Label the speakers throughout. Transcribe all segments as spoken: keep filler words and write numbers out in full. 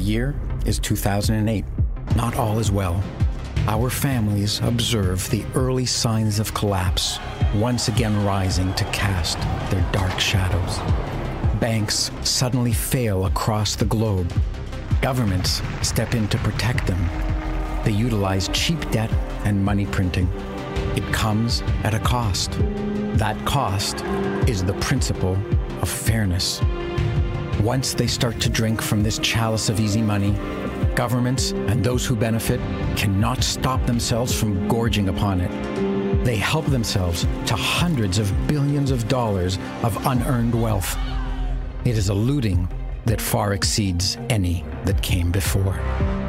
Speaker 1: year is two thousand eight. Not all is well. Our families observe the early signs of collapse, once again rising to cast their dark shadows. Banks suddenly fail across the globe. Governments step in to protect them. They utilize cheap debt and money printing. It comes at a cost. That cost is the principle of fairness. Once they start to drink from this chalice of easy money, governments and those who benefit cannot stop themselves from gorging upon it. They help themselves to hundreds of billions of dollars of unearned wealth. It is a looting that far exceeds any that came before.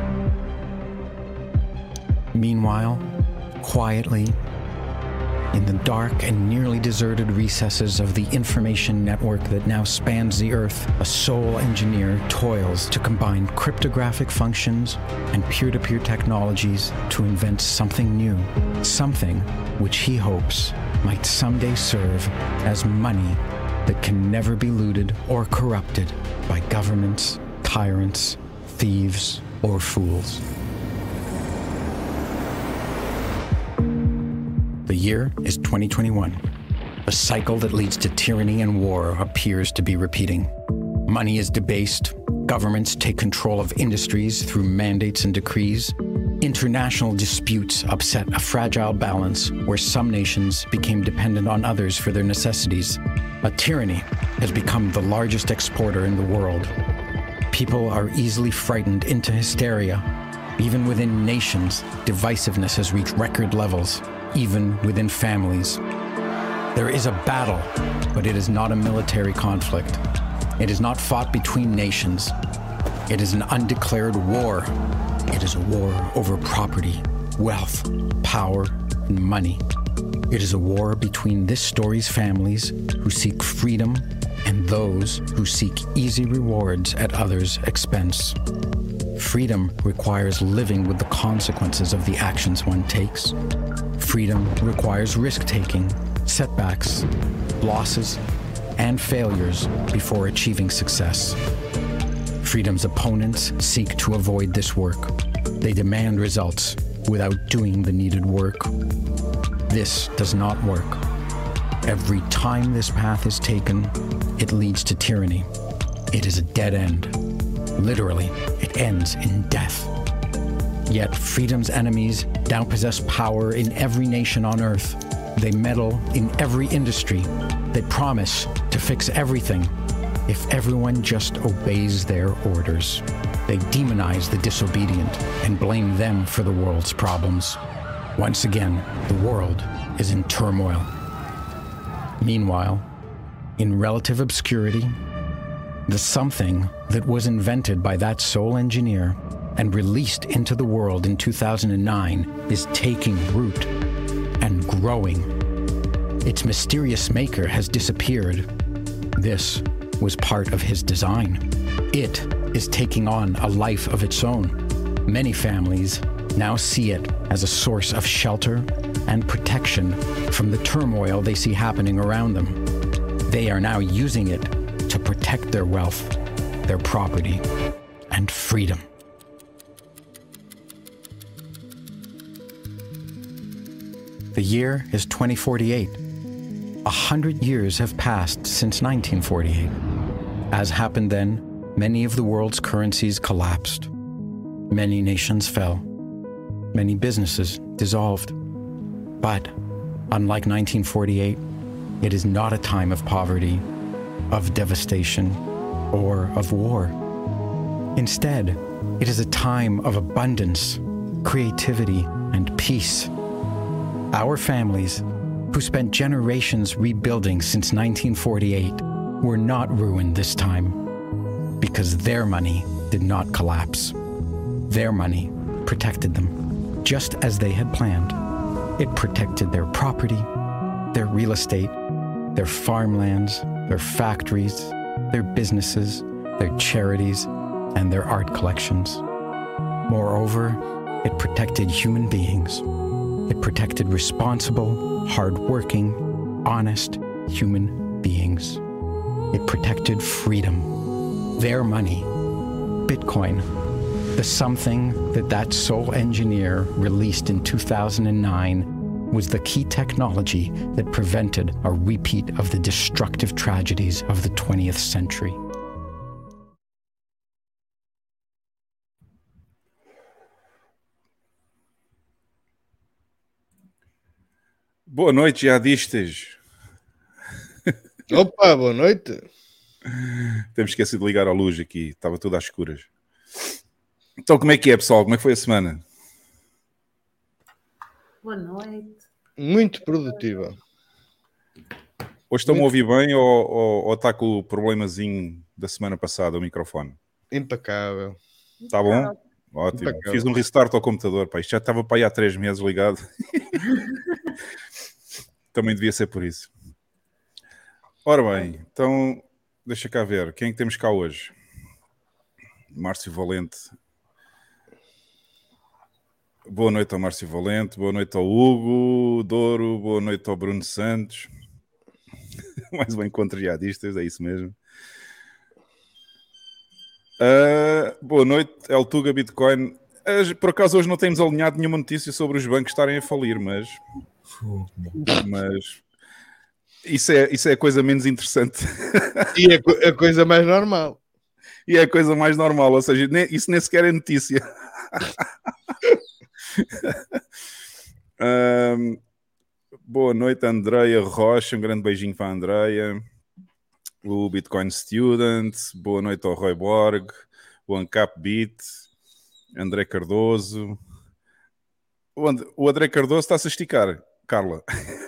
Speaker 1: Meanwhile, quietly, in the dark and nearly deserted recesses of the information network that now spans the Earth, a sole engineer toils to combine cryptographic functions and peer-to-peer technologies to invent something new, something which he hopes might someday serve as money that can never be looted or corrupted by governments, tyrants, thieves, or fools. The year is twenty twenty-one. The cycle that leads to tyranny and war appears to be repeating. Money is debased. Governments take control of industries through mandates and decrees. International disputes upset a fragile balance where some nations became dependent on others for their necessities. A tyranny has become the largest exporter in the world. People are easily frightened into hysteria. Even within nations, divisiveness has reached record levels. Even within families. There is a battle, but it is not a military conflict. It is not fought between nations. It is an undeclared war. It is a war over property, wealth, power, and money. It is a war between this story's families who seek freedom and those who seek easy rewards at others' expense. Freedom requires living with the consequences of the actions one takes. Freedom requires risk-taking, setbacks, losses, and failures before achieving success. Freedom's opponents seek to avoid this work. They demand results without doing the needed work. This does not work. Every time this path is taken, it leads to tyranny. It is a dead end. Literally, it ends in death. Yet freedom's enemies now possess power in every nation on Earth. They meddle in every industry. They promise to fix everything if everyone just obeys their orders. They demonize the disobedient and blame them for the world's problems. Once again, the world is in turmoil. Meanwhile, in relative obscurity, the something that was invented by that sole engineer and released into the world in two thousand nine is taking root and growing. Its mysterious maker has disappeared. This was part of his design. It is taking on a life of its own. Many families now see it as a source of shelter and protection from the turmoil they see happening around them. They are now using it to protect their wealth, their property, and freedom. The year is twenty forty-eight. A hundred years have passed since nineteen forty-eight. As happened then, many of the world's currencies collapsed. Many nations fell. Many businesses dissolved. But, unlike nineteen forty-eight, it is not a time of poverty, of devastation, or of war. Instead, it is a time of abundance, creativity, and peace. Our families, who spent generations rebuilding since nineteen forty-eight, were not ruined this time because their money did not collapse. Their money protected them, just as they had planned. It protected their property, their real estate, their farmlands, their factories, their businesses, their charities, and their art collections. Moreover, it protected human beings. It protected responsible, hard-working, honest human beings. It protected freedom. Their money, Bitcoin, The something that that sole engineer released in two thousand nine was the key technology that prevented a repeat of the destructive tragedies of the twentieth century.
Speaker 2: Boa noite, jihadistas.
Speaker 3: Opa, boa noite.
Speaker 2: Temos esquecido de ligar a luz aqui, estava tudo às escuras. Então, como é que é, pessoal? Como é que foi a semana?
Speaker 4: Boa noite.
Speaker 3: Muito produtiva.
Speaker 2: Hoje estão-me a
Speaker 3: Muito...
Speaker 2: ouvir bem ou, ou, ou está com o problemazinho da semana passada, o microfone?
Speaker 3: Impecável.
Speaker 2: Está bom? Ótimo.
Speaker 3: Impecável.
Speaker 2: Fiz um restart ao computador, pá. Isto já estava para aí há três meses ligado. Também devia ser por isso. Ora bem, então deixa cá ver. Quem é que temos cá hoje? Márcio Valente. Boa noite ao Márcio Valente, boa noite ao Hugo Douro, boa noite ao Bruno Santos. Mais um encontro de jihadistas, é isso mesmo. Uh, boa noite, El Tuga Bitcoin. Uh, por acaso hoje não temos alinhado nenhuma notícia sobre os bancos estarem a falir, mas... mas isso é, isso é a coisa menos interessante.
Speaker 3: E é a coisa mais normal.
Speaker 2: E é a coisa mais normal, ou seja, nem, isso nem sequer é notícia. um, boa noite, Andreia Rocha, um grande beijinho para a Andreia. O Bitcoin Student, boa noite ao Roy Borg, o Ancap Beat, André Cardoso. O, And- o André Cardoso está-se a esticar, Carla.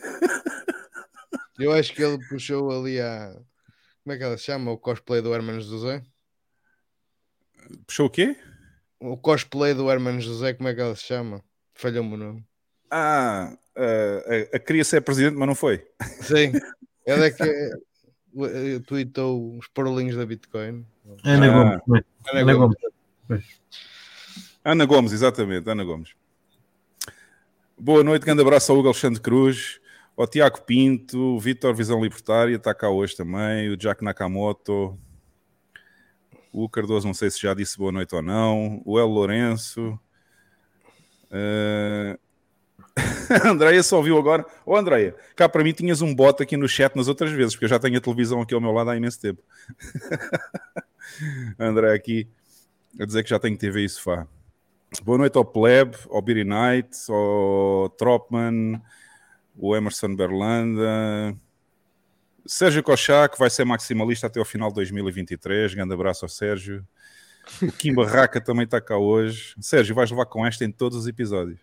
Speaker 3: Eu acho que ele puxou ali a... Como é que ela se chama? O cosplay do Hermano José?
Speaker 2: Puxou o quê?
Speaker 3: O cosplay do Hermano José, como é que ela se chama? Falhou-me o nome.
Speaker 2: Ah, uh, a, a queria ser presidente, mas não foi.
Speaker 3: Sim, ela é que uh, tweetou os parolinhos da Bitcoin.
Speaker 5: Ana
Speaker 2: Ah.
Speaker 5: Gomes.
Speaker 3: Ana
Speaker 5: Ana
Speaker 3: Gomes.
Speaker 5: Gomes.
Speaker 2: Ana Gomes, exatamente, Ana Gomes. Boa noite, grande abraço ao Hugo Alexandre Cruz, ao Tiago Pinto, o Vítor Visão Libertária, está cá hoje também, o Jack Nakamoto, o Cardoso, não sei se já disse boa noite ou não, o El Lourenço, uh... a Andreia só viu agora. Ô Andreia, cá para mim tinhas um bot aqui no chat nas outras vezes, porque eu já tenho a televisão aqui ao meu lado há imenso tempo. A Andreia aqui a dizer que já tenho T V e sofá. Boa noite ao Pleb, ao Beery Knight, ao Tropman, o Emerson Berlanda, Sérgio Cochá, que vai ser maximalista até ao final de dois mil e vinte e três. Grande abraço ao Sérgio. O Kim Barraca também está cá hoje. Sérgio, vais levar com esta em todos os episódios.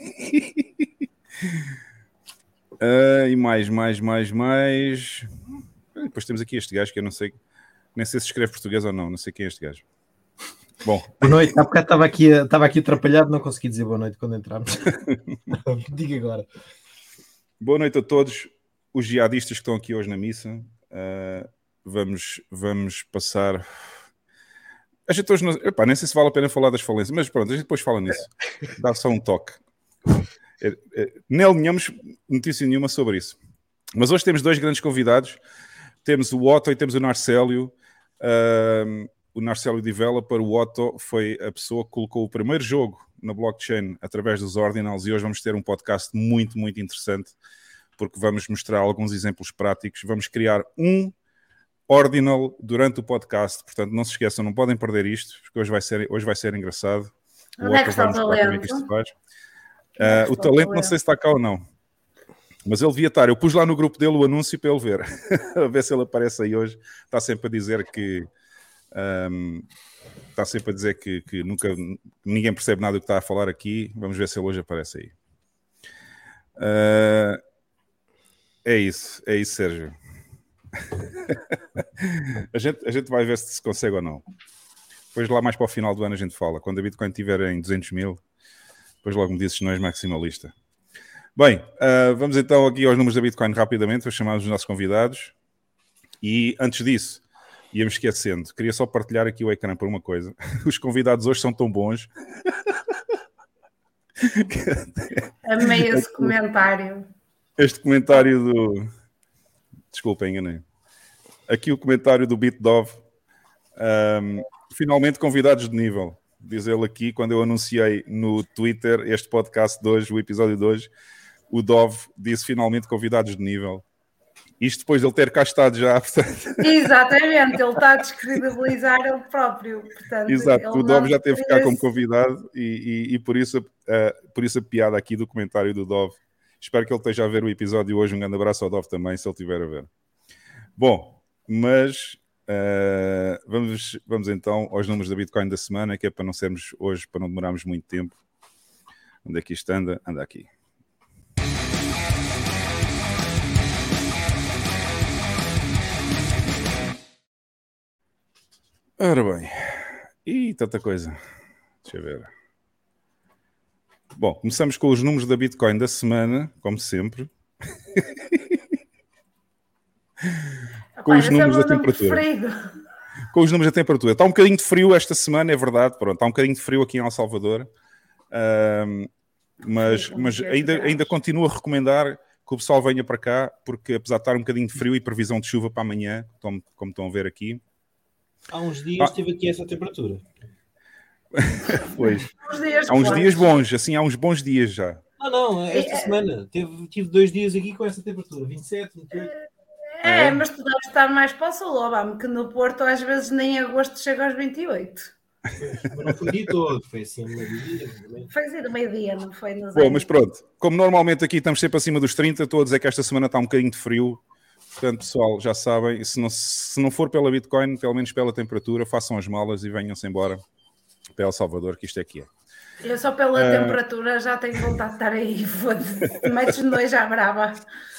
Speaker 2: uh, e mais, mais, mais, mais. Depois temos aqui este gajo que eu não sei, nem sei se escreve português ou não, não sei quem é este gajo. Bom.
Speaker 5: Boa noite, há bocado estava aqui, estava aqui atrapalhado, não consegui dizer boa noite quando entramos. Diga agora.
Speaker 2: Boa noite a todos os jihadistas que estão aqui hoje na missa. Uh, vamos, vamos passar. A gente hoje não... Epá, nem sei se vale a pena falar das falências, mas pronto, a gente depois fala nisso. Dá só um toque. É, é, nem alinhamos notícia nenhuma sobre isso. Mas hoje temos dois grandes convidados. Temos o Otto e temos o Narcélio. Uh, o Narcélio Developer, o Otto foi a pessoa que colocou o primeiro jogo na blockchain através dos Ordinals e hoje vamos ter um podcast muito, muito interessante porque vamos mostrar alguns exemplos práticos. Vamos criar um Ordinal durante o podcast, portanto não se esqueçam, não podem perder isto, porque hoje vai ser, hoje vai ser engraçado.
Speaker 4: Onde é que está o talento?
Speaker 2: Uh, o talento não sei se está cá ou não, mas ele devia estar. Eu pus lá no grupo dele o anúncio para ele ver, a ver se ele aparece aí hoje. Está sempre a dizer que um, está sempre a dizer que, que nunca ninguém percebe nada do que está a falar aqui. Vamos ver se ele hoje aparece aí. Uh, é isso, é isso, Sérgio. a, gente, a gente vai ver se se consegue ou não. Depois lá mais para o final do ano a gente fala. Quando a Bitcoin estiver em duzentos mil, depois logo me dizes se não és maximalista. Bem, uh, vamos então aqui aos números da Bitcoin rapidamente. Vou chamar os nossos convidados. E antes disso, ia-me esquecendo, queria só partilhar aqui o ecrã por uma coisa. Os convidados hoje são tão bons.
Speaker 4: Amei esse comentário.
Speaker 2: Este comentário do... Desculpa, enganei. Aqui o comentário do BitDove. Um, finalmente convidados de nível. diz ele aqui, quando eu anunciei no Twitter este podcast de hoje, o episódio de hoje, o Dove disse finalmente convidados de nível. Isto depois de ele ter cá estado já, portanto...
Speaker 4: Exatamente, ele está a descredibilizar ele próprio. Portanto,
Speaker 2: Exato, o Dove já teve que ficar
Speaker 4: esse...
Speaker 2: como convidado e, e, e por, isso, uh, por isso a piada aqui do comentário do Dove. Espero que ele esteja a ver o episódio hoje. Um grande abraço ao Dove também, se ele estiver a ver. Bom, mas uh, vamos, vamos então aos números da Bitcoin da semana, que é para não sermos hoje, para não demorarmos muito tempo. Onde é que isto anda? Anda aqui. Ora bem, e tanta coisa. Deixa eu ver. Bom, começamos com os números da Bitcoin da semana, como sempre. Com
Speaker 4: Pai,
Speaker 2: os números
Speaker 4: é
Speaker 2: da temperatura.
Speaker 4: Preferido.
Speaker 2: Com os números da temperatura. Está um bocadinho de frio esta semana, é verdade. Pronto, está um bocadinho de frio aqui em El Salvador. Um, mas mas ainda, ainda continuo a recomendar que o pessoal venha para cá, porque apesar de estar um bocadinho de frio e previsão de chuva para amanhã, como, como estão a ver aqui.
Speaker 5: Há uns dias
Speaker 2: ah.
Speaker 5: teve aqui essa temperatura.
Speaker 2: Pois.
Speaker 4: Uns dias
Speaker 2: há uns
Speaker 4: bons.
Speaker 2: dias bons, assim, há uns bons dias já.
Speaker 5: Ah, não, esta
Speaker 4: É.
Speaker 5: semana tive, tive dois dias aqui com essa temperatura, vinte e sete, vinte e oito.
Speaker 4: É, mas tu deves estar mais para o sul, Obama, que no Porto às vezes nem agosto chega aos vinte e oito.
Speaker 5: Mas não foi de todo, foi assim no meio-dia.
Speaker 4: Foi assim do meio-dia, não foi? Nos
Speaker 2: Bom, mas pronto, como normalmente aqui estamos sempre acima dos trinta, estou a dizer que esta semana está um bocadinho de frio. Portanto, pessoal, já sabem, se não, se não for pela Bitcoin, pelo menos pela temperatura, façam as malas e venham-se embora para El Salvador, que isto é que é.
Speaker 4: Eu só pela
Speaker 2: Uh...
Speaker 4: temperatura já tenho vontade de estar aí. Foda-se. Metes-me dois à brava.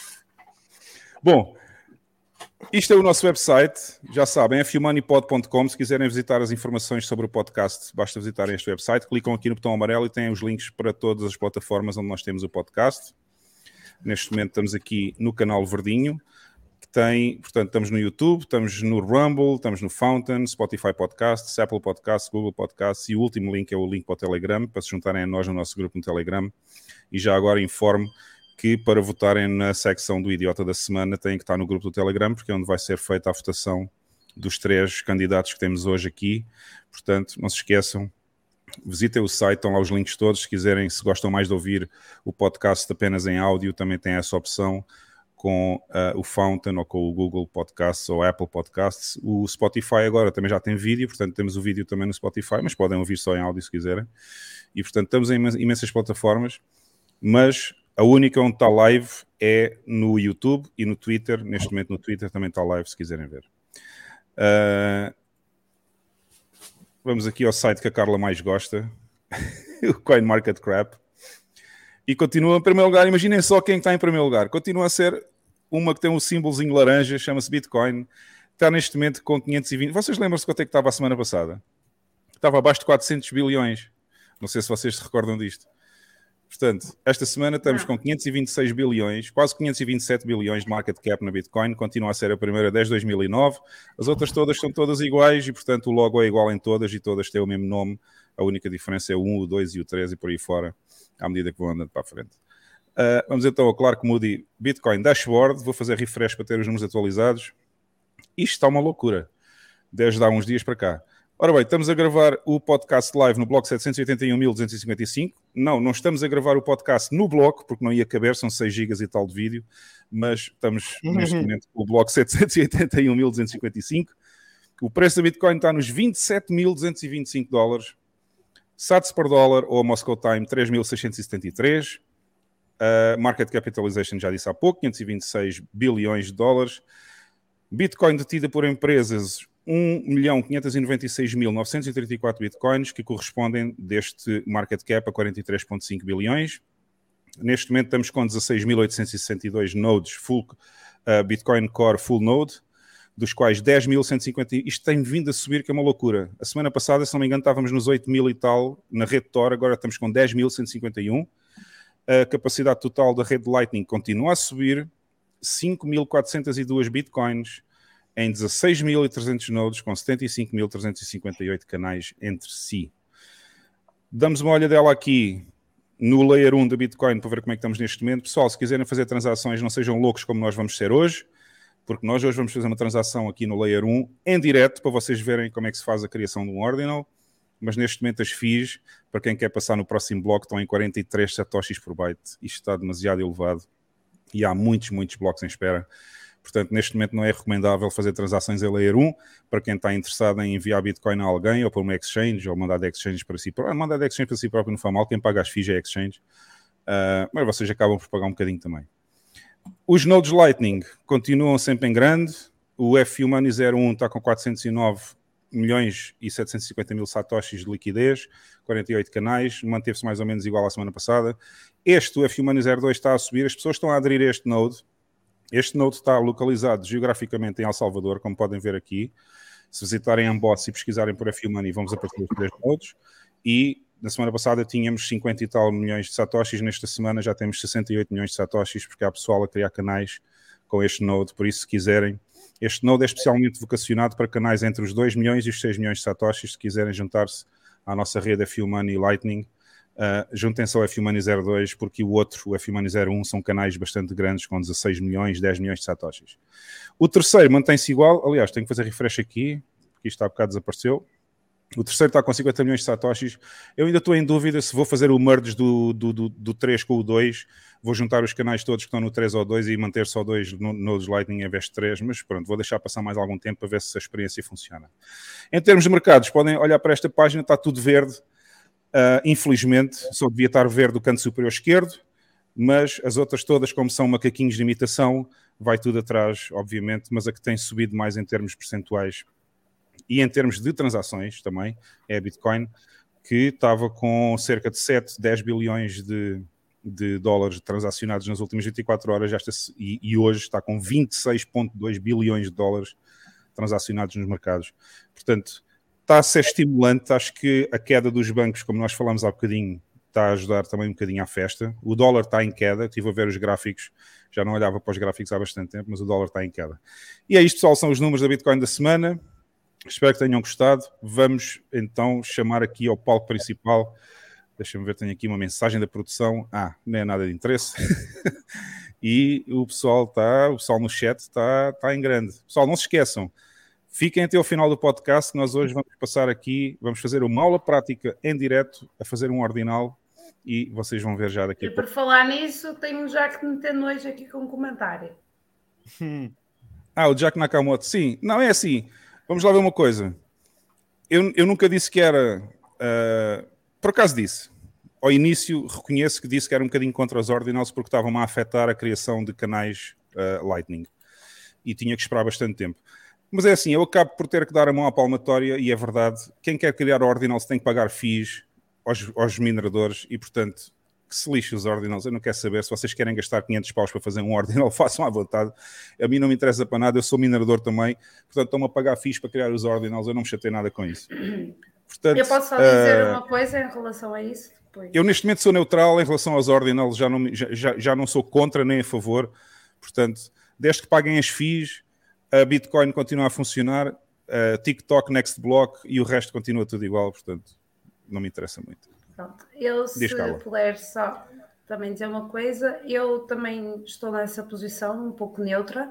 Speaker 2: Bom, isto é o nosso website, já sabem, f u money pod ponto com. Se quiserem visitar as informações sobre o podcast, basta visitarem este website, clicam aqui no botão amarelo e têm os links para todas as plataformas onde nós temos o podcast. Neste momento estamos aqui no canal verdinho, que tem, portanto, estamos no YouTube, estamos no Rumble, estamos no Fountain, Spotify Podcasts, Apple Podcasts, Google Podcasts, e o último link é o link para o Telegram, para se juntarem a nós no nosso grupo no Telegram. E já agora informo que para votarem na secção do Idiota da Semana têm que estar no grupo do Telegram, porque é onde vai ser feita a votação dos três candidatos que temos hoje aqui. Portanto, não se esqueçam, visitem o site, estão lá os links todos. Se quiserem, se gostam mais de ouvir o podcast apenas em áudio, também tem essa opção com uh, o Fountain ou com o Google Podcasts ou Apple Podcasts. O Spotify agora também já tem vídeo, portanto temos o vídeo também no Spotify, mas podem ouvir só em áudio se quiserem. E portanto estamos em imensas plataformas, mas a única onde está live é no YouTube e no Twitter. Neste momento no Twitter também está live, se quiserem ver. Uh, vamos aqui ao site que a Carla mais gosta, o CoinMarketCap. E continua em primeiro lugar. Imaginem só quem está em primeiro lugar. Continua a ser uma que tem um símbolozinho laranja, chama-se Bitcoin. Está neste momento com quinhentos e vinte. Vocês lembram-se quanto é que estava a semana passada? Estava abaixo de quatrocentos bilhões. Não sei se vocês se recordam disto. Portanto, esta semana estamos com quinhentos e vinte e seis bilhões, quase quinhentos e vinte e sete bilhões de market cap na Bitcoin. Continua a ser a primeira desde dois mil e nove. As outras todas são todas iguais e, portanto, o logo é igual em todas e todas têm o mesmo nome. A única diferença é o um, o dois e o três e por aí fora, à medida que vão andando para a frente. Uh, vamos então ao Clark Moody Bitcoin Dashboard. Vou fazer refresh para ter os números atualizados. Isto está uma loucura, desde há uns dias para cá. Ora bem, estamos a gravar o podcast live no bloco setecentos e oitenta e um mil duzentos e cinquenta e cinco. Não, não estamos a gravar o podcast no bloco, porque não ia caber, são seis gigas e tal de vídeo, mas estamos neste momento com o bloco setecentos e oitenta e um mil duzentos e cinquenta e cinco. O preço da Bitcoin está nos vinte e sete mil duzentos e vinte e cinco dólares. Sats por dólar ou a Moscow Time três mil seiscentos e setenta e três. Uh, market capitalization já disse há pouco, quinhentos e vinte e seis bilhões de dólares. Bitcoin detida por empresas, um milhão quinhentos e noventa e seis mil novecentos e trinta e quatro bitcoins, que correspondem deste market cap a quarenta e três vírgula cinco bilhões. Neste momento estamos com dezasseis mil oitocentos e sessenta e dois nodes full, uh, Bitcoin Core Full Node, dos quais dez mil cento e cinquenta. Isto tem vindo a subir, que é uma loucura. A semana passada, se não me engano, estávamos nos oito mil e tal na rede Tor, agora estamos com dez mil cento e cinquenta e um. A capacidade total da rede Lightning continua a subir, cinco mil quatrocentos e dois bitcoins em dezasseis mil e trezentos nodes, com setenta e cinco mil trezentos e cinquenta e oito canais entre si. Damos uma olhadela aqui no Layer um da Bitcoin para ver como é que estamos neste momento. Pessoal, se quiserem fazer transações, não sejam loucos como nós vamos ser hoje, porque nós hoje vamos fazer uma transação aqui no Layer um em direto, para vocês verem como é que se faz a criação de um ordinal. mas neste momento as fees, para quem quer passar no próximo bloco, estão em quarenta e três satoshis por byte. Isto está demasiado elevado e há muitos, muitos blocos em espera. Portanto, neste momento não é recomendável fazer transações em Layer um para quem está interessado em enviar Bitcoin a alguém ou para uma exchange ou mandar de exchange para si próprio. Mandar de exchange para si próprio não faz mal, quem paga as fees é exchange. Uh, mas vocês acabam por pagar um bocadinho também. Os nodes Lightning continuam sempre em grande. O F U Money zero um está com quatrocentos e nove milhões e setecentos e cinquenta mil satoshis de liquidez, quarenta e oito canais, manteve-se mais ou menos igual à semana passada. Este, o F U Money zero dois, está a subir. As pessoas estão a aderir a este node. Este node está localizado geograficamente em El Salvador, como podem ver aqui. Se visitarem Amboss e pesquisarem por F U Money, vamos aparecer os três nodes. E na semana passada tínhamos cinquenta e tal milhões de satoshis. Nesta semana já temos sessenta e oito milhões de satoshis, porque há pessoal a criar canais com este node. Por isso, se quiserem, este node é especialmente vocacionado para canais entre os dois milhões e os seis milhões de satoshis. Se quiserem juntar-se à nossa rede F U Money Lightning, Uh, juntem-se ao F U Money zero dois, porque o outro, o F U Money zero um, são canais bastante grandes, com dezasseis milhões, dez milhões de satoshis. O terceiro mantém-se igual. Aliás, tenho que fazer refresh aqui, porque isto há bocado desapareceu. O terceiro está com cinquenta milhões de satoshis. Eu ainda estou em dúvida se vou fazer o merge do, do, do, do três com o dois. Vou juntar os canais todos que estão no três ou dois e manter só dois nodes Lightning em vez de três, mas pronto, vou deixar passar mais algum tempo para ver se a experiência funciona. Em termos de mercados, podem olhar para esta página, está tudo verde. Uh, infelizmente, só devia estar verde do canto superior esquerdo, mas as outras todas, como são macaquinhos de imitação, vai tudo atrás, obviamente, mas a que tem subido mais em termos percentuais e em termos de transações também é a Bitcoin, que estava com cerca de sete, dez bilhões de, de dólares transacionados nas últimas vinte e quatro horas esta, e, e hoje está com vinte e seis vírgula dois bilhões de dólares transacionados nos mercados. Portanto, está a ser estimulante. Acho que a queda dos bancos, como nós falamos há bocadinho, está a ajudar também um bocadinho à festa. O dólar está em queda, estive a ver os gráficos, já não olhava para os gráficos há bastante tempo, mas o dólar está em queda. E é isto, pessoal, são os números da Bitcoin da semana. Espero que tenham gostado. Vamos então chamar aqui ao palco principal. Deixa-me ver, tenho aqui uma mensagem da produção. Ah, não é nada de interesse. E o pessoal está, o pessoal no chat está, está em grande. Pessoal, não se esqueçam. Fiquem até ao final do podcast, que nós hoje vamos passar aqui, vamos fazer uma aula prática em direto, a fazer um ordinal, e vocês vão ver já daqui a
Speaker 4: pouco.
Speaker 2: pouco.
Speaker 4: E por falar nisso, tenho já que meter nojo aqui com um comentário.
Speaker 2: Ah, o Jack Nakamoto. Sim, não, é assim. Vamos lá ver uma coisa. Eu, eu nunca disse que era... Uh, por acaso disse. Ao início, reconheço que disse que era um bocadinho contra os ordinals, porque estavam a afetar a criação de canais uh, Lightning. E tinha que esperar bastante tempo. Mas é assim, eu acabo por ter que dar a mão à palmatória, e é verdade, quem quer criar ordinals tem que pagar fees aos, aos mineradores, e portanto, que se lixe os ordinals. Eu não quero saber, se vocês querem gastar quinhentos paus para fazer um ordinal, façam à vontade. A mim não me interessa para nada, eu sou minerador também, portanto estão-me a pagar fees para criar os ordinals, eu não me chatei nada com isso. Portanto,
Speaker 4: eu posso só dizer uh, uma coisa em relação a isso? Depois.
Speaker 2: Eu neste momento sou neutral em relação aos ordinals, já não, já, já, já não sou contra nem a favor, portanto, desde que paguem as fees, a Bitcoin continua a funcionar, a TikTok, Next Block e o resto continua tudo igual, portanto, não me interessa muito.
Speaker 4: Pronto. Eu, se puder só também dizer uma coisa, eu também estou nessa posição um pouco neutra.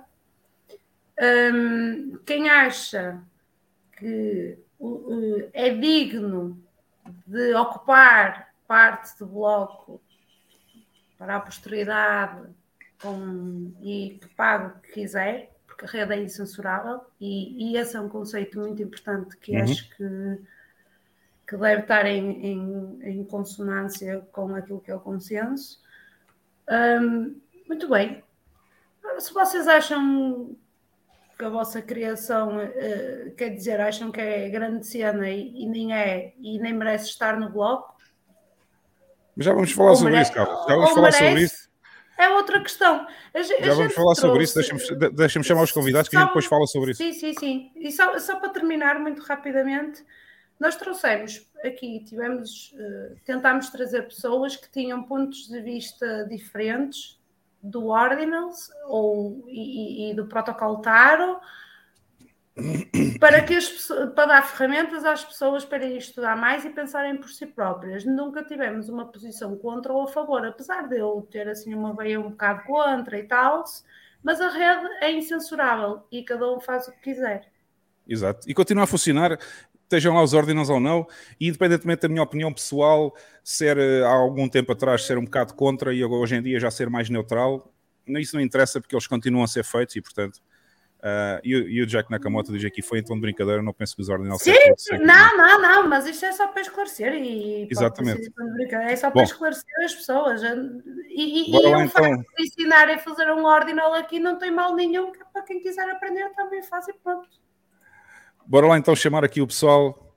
Speaker 4: Um, quem acha que uh, é digno de ocupar parte do bloco para a posteridade com, e que pague o que quiser, porque a rede é incensurável, e, e esse é um conceito muito importante que uhum. acho que, que deve estar em, em, em consonância com aquilo que é o consenso. Um, muito bem. Se vocês acham que a vossa criação, uh, quer dizer, acham que é grande cena e, e nem é, e nem merece estar no bloco.
Speaker 2: Mas já vamos falar sobre merece, isso, Carlos. Já vamos falar sobre isso.
Speaker 4: É outra questão. A,
Speaker 2: Já a vamos falar trouxe... sobre isso. Deixa-me, deixa-me chamar os convidados que só, a gente depois fala sobre isso.
Speaker 4: Sim, sim, sim. E só, só para terminar muito rapidamente, nós trouxemos aqui, tivemos, uh, tentámos trazer pessoas que tinham pontos de vista diferentes do Ordinals ou, e, e do protocolo Taro, para, que as, para dar ferramentas às pessoas para irem estudar mais e pensarem por si próprias. Nunca tivemos uma posição contra ou a favor, apesar de eu ter assim uma veia um bocado contra e tal, mas a rede é incensurável e cada um faz o que quiser.
Speaker 2: Exato. E continua a funcionar. estejam lá os Ordinals ou não, e independentemente da minha opinião pessoal, ser há algum tempo atrás ser um bocado contra e hoje em dia já ser mais neutral, isso não interessa porque eles continuam a ser feitos e portanto uh, e, e o Jack Nakamoto diz aqui, foi então de brincadeira, não penso que os Ordinals
Speaker 4: sim, não, não, não, mas isto é só para esclarecer e
Speaker 2: exatamente.
Speaker 4: É só para
Speaker 2: Bom,
Speaker 4: esclarecer as pessoas e, e,
Speaker 2: bora
Speaker 4: e
Speaker 2: lá,
Speaker 4: o
Speaker 2: então.
Speaker 4: facto de ensinar a fazer um Ordinal aqui não tem mal nenhum, que para quem quiser aprender também faz e pronto.
Speaker 2: Bora lá então chamar aqui o pessoal.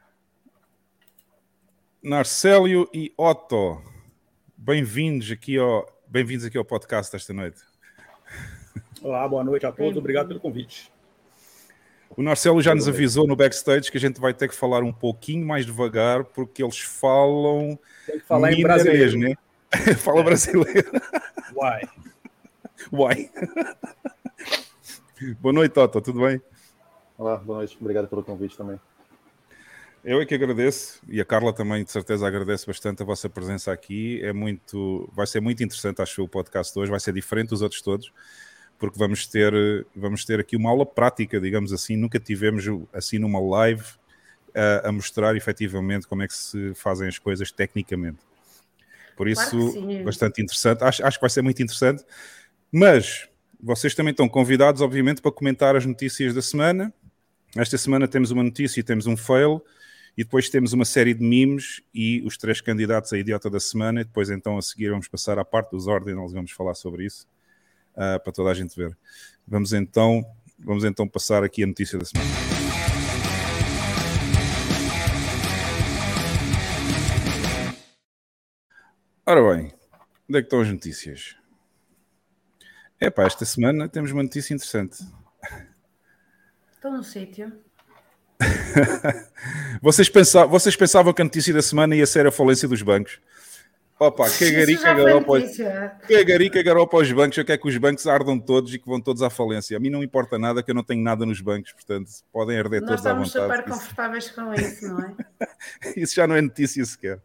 Speaker 2: Narcélio e Otto, bem-vindos aqui ao, bem-vindos aqui ao podcast esta noite.
Speaker 6: Olá, boa noite a todos, obrigado pelo convite.
Speaker 2: O Narcélio já nos avisou no backstage que a gente vai ter que falar um pouquinho mais devagar porque eles falam...
Speaker 6: Tem que falar em brasileiro.
Speaker 2: Né? Fala é. brasileiro.
Speaker 6: Uai.
Speaker 2: Uai. Boa noite, Otto, tudo bem?
Speaker 7: Olá, boa noite, obrigado pelo convite também.
Speaker 2: Eu é que agradeço, e a Carla também, de certeza, agradece bastante a vossa presença aqui. É muito, vai ser muito interessante, acho que o podcast de hoje vai ser diferente dos outros todos, porque vamos ter, vamos ter aqui uma aula prática, digamos assim. Nunca tivemos assim numa live a, a mostrar efetivamente como é que se fazem as coisas tecnicamente. Por isso, claro, bastante interessante. Acho, acho que vai ser muito interessante. Mas vocês também estão convidados, obviamente, para comentar as notícias da semana. Esta semana temos uma notícia e temos um fail. E depois temos uma série de memes e os três candidatos a idiota da semana. E depois, então, a seguir vamos passar à parte dos Ordinals, vamos falar sobre isso, uh, para toda a gente ver. Vamos então, vamos então passar aqui a notícia da semana. Ora bem, onde é que estão as notícias? Epá, esta semana temos uma notícia interessante.
Speaker 4: Estou no sítio.
Speaker 2: vocês, pensavam, vocês pensavam que a notícia da semana ia ser a falência dos bancos? Opa, cagarica garopa, cagarica garopa aos bancos. Eu quero que os bancos ardam todos e que vão todos à falência. A mim não importa nada, que eu não tenho nada nos bancos, portanto podem arder
Speaker 4: Nós
Speaker 2: todos à vontade.
Speaker 4: Nós estamos super confortáveis com isso, não é?
Speaker 2: Isso já não é notícia sequer.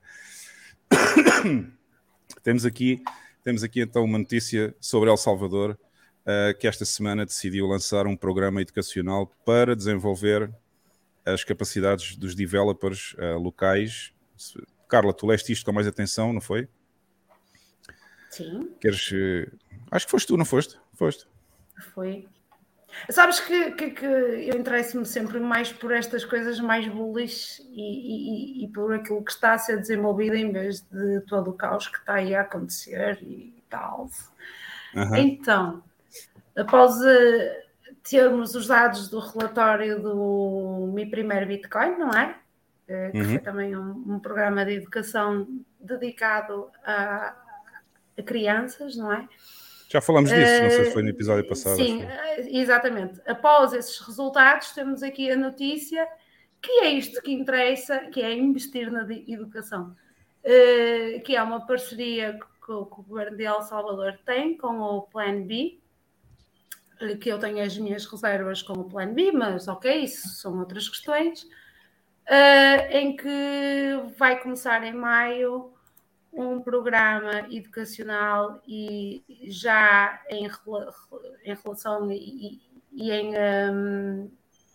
Speaker 2: temos, aqui, temos aqui então uma notícia sobre El Salvador, uh, que esta semana decidiu lançar um programa educacional para desenvolver as capacidades dos developers uh, locais. Carla, tu leste isto com mais atenção, não foi?
Speaker 4: Sim.
Speaker 2: Queres... Uh... Acho que foste tu, não foste? Foste.
Speaker 4: Foi. Sabes que, que, que eu interesso-me sempre mais por estas coisas mais bullish e, e, e por aquilo que está a ser desenvolvido em vez de todo o caos que está aí a acontecer e tal. Uhum. Então, após... Uh, termos os dados do relatório do Mi Primeiro Bitcoin, não é? Que uhum. foi também um, um programa de educação dedicado a, a crianças, não é?
Speaker 2: Já falamos disso, uh, não sei se foi no episódio passado.
Speaker 4: Sim, exatamente. Após esses resultados, temos aqui a notícia que é isto que interessa, que é investir na educação, uh, que é uma parceria que, que o governo de El Salvador tem com o Plan B, que eu tenho as minhas reservas com o Plano B, mas ok, isso são outras questões, uh, em que vai começar em maio um programa educacional e já em, em relação e, e em um,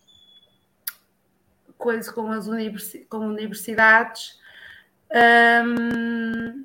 Speaker 4: coisa com as universi- com universidades um,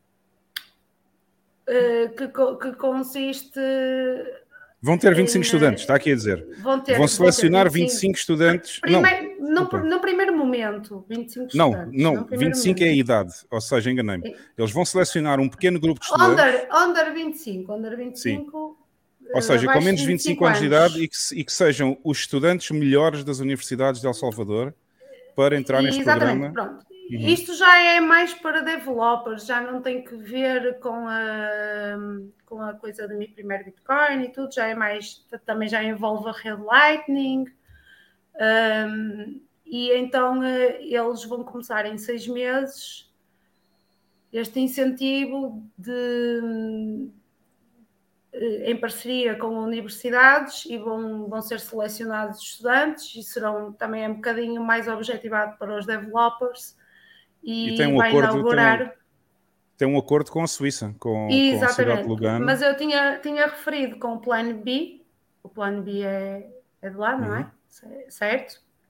Speaker 4: uh, que, que consiste...
Speaker 2: Vão ter vinte e cinco em, estudantes, está aqui a dizer. Vão, ter, vão selecionar vão vinte e cinco, vinte e cinco estudantes.
Speaker 4: Primeiro, não, no, no primeiro momento, vinte e cinco
Speaker 2: não,
Speaker 4: estudantes.
Speaker 2: Não, não, vinte e cinco momento. É a idade, ou seja, enganei-me. Eles vão selecionar um pequeno grupo de estudantes.
Speaker 4: Under, under vinte e cinco, under vinte e cinco.
Speaker 2: Sim. Ou seja, com menos de vinte e cinco anos de idade e que, e que sejam os estudantes melhores das universidades de El Salvador para entrar neste
Speaker 4: Exatamente,
Speaker 2: programa.
Speaker 4: Pronto. Uhum. Isto já é mais para developers, já não tem que ver com a, com a coisa do meu primeiro Bitcoin e tudo, já é mais, também já envolve a rede Lightning. Um, e então eles vão começar em seis meses este incentivo de, em parceria com universidades e vão, vão ser selecionados estudantes e serão também um bocadinho mais objetivado para os developers. E,
Speaker 2: e tem um
Speaker 4: vai
Speaker 2: acordo,
Speaker 4: inaugurar...
Speaker 2: tem, um, tem um acordo com a Suíça, com, com a cidade de Lugano.
Speaker 4: Mas eu tinha, tinha referido com o Plano B, o Plano B é, é de lá, não é? Uhum. Certo?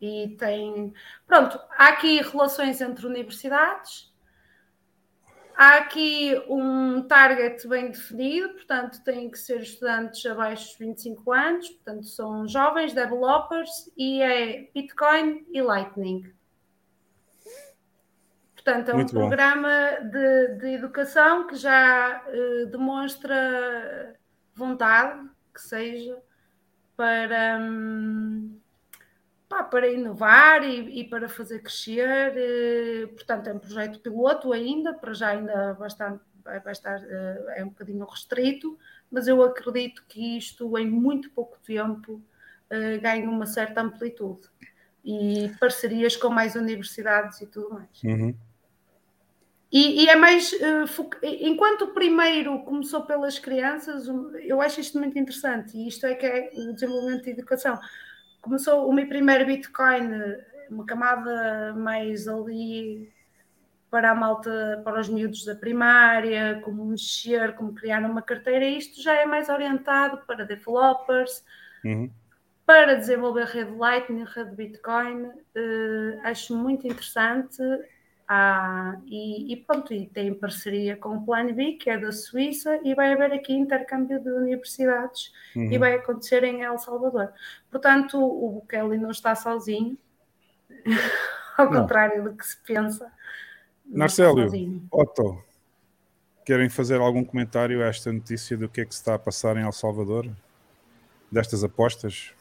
Speaker 4: e tem... Pronto, há aqui relações entre universidades, há aqui um target bem definido, portanto, têm que ser estudantes abaixo dos vinte e cinco anos, portanto, são jovens, developers, e é Bitcoin e Lightning. Portanto, é um
Speaker 2: Muito bom.
Speaker 4: programa de, de educação que já eh, demonstra vontade, que seja, para, hum, pá, para inovar e, e para fazer crescer. eh, Portanto, é um projeto piloto ainda, para já ainda bastante, vai, vai estar, eh, é um bocadinho restrito, mas eu acredito que isto, em muito pouco tempo, eh, ganhe uma certa amplitude. E parcerias com mais universidades e tudo mais.
Speaker 2: Uhum.
Speaker 4: E, e é mais, uh, foca... enquanto o primeiro começou pelas crianças, eu acho isto muito interessante, e isto é que é o desenvolvimento de educação. Começou o meu primeiro Bitcoin, uma camada mais ali para a malta, para os miúdos da primária, como mexer, como criar uma carteira, isto já é mais orientado para developers,
Speaker 2: Uhum.
Speaker 4: para desenvolver rede Lightning, rede Bitcoin. Uh, acho muito interessante. Ah, e, e pronto, e tem parceria com o Plan B, que é da Suíça, e vai haver aqui intercâmbio de universidades
Speaker 2: Uhum.
Speaker 4: e vai acontecer em El Salvador. Portanto, o Bukele não está sozinho, ao
Speaker 2: Não.
Speaker 4: contrário do que se pensa. Não está
Speaker 2: Marcelo,
Speaker 4: sozinho.
Speaker 2: Otto, querem fazer algum comentário a esta notícia do que é que se está a passar em El Salvador? Destas apostas?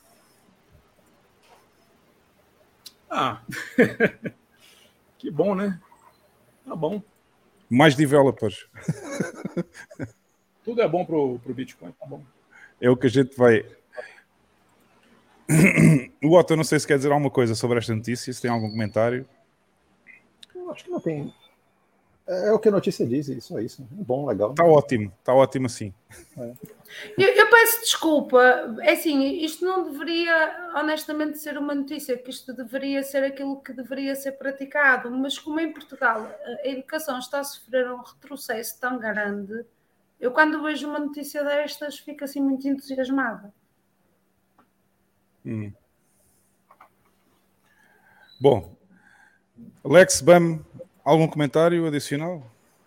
Speaker 6: Ah, que bom, né? Tá bom.
Speaker 2: Mais developers.
Speaker 6: Tudo é bom pro, pro Bitcoin, tá bom.
Speaker 2: É o que a gente vai... O Otto, eu não sei se quer dizer alguma coisa sobre esta notícia, se tem algum comentário.
Speaker 7: Eu acho que não tem. É o que a notícia diz, isso é isso. Bom, legal.
Speaker 2: Está ótimo, está ótimo assim.
Speaker 4: Eu, eu peço desculpa, é assim, isto não deveria honestamente ser uma notícia, que isto deveria ser aquilo que deveria ser praticado, mas como em Portugal a educação está a sofrer um retrocesso tão grande, eu quando vejo uma notícia destas fico assim muito entusiasmada.
Speaker 2: Hum. Bom, Lex Bam, algum comentário adicional?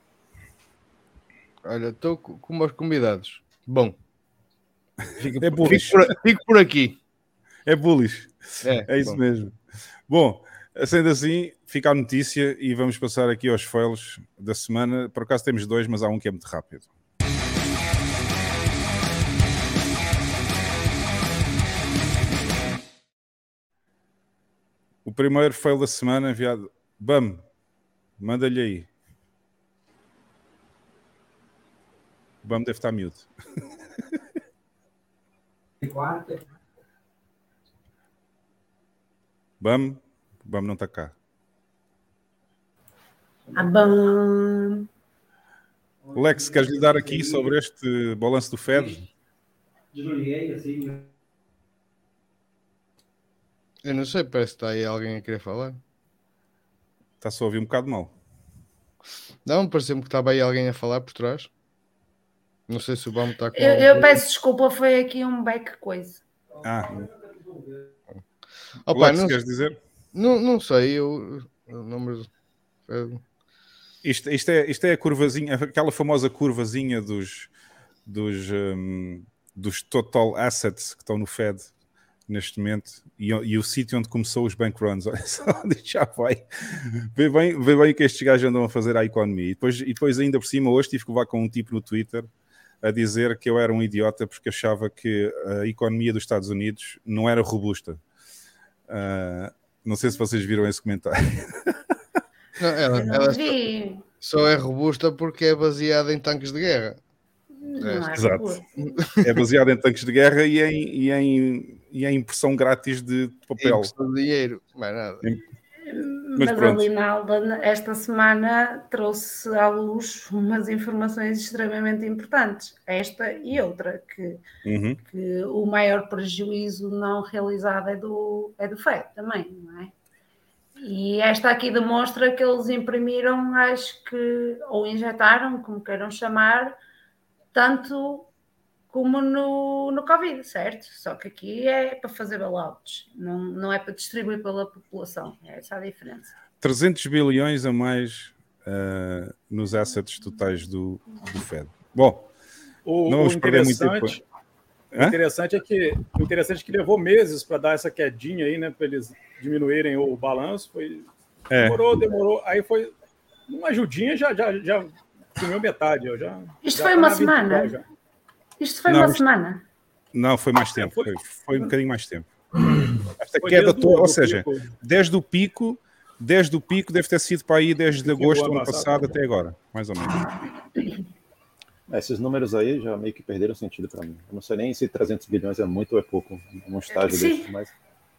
Speaker 3: Olha, estou com com meus convidados. Bom, fico,
Speaker 2: É bullish.
Speaker 3: fico, por, fico por aqui.
Speaker 2: É bullish.
Speaker 3: É,
Speaker 2: É isso
Speaker 3: bom.
Speaker 2: mesmo. Bom, sendo assim, fica a notícia e vamos passar aqui aos fails da semana. Por acaso temos dois, mas há um que é muito rápido. O primeiro fail da semana enviado. Bam, manda-lhe aí. O Bam deve estar mute. Bam, o Bam não está cá.
Speaker 4: Ah, bom.
Speaker 2: Lex, queres lhe dar aqui sobre este balanço do Fed?
Speaker 3: Eu não sei, parece que está aí alguém a querer falar.
Speaker 2: Está só a ouvir um bocado mal.
Speaker 3: Não, pareceu-me que estava aí alguém a falar por trás. Não sei se o Bam está com.
Speaker 4: Eu, eu peço desculpa, foi aqui um back coisa.
Speaker 2: Ah,
Speaker 3: Opa,
Speaker 2: Lex,
Speaker 3: não,
Speaker 2: queres dizer?
Speaker 3: não, não sei, eu. eu não me- eu-
Speaker 2: Isto, isto, é, isto é a curvazinha, aquela famosa curvazinha dos, dos, hum, dos total assets que estão no Fed neste momento e, e o sítio onde começou os bank runs. Olha só onde isto já vai. Vê bem, vê bem o que estes gajos andam a fazer à economia. E depois, e depois ainda por cima, hoje tive que levar com um tipo no Twitter a dizer que eu era um idiota porque achava que a economia dos Estados Unidos não era robusta. Uh, não sei se vocês viram esse comentário.
Speaker 3: Não, ela,
Speaker 4: Eu não
Speaker 3: ela
Speaker 4: vi.
Speaker 3: só, só é robusta porque é baseada em tanques de guerra.
Speaker 4: Não é
Speaker 2: Exato.
Speaker 4: robusto.
Speaker 2: É baseado em tanques de guerra e em, e em, e em impressão grátis de papel.
Speaker 3: Impressão de dinheiro, mais nada.
Speaker 2: Mas
Speaker 4: Mas
Speaker 2: pronto.
Speaker 4: a Linalda, esta semana, trouxe à luz umas informações extremamente importantes. Esta e outra, que,
Speaker 2: Uhum.
Speaker 4: que o maior prejuízo não realizado é do, é do Fed também, não é? E esta aqui demonstra que eles imprimiram, acho que, ou injetaram, como queiram chamar, tanto como no, no Covid, certo? Só que aqui é para fazer bailouts, não, não é para distribuir pela população. É essa a diferença.
Speaker 2: trezentos bilhões a mais uh, nos assets totais do, do Fed. Bom,
Speaker 6: o,
Speaker 2: não vamos
Speaker 6: o
Speaker 2: perder muito tempo.
Speaker 6: O interessante, é que, o interessante é que levou meses para dar essa quedinha aí, né? Para eles diminuírem o balanço. Foi,
Speaker 2: é.
Speaker 6: Demorou, demorou. Aí foi uma ajudinha, já, já, já sumiu metade. Eu já,
Speaker 4: Isto
Speaker 6: já
Speaker 4: foi
Speaker 6: tá
Speaker 4: uma
Speaker 6: na
Speaker 4: semana?
Speaker 6: já.
Speaker 4: Isto foi
Speaker 2: Não,
Speaker 4: uma
Speaker 2: isto...
Speaker 4: semana?
Speaker 2: Não, foi mais tempo.
Speaker 6: Foi,
Speaker 2: foi, foi um bocadinho mais tempo. Esta
Speaker 6: foi
Speaker 2: queda toda, ou
Speaker 6: do
Speaker 2: seja,
Speaker 6: pico.
Speaker 2: desde o pico, desde o pico deve ter sido para aí desde agosto do ano passado,
Speaker 6: passado
Speaker 2: até agora, mais ou menos.
Speaker 7: Esses números aí já meio que perderam sentido para mim. Eu não sei nem se trezentos bilhões é muito ou é pouco num estágio
Speaker 4: Sim.
Speaker 7: desse, mas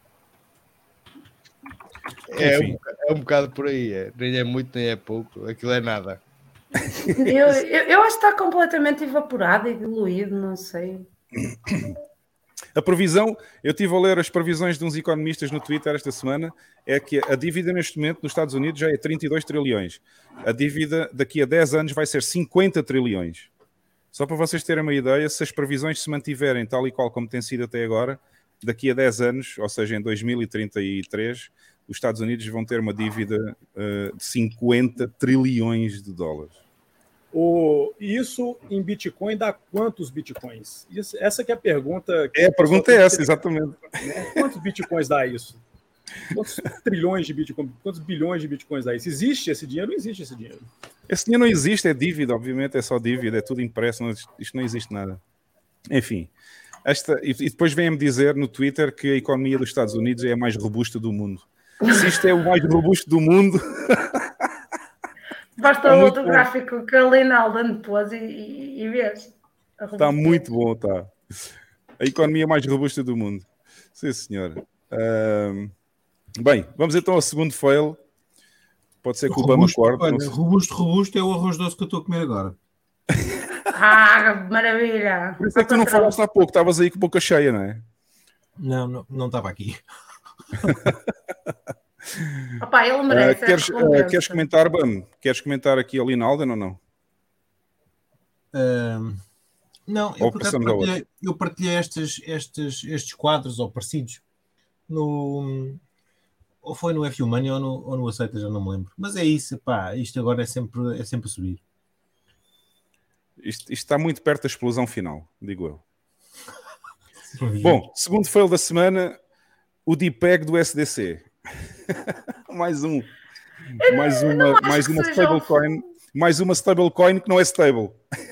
Speaker 3: É um, é um bocado por aí, é. Nem é muito, nem é pouco. Aquilo é nada.
Speaker 4: Eu, eu, eu acho que está completamente evaporado e diluído, não sei.
Speaker 2: A previsão, eu estive a ler as previsões de uns economistas no Twitter esta semana, é que a dívida neste momento nos Estados Unidos já é trinta e dois trilhões. A dívida daqui a dez anos vai ser cinquenta trilhões. Só para vocês terem uma ideia, se as previsões se mantiverem tal e qual como tem sido até agora, daqui a dez anos, ou seja, em dois mil e trinta e três, os Estados Unidos vão ter uma dívida uh, de cinquenta trilhões de dólares.
Speaker 6: O, isso em Bitcoin dá quantos Bitcoins? Isso, essa que é a pergunta. Que
Speaker 2: é, a pergunta é essa, exatamente.
Speaker 6: Né? Quantos Bitcoins dá isso? Quantos trilhões de Bitcoin, quantos bilhões de Bitcoins dá isso? Existe esse dinheiro? Não existe esse dinheiro.
Speaker 2: Esse dinheiro não existe, é dívida, obviamente, é só dívida, é tudo impresso, não, isto não existe nada. Enfim, esta, e depois vem-me dizer no Twitter que a economia dos Estados Unidos é a mais robusta do mundo. Se isto é o mais robusto do mundo...
Speaker 4: Basta o outro gráfico que a Linaldan pôs e, e, e vês.
Speaker 2: Está muito bom, está. A economia mais robusta do mundo. Sim, senhora. Um, bem, vamos então ao segundo fail. Pode ser que o Obama corte.
Speaker 5: Olha, robusto, robusto é o arroz doce que eu estou a comer agora.
Speaker 4: Ah, maravilha.
Speaker 2: Por isso é que tu não falaste há pouco, estavas aí com boca cheia, não é?
Speaker 5: Não, não, não estava aqui.
Speaker 4: Opa, ele merece.
Speaker 2: Uh, queres, uh, queres comentar, Bam? Queres comentar aqui a Linaldan ou não?
Speaker 5: Uh, não, eu,
Speaker 2: ou
Speaker 5: partilhei, eu partilhei estes, estes, estes quadros ou parecidos no... Ou foi no F U Money ou no, ou no Aceita, já não me lembro. Mas é isso, pá, isto agora é sempre, é sempre a subir.
Speaker 2: Isto, isto está muito perto da explosão final, digo eu. Bom, segundo fail da semana, o D P E G do S D C. mais um. Mais uma, mais uma stablecoin. Mais uma stablecoin que não é stable.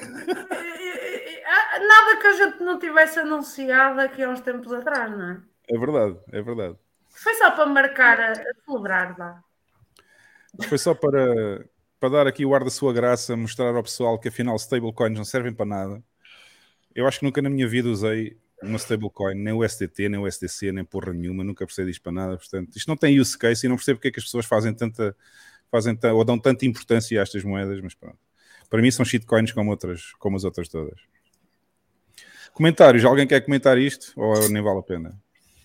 Speaker 4: Nada que a gente não tivesse anunciado aqui há uns tempos atrás, não é?
Speaker 2: É verdade, é verdade.
Speaker 4: Foi só para marcar, a, a celebrar lá.
Speaker 2: Foi só para, para dar aqui o ar da sua graça, mostrar ao pessoal que afinal stablecoins não servem para nada. Eu acho que nunca na minha vida usei uma stablecoin, nem o S D T, nem o S D C, nem porra nenhuma, nunca percebi disto para nada. Portanto, isto não tem use case e não percebo porque é que as pessoas fazem tanta, fazem t- ou dão tanta importância a estas moedas, mas pronto. Para mim são shitcoins como, outras, como as outras todas. Comentários, alguém quer comentar isto ou nem vale a pena?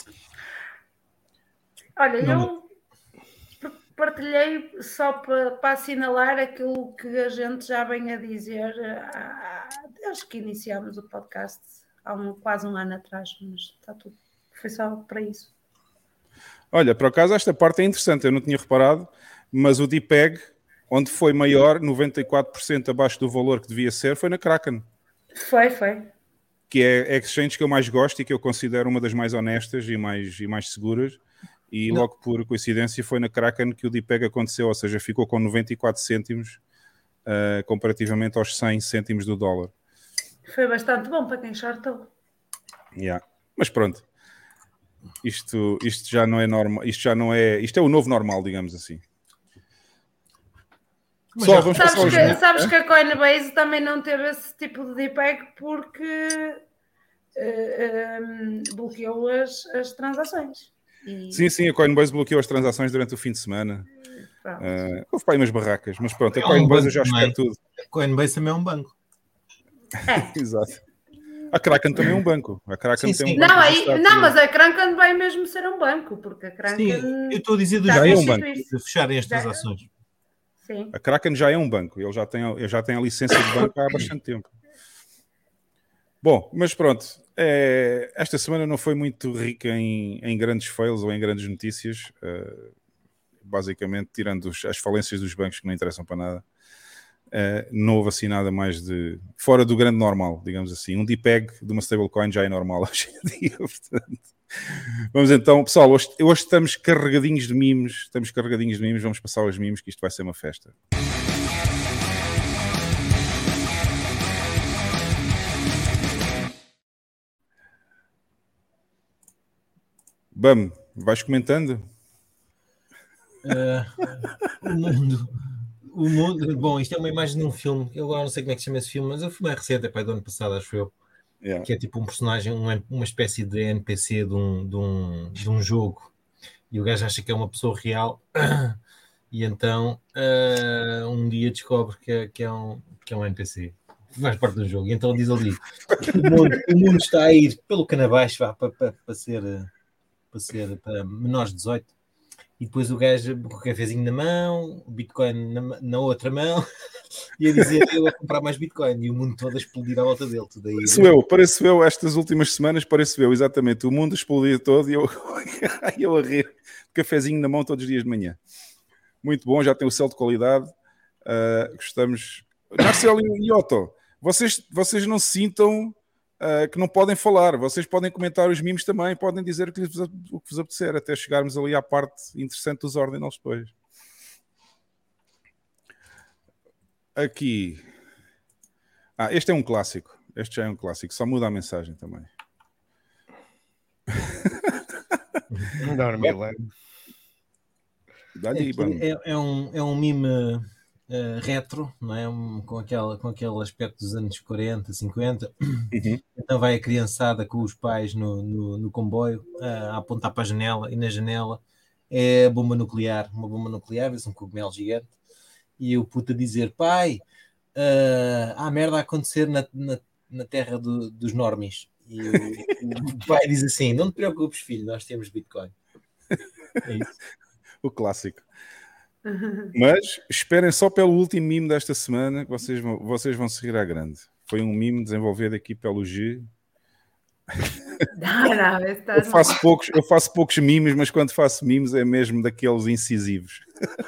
Speaker 4: Olha, não. eu partilhei só para, para assinalar aquilo que a gente já vem a dizer ah, desde que iniciámos o podcast há um, quase um ano atrás, mas está tudo. Foi só para isso.
Speaker 2: Olha, por acaso esta parte é interessante, eu não tinha reparado, mas o D P E G, onde foi maior, noventa e quatro por cento abaixo do valor que devia ser, foi na Kraken.
Speaker 4: Foi, foi.
Speaker 2: Que é a exchange que eu mais gosto e que eu considero uma das mais honestas e mais, e mais seguras. E
Speaker 5: não.
Speaker 2: Logo por coincidência foi na Kraken que o D P E G aconteceu, ou seja, ficou com noventa e quatro cêntimos uh, comparativamente aos cem cêntimos do dólar.
Speaker 4: Foi bastante bom para quem shortou.
Speaker 2: Yeah. Mas pronto, isto, isto já não é normal, isto já não é, isto é o novo normal, digamos assim.
Speaker 4: Mas Só, vamos sabes que, minutos, sabes é? que a Coinbase também não teve esse tipo de D P E G porque uh, um, bloqueou as, as transações.
Speaker 2: E... Sim, sim, a Coinbase bloqueou as transações durante o fim de semana. Uh, houve para aí umas barracas, mas pronto, a Coinbase eu já espero tudo.
Speaker 5: A Coinbase também é um banco.
Speaker 4: É.
Speaker 2: Exato. A Kraken também é um banco. A Kraken
Speaker 4: sim,
Speaker 2: tem
Speaker 4: sim.
Speaker 2: um banco.
Speaker 4: Não, aí, não, mas a Kraken vai mesmo ser um banco, porque a Kraken.
Speaker 5: Sim, eu estou a dizer do
Speaker 2: já é um banco.
Speaker 5: De fecharem as transações.
Speaker 4: Já... Sim.
Speaker 2: A Kraken já é um banco, ele já tem, ele já tem a licença de banco há bastante tempo. Bom, mas pronto, é, esta semana não foi muito rica em, em grandes fails ou em grandes notícias, uh, basicamente tirando os, as falências dos bancos que não interessam para nada. Uh, não houve assim nada mais de fora do grande normal, digamos assim. Um D P E G de uma stablecoin já é normal hoje em dia, portanto. Vamos então, pessoal, hoje, hoje estamos carregadinhos de memes, estamos carregadinhos de memes, vamos passar aos memes que isto vai ser uma festa. Bam, vais comentando?
Speaker 5: Uh, o mundo, o mundo, bom, isto é uma imagem de um filme, eu agora não sei como é que se chama esse filme, mas o filme é recente, é para do ano passado, acho eu, yeah. Que é tipo um personagem, uma, uma espécie de N P C de um, de, um, de um jogo, e o gajo acha que é uma pessoa real, e então uh, um dia descobre que é, que, é um, que é um N P C. Faz parte do jogo, e então diz ali: o mundo, o mundo está a ir pelo canabaixo para, para, para ser para ser para menores de dezoito, e depois o gajo com o cafezinho na mão, o Bitcoin na, na outra mão, e a dizer eu a comprar mais Bitcoin, e o mundo todo a explodir à volta dele. Tudo aí,
Speaker 2: pareço eu, pareço eu, estas últimas semanas pareço eu, exatamente, o mundo explodia todo e eu, eu a rir, cafezinho na mão todos os dias de manhã. Muito bom, já tem o selo de qualidade, uh, gostamos. Marcelo e Otto, vocês, vocês não se sintam uh, que não podem falar, vocês podem comentar os memes também, podem dizer o que, vos, o que vos apetecer, até chegarmos ali à parte interessante dos ordinals depois. Aqui. Ah, este é um clássico. Este já é um clássico, só muda a mensagem também.
Speaker 5: Dá-lhe, é, é, é, um, é um meme uh, retro, não é? Um, com, aquela, com aquele aspecto dos anos quarenta, cinquenta. Uhum. Então vai a criançada com os pais no, no, no comboio uh, a apontar para a janela, e na janela é a bomba nuclear, uma bomba nuclear, vê-se um cogumelo gigante, e o puto a dizer: pai, uh, há merda a acontecer na, na, na terra do, dos normies. E o, o pai diz assim: não te preocupes, filho, nós temos Bitcoin. É isso.
Speaker 2: O clássico. Mas esperem só pelo último meme desta semana, que vocês vão, vocês vão seguir à grande. Foi um meme desenvolvido aqui pelo G.
Speaker 4: Não, não,
Speaker 2: eu, faço poucos, eu faço poucos memes, mas quando faço memes é mesmo daqueles incisivos.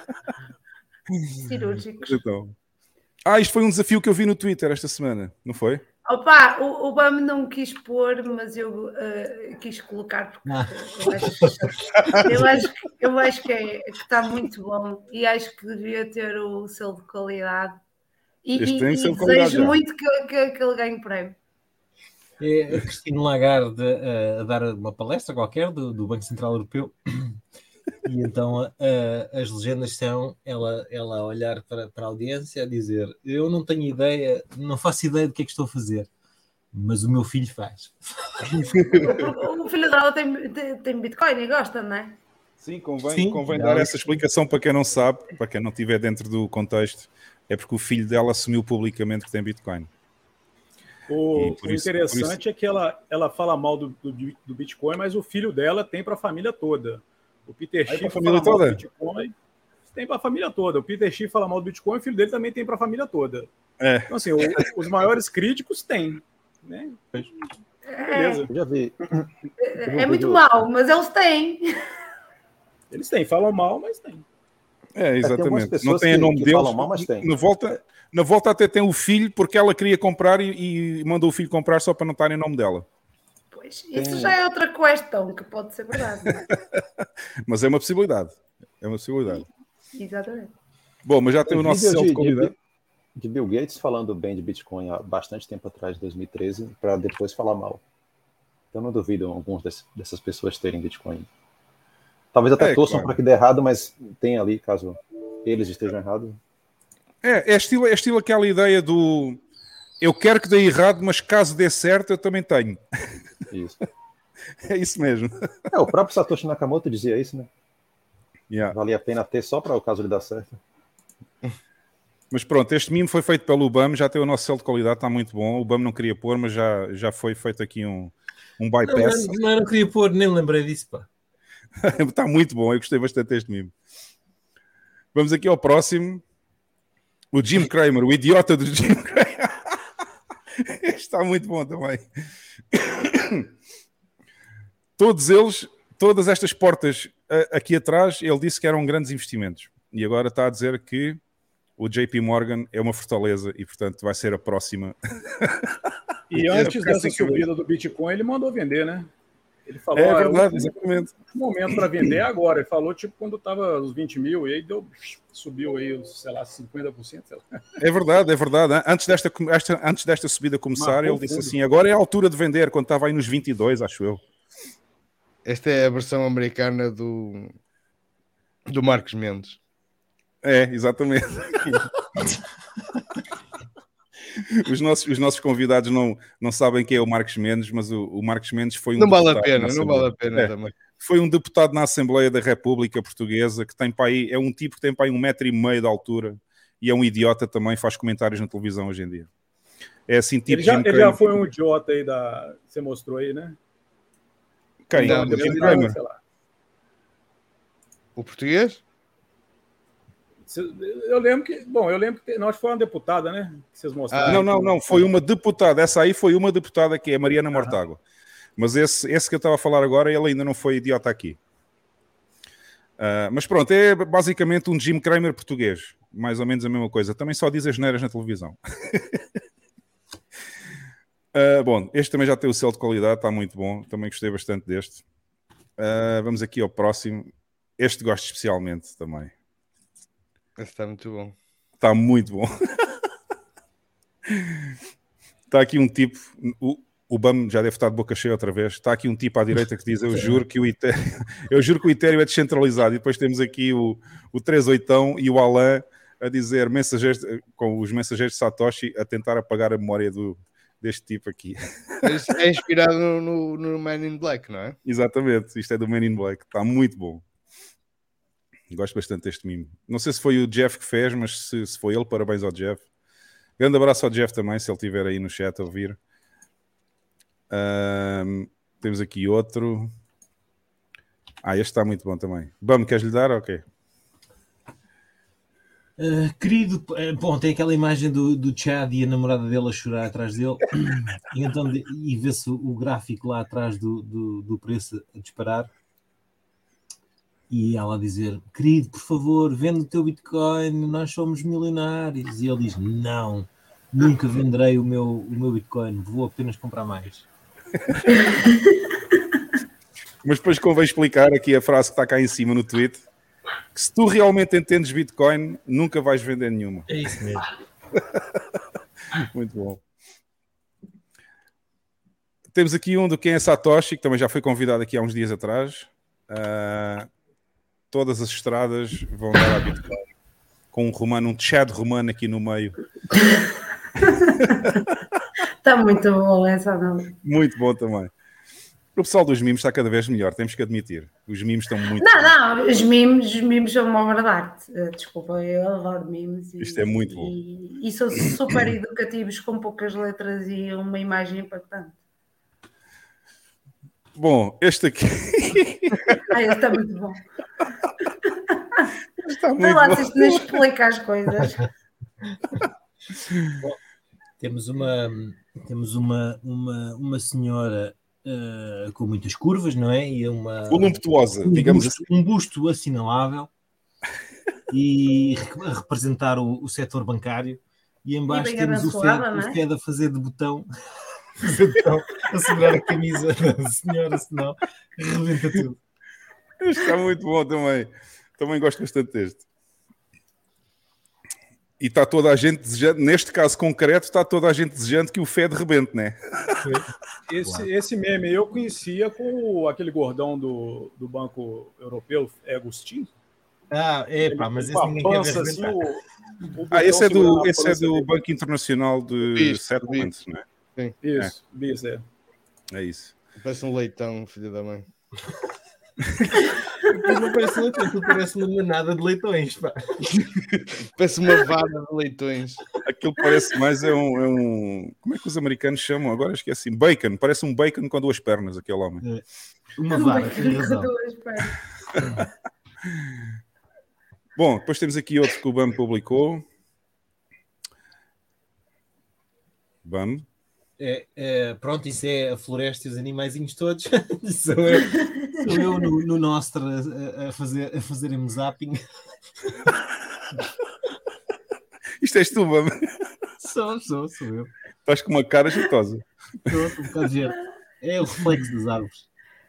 Speaker 4: Cirúrgicos.
Speaker 2: Então. Ah, isto foi um desafio que eu vi no Twitter esta semana, não foi?
Speaker 4: Opa, o, o Bam não quis pôr, mas eu uh, quis colocar porque ah. eu, acho, eu, acho, eu acho que, é, que está muito bom e acho que devia ter o selo de qualidade e, e, e desejo qualidade muito que, que, que ele ganhe prémio.
Speaker 5: É a Cristina Lagarde a, a dar uma palestra qualquer do, do Banco Central Europeu, e então a, a, as legendas são ela, ela a olhar para, para a audiência a dizer: eu não tenho ideia, não faço ideia do que é que estou a fazer, mas o meu filho faz.
Speaker 4: O, o filho dela tem, tem, tem Bitcoin e gosta, não é?
Speaker 2: Sim, convém, Sim, convém dar essa explicação para quem não sabe, para quem não estiver dentro do contexto. É porque o filho dela assumiu publicamente que tem Bitcoin.
Speaker 6: O, o isso, interessante é que ela, ela fala mal do, do, do Bitcoin, mas o filho dela tem para a família toda. O Peter Schiff fala mal do Bitcoin, tem para a família toda. O Peter Schiff fala mal do Bitcoin, o filho dele também tem para a família toda.
Speaker 2: É.
Speaker 6: Então, assim, o, os maiores críticos têm. Né?
Speaker 4: Beleza.
Speaker 7: Eu já vi.
Speaker 4: É, é muito mal, mas eles têm.
Speaker 6: Eles têm, falam mal, mas têm.
Speaker 2: É, exatamente. É, tem não tem o nome que, que deles. Mal, mas tem. Na volta, na volta até tem o filho, porque ela queria comprar e, e mandou o filho comprar só para não estar em nome dela.
Speaker 4: Pois, isso já é outra questão que pode ser verdade. Não é?
Speaker 2: Mas é uma possibilidade. É uma possibilidade.
Speaker 4: Exatamente.
Speaker 2: Bom, mas já tem o nosso selo de qualidade.
Speaker 7: De Bill Gates falando bem de Bitcoin há bastante tempo atrás, dois mil e treze, para depois falar mal. Eu não duvido algumas dessas pessoas terem Bitcoin. Talvez até é, torçam claro. para que dê errado, mas tem ali, caso eles estejam errados.
Speaker 2: É, é estilo, é estilo aquela ideia do eu quero que dê errado, mas caso dê certo, eu também tenho.
Speaker 7: Isso.
Speaker 2: É isso mesmo.
Speaker 7: É, o próprio Satoshi Nakamoto dizia isso, né?
Speaker 2: Yeah.
Speaker 7: Valia a pena ter só para o caso de dar certo.
Speaker 2: Mas pronto, este mimo foi feito pelo B A M, já tem o nosso selo de qualidade, está muito bom. O B A M não queria pôr, mas já, já foi feito aqui um, um bypass.
Speaker 5: Não, não, não queria pôr, nem me lembrei disso, pá.
Speaker 2: Está muito bom, eu gostei bastante deste mimo. Vamos aqui ao próximo. O Jim Cramer, o idiota do Jim Cramer. Está muito bom também. Todos eles, todas estas portas aqui atrás, ele disse que eram grandes investimentos. E agora está a dizer que o J P Morgan é uma fortaleza e, portanto, vai ser a próxima.
Speaker 6: E antes dessa subida do Bitcoin, ele mandou vender, né? Ele falou,
Speaker 2: é verdade,
Speaker 6: ah,
Speaker 2: exatamente.
Speaker 6: O momento para vender é agora. Ele falou, tipo, quando estava os vinte mil, e aí deu, subiu aí, sei lá, cinquenta por cento. Sei lá.
Speaker 2: É verdade, é verdade. Antes desta, esta, antes desta subida começar, Marcou ele disse fundo. assim, agora é a altura de vender, quando estava aí nos vinte e dois, acho eu.
Speaker 3: Esta é a versão americana do, do Marcos Mendes.
Speaker 2: É, exatamente. Os nossos, os nossos convidados não, não sabem quem é o Marcos Mendes, mas o, o Marcos Mendes foi um
Speaker 3: não vale a pena, não vale a pena
Speaker 2: é,
Speaker 3: também.
Speaker 2: Foi um deputado na Assembleia da República Portuguesa que tem para aí, é um tipo que tem para aí um metro e meio de altura e é um idiota também, faz comentários na televisão hoje em dia. É assim, tipo.
Speaker 6: Ele já, ele já foi um idiota aí da. Você mostrou aí, né?
Speaker 2: Quem?
Speaker 3: Não,
Speaker 2: Jim Cramer.
Speaker 3: O português?
Speaker 6: Eu lembro que, bom, eu lembro que nós foi uma deputada, né? Que vocês mostraram.
Speaker 2: Ah, não, não, não, foi uma deputada. Essa aí foi uma deputada que é a Mariana Mortágua. Mas esse, esse que eu estava a falar agora, ele ainda não foi idiota aqui. Uh, mas pronto, é basicamente um Jim Cramer português. Mais ou menos a mesma coisa. Também só diz as neiras na televisão. uh, bom, este também já tem o selo de qualidade, está muito bom. Também gostei bastante deste. Uh, vamos aqui ao próximo. Este gosto especialmente também.
Speaker 3: Esse está muito bom.
Speaker 2: Está muito bom. Está aqui um tipo... O, o B A M já deve estar de boca cheia outra vez. Está aqui um tipo à direita que diz eu juro que o Ethereum, eu juro que o Ethereum é descentralizado. E depois temos aqui o, o três oitão e o Alan a dizer mensageiros, com os mensageiros de Satoshi a tentar apagar a memória do, deste tipo aqui.
Speaker 3: É inspirado no, no, no Man in Black, não é?
Speaker 2: Exatamente. Isto é do Man in Black. Está muito bom. Gosto bastante deste mimo. Não sei se foi o Jeff que fez, mas se, se foi ele, parabéns ao Jeff. Grande abraço ao Jeff também, se ele estiver aí no chat a ouvir. Um, temos aqui outro. Ah, este está muito bom também. Bam, queres lhe dar? Ok.
Speaker 5: Uh, querido, bom, tem aquela imagem do, do Chad e a namorada dele a chorar atrás dele. E, então, e vê-se o gráfico lá atrás do, do, do preço a disparar. E ela a dizer, querido, por favor, vende o teu Bitcoin, nós somos milionários. E ele diz, não, nunca venderei o meu, o meu Bitcoin, vou apenas comprar mais.
Speaker 2: Mas depois convém explicar aqui a frase que está cá em cima no tweet, que se tu realmente entendes Bitcoin, nunca vais vender nenhuma.
Speaker 5: É isso mesmo.
Speaker 2: Muito bom. Temos aqui um do Quem é Satoshi, que também já foi convidado aqui há uns dias atrás. Uh, todas as estradas vão dar a Bitcoin. Com um romano, um Chad romano aqui no meio.
Speaker 4: Está muito bom essa não.
Speaker 2: Muito bom também. O pessoal dos memes está cada vez melhor, temos que admitir. Os memes estão muito...
Speaker 4: Não, não, os memes, os memes são uma obra de arte. Desculpa, eu adoro memes. E,
Speaker 2: Isto é muito bom.
Speaker 4: E, e são super educativos, com poucas letras e uma imagem impactante.
Speaker 2: Bom, este aqui...
Speaker 4: Ah, ele está muito bom.
Speaker 2: Está muito
Speaker 4: Não lá,
Speaker 2: bom.
Speaker 4: se isto nem explica as coisas.
Speaker 5: Bom, temos uma, temos uma, uma, uma senhora uh, com muitas curvas, não é? E uma
Speaker 2: voluptuosa,
Speaker 5: um
Speaker 2: digamos
Speaker 5: busto,
Speaker 2: assim.
Speaker 5: Um busto assinalável e a representar o, o setor bancário. E em baixo
Speaker 4: e
Speaker 5: temos o Fed,
Speaker 4: é?
Speaker 5: o Fed a fazer de botão, botão a segurar a camisa da senhora, senão rebenta tudo.
Speaker 2: Este está muito bom também. Também gosto bastante deste. E está toda a gente desejando, neste caso concreto, está toda a gente desejando que o Fed rebente, né?
Speaker 6: Esse, esse meme eu conhecia com o, aquele gordão do, do Banco Europeu, é Agostinho.
Speaker 5: Ah, é pá, mas esse ninguém quer ver
Speaker 6: assim, o, o
Speaker 2: Ah, esse é do, esse é do Banco Internacional de Settlements, não é?
Speaker 3: Sim.
Speaker 6: Isso, é. Isso, é.
Speaker 2: É isso.
Speaker 3: Parece um leitão, filho da mãe.
Speaker 5: Mas não parece leitão, aquilo parece uma manada de leitões, pá.
Speaker 3: Parece uma vara de leitões.
Speaker 2: Aquilo parece mais é um, é um... Como é que os americanos chamam? Agora esqueci. Bacon. Parece um bacon com duas pernas, aquele homem.
Speaker 5: É. Uma vara, tem razão.
Speaker 2: Bom, depois temos aqui outro que o B A M publicou. B A M.
Speaker 5: É, é, pronto, isso é a floresta e os animaizinhos todos. sou eu, sou eu no, no Nostra a, a, fazer, a fazerem zapping.
Speaker 2: Isto és tu, mano.
Speaker 5: Sou, sou, sou eu.
Speaker 2: Estás com uma cara jeitosa.
Speaker 5: Estou um bocado de ver. É o reflexo das árvores.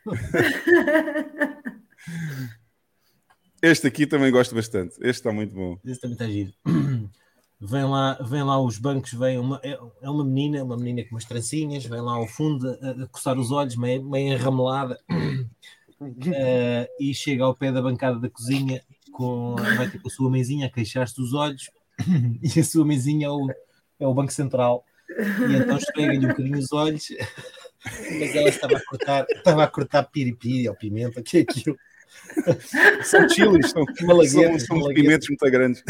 Speaker 2: Este aqui também gosto bastante. Este está muito bom.
Speaker 5: Este também está giro. Vem lá, vem lá os bancos, vem uma, é, é uma menina, uma menina com umas trancinhas, vem lá ao fundo a, a coçar os olhos, meio, meio enramelada, uh, e chega ao pé da bancada da cozinha, com, vai ter com a sua mãezinha a queixar-se dos olhos, e a sua mãezinha é o, é o Banco Central, e então esfrega-lhe um bocadinho os olhos, mas ela estava a cortar, estava a cortar piripiri ou pimenta, que é aquilo.
Speaker 2: São chilis, são, são, são pimentos muito grandes.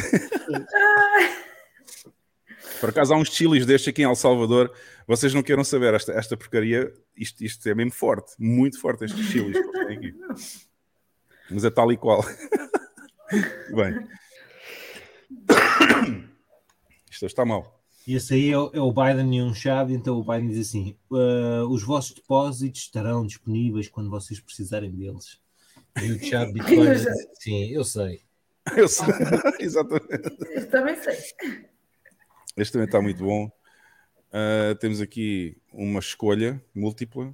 Speaker 2: Por acaso há uns chilis destes aqui em El Salvador. Vocês não queiram saber, esta, esta porcaria, isto, isto é mesmo forte, muito forte estes chilis que têm aqui. Mas é tal e qual. Bem. Isto está mal.
Speaker 5: E esse aí é o, é o Biden e um chave, então o Biden diz assim, uh, os vossos depósitos estarão disponíveis quando vocês precisarem deles. E o Chad Bitcoin, sim, eu sei.
Speaker 2: Eu sei, exatamente.
Speaker 4: Eu também sei.
Speaker 2: Este também está muito bom. Uh, temos aqui uma escolha múltipla.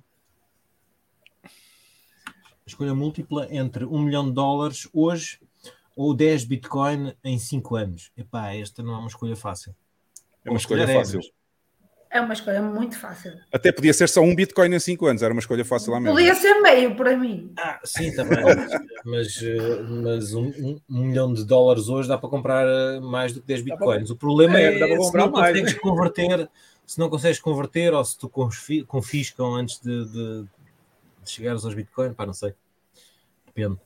Speaker 5: Escolha múltipla entre um milhão de dólares hoje ou dez Bitcoin em cinco anos. Epá, esta não é uma escolha fácil.
Speaker 2: É uma escolha fácil.
Speaker 4: É uma escolha muito fácil.
Speaker 2: Até podia ser só um Bitcoin em cinco anos. Era uma escolha fácil à mesma.
Speaker 4: Podia ser meio para mim.
Speaker 5: Ah, sim, também. mas mas um, um, um milhão de dólares hoje dá para comprar mais do que dez Bitcoins. O problema é, é se não mais, consegues né? converter, se não consegues converter ou se tu confiscam antes de, de, de chegares aos Bitcoins. Pá, não sei. Depende.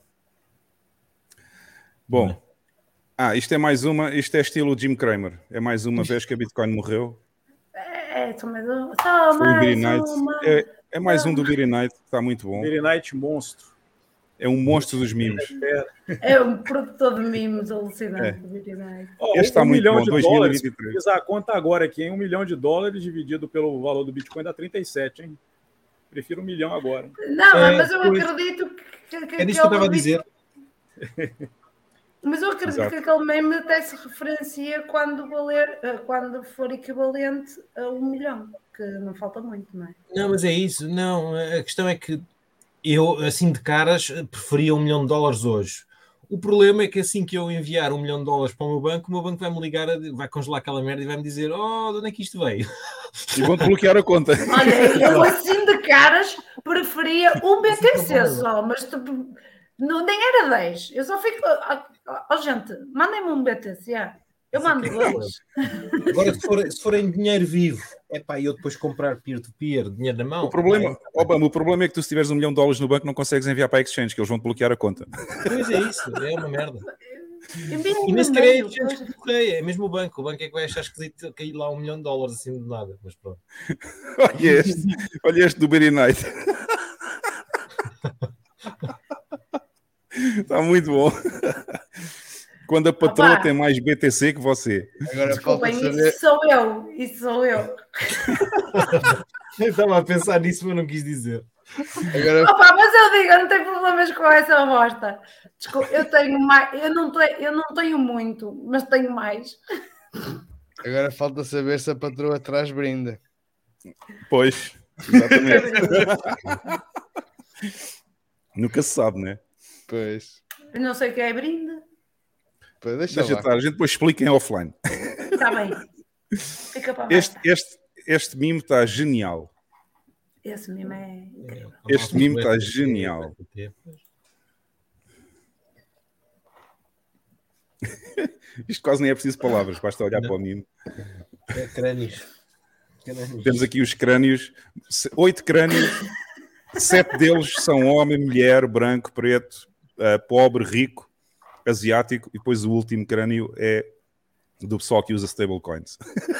Speaker 2: Bom. É? Ah, isto é mais uma. Isto é estilo Jim Cramer. É mais uma vez que a Bitcoin morreu.
Speaker 4: É, só mais, um, só mais uma.
Speaker 2: É, é mais um do Beery Knight, que está muito bom.
Speaker 6: Beery Knight monstro.
Speaker 2: É um monstro dos memes.
Speaker 4: É um produtor de memes alucinante.
Speaker 2: É.
Speaker 4: Do Beery Knight.
Speaker 6: Oh, este está um muito bom, dois mil e vinte e três. Fiz a conta agora aqui, hein? Um milhão de dólares dividido pelo valor do Bitcoin dá trinta e sete, hein? Prefiro um milhão agora.
Speaker 4: Não,
Speaker 5: é,
Speaker 4: mas eu acredito que... que
Speaker 5: é disso que eu estava a dizer.
Speaker 4: Mas eu acredito Exato. que aquele meme até se referencia quando, valer, quando for equivalente a um milhão, que não falta muito, não é?
Speaker 5: Não, mas é isso. Não, a questão é que eu, assim de caras, preferia um milhão de dólares hoje. O problema é que assim que eu enviar um milhão de dólares para o meu banco, o meu banco vai-me ligar, vai congelar aquela merda e vai-me dizer, oh, de onde é que isto veio?
Speaker 2: E vão-te bloquear a conta.
Speaker 4: Olha, eu assim de caras preferia um B T C só, mas tu... Não, nem era dez. Eu só fico... Ó, oh, gente, mandem-me um B T C. Eu mando dois.
Speaker 5: Agora, se for, se for em dinheiro vivo, é pá, eu depois comprar peer-to-peer, dinheiro na mão.
Speaker 2: O problema, Obama, o problema é que tu, se tiveres um milhão de dólares no banco, não consegues enviar para a exchange, que eles vão te bloquear a conta.
Speaker 5: Pois é isso, é uma merda. E nem sequer é a exchange que bloqueia, é mesmo o banco. O banco é que vai achar esquisito cair lá um milhão de dólares assim de nada. Mas pronto.
Speaker 2: Olha este, olha este do Beery Knight. Está muito bom. Quando a patroa Opa. tem mais B T C que você.
Speaker 4: Agora Desculpem, saber... isso sou eu. Isso sou eu.
Speaker 5: Eu estava a pensar nisso, mas não quis dizer.
Speaker 4: Agora... Opa, mas eu digo, eu não tenho problemas com essa bosta. Desculpa, eu tenho mais. Eu não, tenho, eu não tenho muito, mas tenho mais.
Speaker 3: Agora falta saber se a patroa traz brinde.
Speaker 2: Pois, exatamente. Nunca se sabe, né?
Speaker 3: Pois.
Speaker 4: Eu não sei o que é brinde.
Speaker 3: Pois, deixa
Speaker 2: deixa estar, a gente depois explica em offline.
Speaker 4: Está bem. Fica para
Speaker 2: este, este, este mimo está genial.
Speaker 4: Esse mimo é incrível.
Speaker 2: Este mimo está genial. Isto quase nem é preciso palavras, basta olhar não. para o mimo.
Speaker 5: É crânios. crânios.
Speaker 2: Temos aqui os crânios, oito crânios, sete deles são homem, mulher, branco, preto, uh, pobre, rico, asiático, e depois o último crânio é do pessoal que usa stablecoins.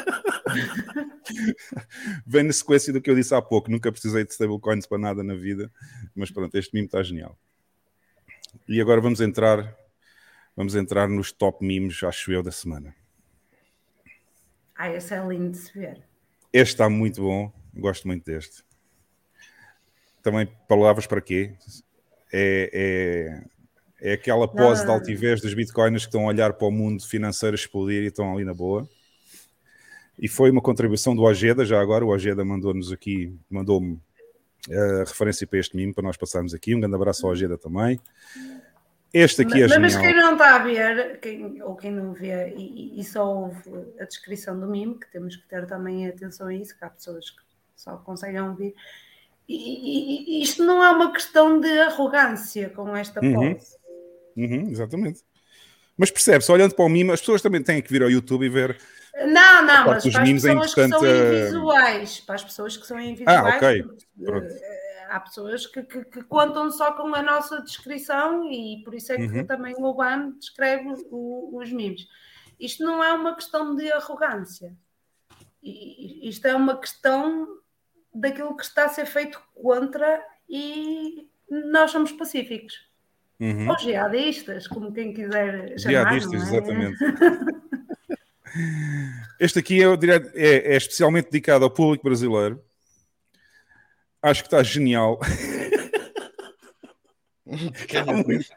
Speaker 2: Vem na sequência do que eu disse há pouco, nunca precisei de stablecoins para nada na vida, mas pronto, este mimo está genial. E agora vamos entrar, vamos entrar nos top memes, acho eu, da semana.
Speaker 4: Ah, esse é lindo de se ver.
Speaker 2: Este está muito bom. Gosto muito deste. Também, palavras para quê? É, é, é aquela pose de altivez dos bitcoiners que estão a olhar para o mundo financeiro explodir e estão ali na boa. E foi uma contribuição do Ojeda, já agora. O Ojeda mandou-nos aqui, mandou-me a referência para este meme, para nós passarmos aqui. Um grande abraço ao Ojeda também. Este aqui
Speaker 4: mas,
Speaker 2: é
Speaker 4: mas
Speaker 2: genial.
Speaker 4: Mas quem não está a ver, quem, ou quem não vê e, e só ouve a descrição do meme, que temos que ter também atenção a isso, que há pessoas que só conseguem ouvir. E, e, isto não é uma questão de arrogância com esta
Speaker 2: uhum.
Speaker 4: pose.
Speaker 2: Uhum, exatamente. Mas percebe-se, olhando para o meme, as pessoas também têm que vir ao YouTube e ver.
Speaker 4: Não, não, mas
Speaker 2: para
Speaker 4: as pessoas é que são invisuais, para as pessoas que são invisuais,
Speaker 2: ah, okay.
Speaker 4: há pessoas que, que, que contam só com a nossa descrição e por isso é que
Speaker 2: uhum.
Speaker 4: também o Obama descreve o, os memes. Isto não é uma questão de arrogância. Isto é uma questão daquilo que está a ser feito contra e nós somos pacíficos.
Speaker 2: Uhum.
Speaker 4: Ou jihadistas, como quem quiser chamar.
Speaker 2: Jihadistas,
Speaker 4: não é?
Speaker 2: Exatamente. Este aqui é, é, é especialmente dedicado ao público brasileiro. Acho que está genial. Está muito...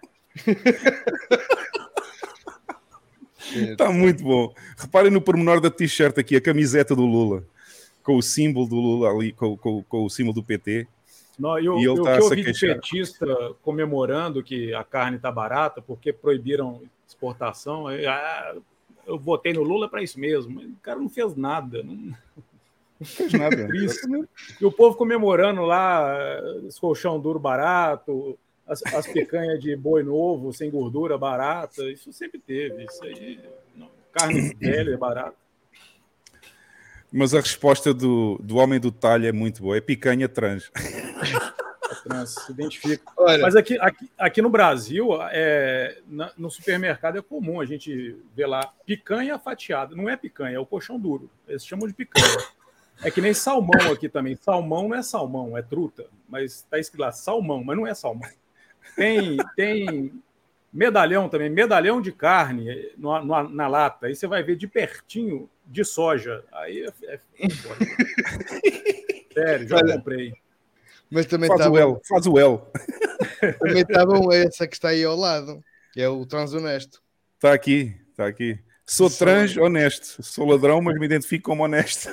Speaker 2: está muito bom. Reparem no pormenor da t-shirt aqui, a camiseta do Lula, com o símbolo do Lula ali, com, com, com o símbolo do P T.
Speaker 6: Não, eu,
Speaker 2: e ele
Speaker 6: eu,
Speaker 2: tá
Speaker 6: que eu vi de petista comemorando que a carne está barata porque proibiram exportação. Eu, ah, eu votei no Lula para isso mesmo. O cara não fez nada. Não,
Speaker 2: não fez nada.
Speaker 6: E o povo comemorando lá esse colchão duro barato, as, as picanhas de boi novo, sem gordura, barata. Isso sempre teve. Isso aí, não, carne velha, barata.
Speaker 2: Mas a resposta do, do homem do talho é muito boa. É picanha trans.
Speaker 6: Trans, se identifica. Olha. Mas aqui, aqui, aqui no Brasil, é, na, no supermercado é comum a gente ver lá picanha fatiada. Não é picanha, é o colchão duro. Eles chamam de picanha. É que nem salmão aqui também. Salmão não é salmão, é truta. Mas está escrito lá salmão, mas não é salmão. Tem, tem medalhão também, medalhão de carne no, no, na lata. Aí você vai ver de pertinho de soja. Aí é, é foda. Sério, já Olha, comprei.
Speaker 3: Mas também
Speaker 2: faz,
Speaker 3: tá
Speaker 2: o L, faz o L.
Speaker 3: Também está bom essa que está aí ao lado, que é o transhonesto.
Speaker 2: Está aqui, está aqui. Sou trans honesto. Sou ladrão, mas me identifico como honesto.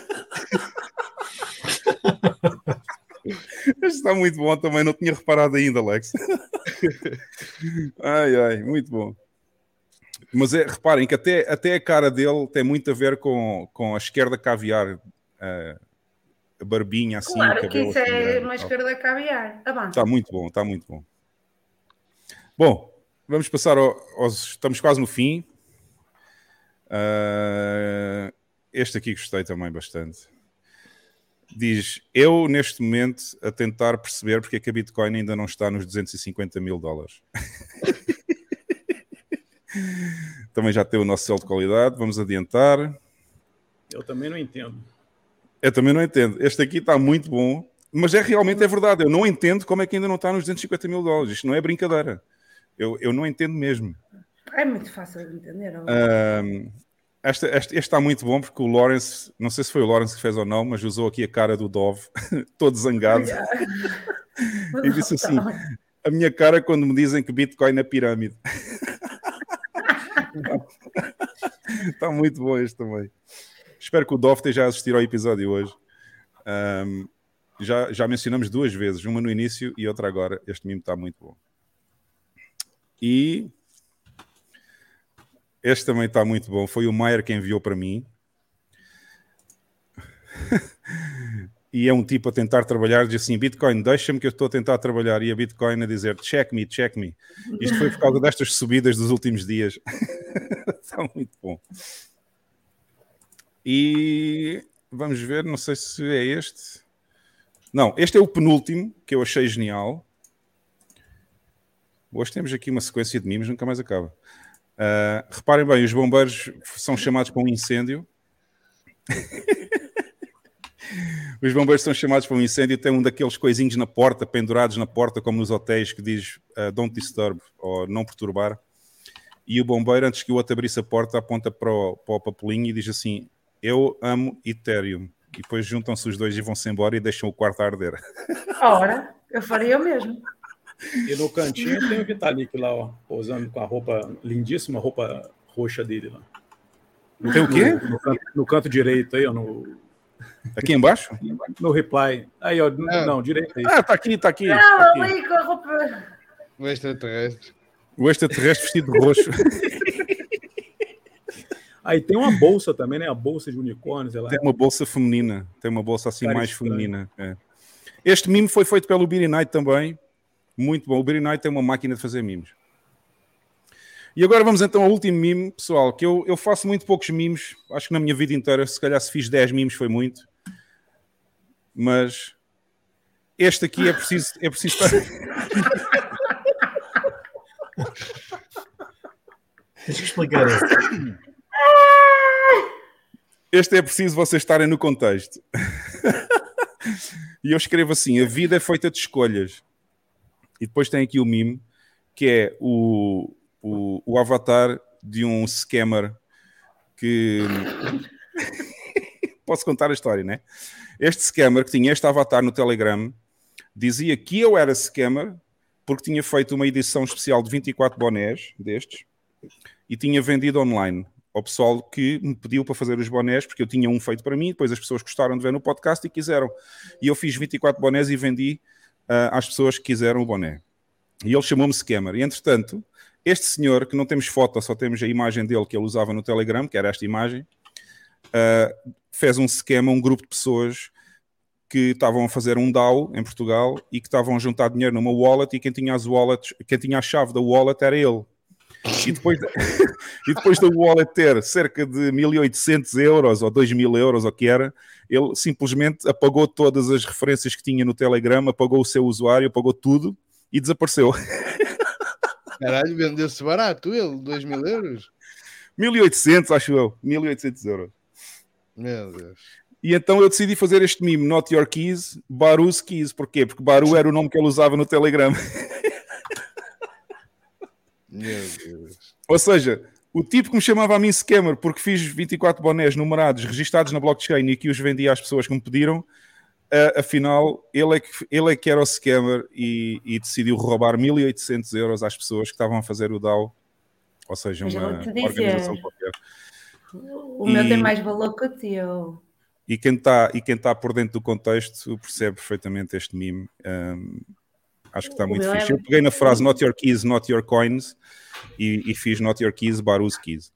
Speaker 2: Este está muito bom também, não tinha reparado ainda, Alex. Ai, ai, muito bom. Mas é, reparem que até, até a cara dele tem muito a ver com, com a esquerda caviar. Uh, a barbinha assim.
Speaker 4: Claro que isso assim, é uma esquerda caviar. Avança.
Speaker 2: Está muito bom, está muito bom. Bom, vamos passar ao, aos... Estamos quase no fim. Uh, este aqui gostei também bastante. Diz, eu neste momento a tentar perceber porque é que a Bitcoin ainda não está nos duzentos e cinquenta mil dólares. Também já tem o nosso selo de qualidade, vamos adiantar.
Speaker 6: Eu também não entendo.
Speaker 2: Eu também não entendo. Este aqui está muito bom, mas é realmente é verdade. Eu não entendo como é que ainda não está nos duzentos e cinquenta mil dólares. Isto não é brincadeira. Eu, eu não entendo mesmo.
Speaker 4: É muito fácil de entender.
Speaker 2: Um, este, este, este está muito bom porque o Lawrence, não sei se foi o Lawrence que fez ou não, mas usou aqui a cara do Dove, todo zangado. E disse assim, a minha cara quando me dizem que Bitcoin é pirâmide. Está muito bom este também. Espero que o Dove esteja a assistir ao episódio hoje. Um, já, já mencionamos duas vezes, uma no início e outra agora. Este mimo está muito bom. E este também está muito bom. Foi o Maier que enviou para mim. E é um tipo a tentar trabalhar, diz assim, Bitcoin, deixa-me que eu estou a tentar trabalhar. E a Bitcoin a dizer, check me, check me. Isto foi por causa destas subidas dos últimos dias. Está muito bom. E vamos ver, não sei se é este. Não, este é o penúltimo, que eu achei genial. Hoje temos aqui uma sequência de memes, nunca mais acaba. Uh, reparem bem, os bombeiros são chamados para um incêndio. Os bombeiros são chamados para um incêndio, tem um daqueles coisinhos na porta, pendurados na porta, como nos hotéis, que diz uh, don't disturb, ou não perturbar. E o bombeiro, antes que o outro abrisse a porta, aponta para o, para o papelinho e diz assim, eu amo Ethereum, e depois juntam-se os dois e vão-se embora e deixam o quarto a arder.
Speaker 4: Ora, eu faria o mesmo.
Speaker 6: E no cantinho tem o Vitalik lá, ó, posando com a roupa lindíssima, a roupa roxa dele lá.
Speaker 2: No, tem o quê?
Speaker 6: No, no, canto, no canto direito aí, ó. No...
Speaker 2: Aqui embaixo?
Speaker 6: No reply. Aí, ó. Ah. Não, direito aí.
Speaker 2: Ah, tá aqui, tá aqui.
Speaker 4: Não,
Speaker 2: tá aqui.
Speaker 4: ali com a roupa.
Speaker 3: O extraterrestre.
Speaker 2: O extraterrestre vestido de roxo.
Speaker 6: Aí tem uma bolsa também, né? A bolsa de unicórnios. Ela...
Speaker 2: Tem uma bolsa feminina. Tem uma bolsa assim Cara, mais estranho. feminina. É. Este mimo foi feito pelo Beery Knight também. Muito bom. O Beery Knight tem uma máquina de fazer mimos. E agora vamos então ao último mimo, pessoal, que eu, eu faço muito poucos mimos. Acho que na minha vida inteira, se calhar se fiz dez mimos foi muito. Mas este aqui é preciso... É preciso estar...
Speaker 5: Tens que explicar isso.
Speaker 2: Este é preciso vocês estarem no contexto. E eu escrevo assim, a vida é feita de escolhas. E depois tem aqui o mimo, que é o... O, o avatar de um scammer que... Posso contar a história, né? Este scammer que tinha este avatar no Telegram dizia que eu era scammer porque tinha feito uma edição especial de vinte e quatro bonés destes e tinha vendido online ao pessoal que me pediu para fazer os bonés, porque eu tinha um feito para mim, depois as pessoas gostaram de ver no podcast e quiseram. E eu fiz vinte e quatro bonés e vendi uh, às pessoas que quiseram o boné. E ele chamou-me scammer. E, entretanto, este senhor, que não temos foto, só temos a imagem dele que ele usava no Telegram, que era esta imagem, uh, fez um esquema, um grupo de pessoas que estavam a fazer um D A O em Portugal e que estavam a juntar dinheiro numa wallet e quem tinha as wallets, quem tinha a chave da wallet era ele. E depois, e depois da wallet ter cerca de mil e oitocentos euros ou dois mil euros, ou o que era, ele simplesmente apagou todas as referências que tinha no Telegram, apagou o seu usuário, apagou tudo e desapareceu.
Speaker 3: Caralho, vendeu-se barato ele, dois mil euros?
Speaker 2: mil e oitocentos, acho eu. mil e oitocentos euros.
Speaker 3: Meu Deus.
Speaker 2: E então eu decidi fazer este mimo, Not Your Keys, Baru's Keys. Porquê? Porque Baru era o nome que ele usava no Telegram.
Speaker 3: Meu Deus.
Speaker 2: Ou seja, o tipo que me chamava a mim scammer porque fiz vinte e quatro bonés numerados, registados na blockchain e que os vendia às pessoas que me pediram, Uh, afinal, ele é, que, ele é que era o scammer e, e decidiu roubar mil e oitocentos euros às pessoas que estavam a fazer o D A O, ou seja, uma, uma organização qualquer.
Speaker 4: O e, meu tem mais valor que o teu.
Speaker 2: E quem está e quem tá por dentro do contexto percebe perfeitamente este meme. Um, acho que está muito fixe. É... Eu peguei na frase Not Your Keys, Not Your Coins e, e fiz Not Your Keys, Baru's Keys.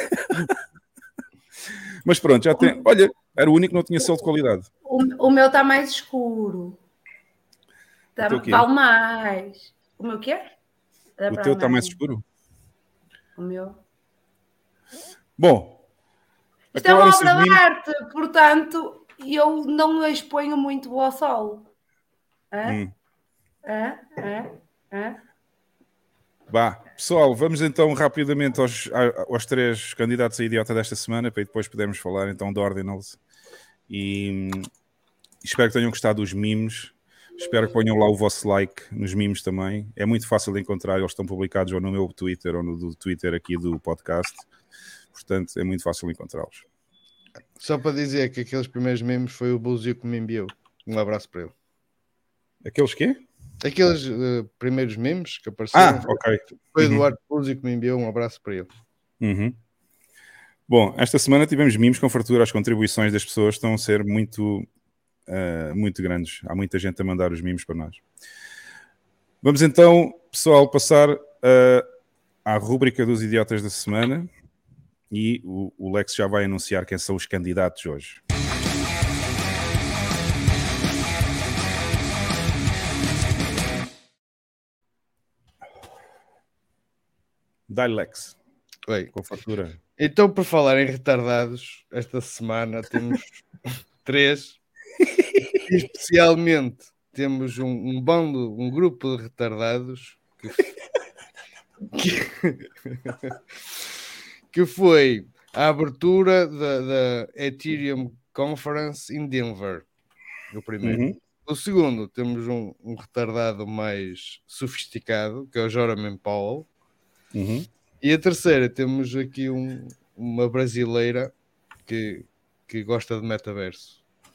Speaker 2: Mas pronto, já tem... Olha, era o único que não tinha selo de qualidade.
Speaker 4: O, o meu está mais escuro. Tá, vale mais. O meu quê?
Speaker 2: Dá o teu está mais escuro?
Speaker 4: O meu.
Speaker 2: Bom.
Speaker 4: Isto é uma obra de arte, portanto, eu não a exponho muito ao sol. Hã? Hum. Hã? Hã? Hã?
Speaker 2: Vá, pessoal, vamos então rapidamente aos, aos três candidatos a idiota desta semana, para depois podermos falar então do Ordinals. E espero que tenham gostado dos memes. Espero que ponham lá o vosso like nos memes também. É muito fácil de encontrar, eles estão publicados ou no meu Twitter ou no do Twitter aqui do podcast. Portanto, é muito fácil encontrá-los.
Speaker 3: Só para dizer que aqueles primeiros memes foi o Búzio que me enviou. Um abraço para ele.
Speaker 2: Aqueles quê?
Speaker 3: Aqueles uh, primeiros memes que apareceram.
Speaker 2: Ah, ok.
Speaker 3: Foi o uhum. Eduardo Búzio que me enviou. Um abraço para ele.
Speaker 2: Uhum. Bom, esta semana tivemos memes com fartura. As contribuições das pessoas estão a ser muito, uh, muito grandes. Há muita gente a mandar os memes para nós. Vamos então, pessoal, passar uh, à rúbrica dos idiotas da semana. E o, o Lex já vai anunciar quem são os candidatos hoje. Dá-lhe, Lex.
Speaker 3: Oi.
Speaker 2: Com fartura.
Speaker 3: Então, por falar em retardados, esta semana temos três. Especialmente temos um, um bando, um grupo de retardados que, que, que foi a abertura da, da Ethereum Conference em Denver. O primeiro. Uhum. O segundo, temos um, um retardado mais sofisticado, que é o Jerome Powell.
Speaker 2: Uhum.
Speaker 3: E a terceira, temos aqui um, uma brasileira que, que gosta de metaverso.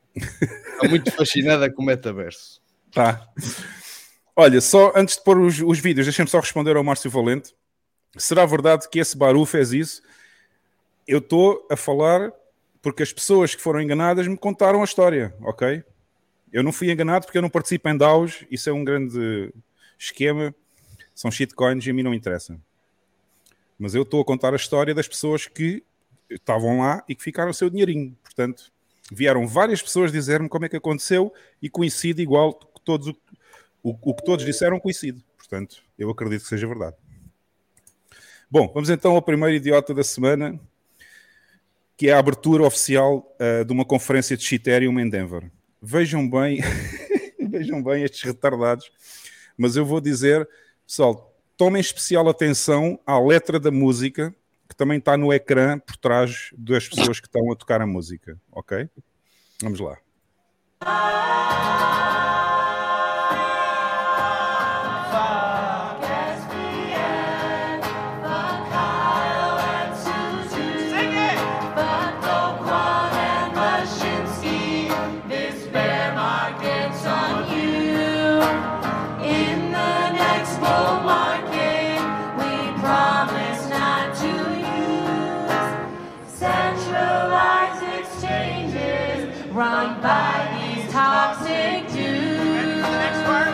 Speaker 3: Está muito fascinada com o metaverso.
Speaker 2: Tá. Olha, só antes de pôr os, os vídeos, deixem-me só responder ao Márcio Valente. Será verdade que esse Baru fez isso? Eu estou a falar porque as pessoas que foram enganadas me contaram a história, ok? Eu não fui enganado porque eu não participo em D A Os, isso é um grande esquema, são shitcoins e a mim não interessa. Mas eu estou a contar a história das pessoas que estavam lá e que ficaram o seu dinheirinho. Portanto, vieram várias pessoas dizer-me como é que aconteceu e coincide igual que todos, o, o, o que todos disseram coincide. Portanto, eu acredito que seja verdade. Bom, vamos então ao primeiro idiota da semana, que é a abertura oficial uh, de uma conferência de Ethereum em Denver. Vejam bem, vejam bem estes retardados, mas eu vou dizer, pessoal, tomem especial atenção à letra da música, que também está no ecrã por trás das pessoas que estão a tocar a música, ok? Vamos lá.
Speaker 8: Run by these toxic dudes. Next word.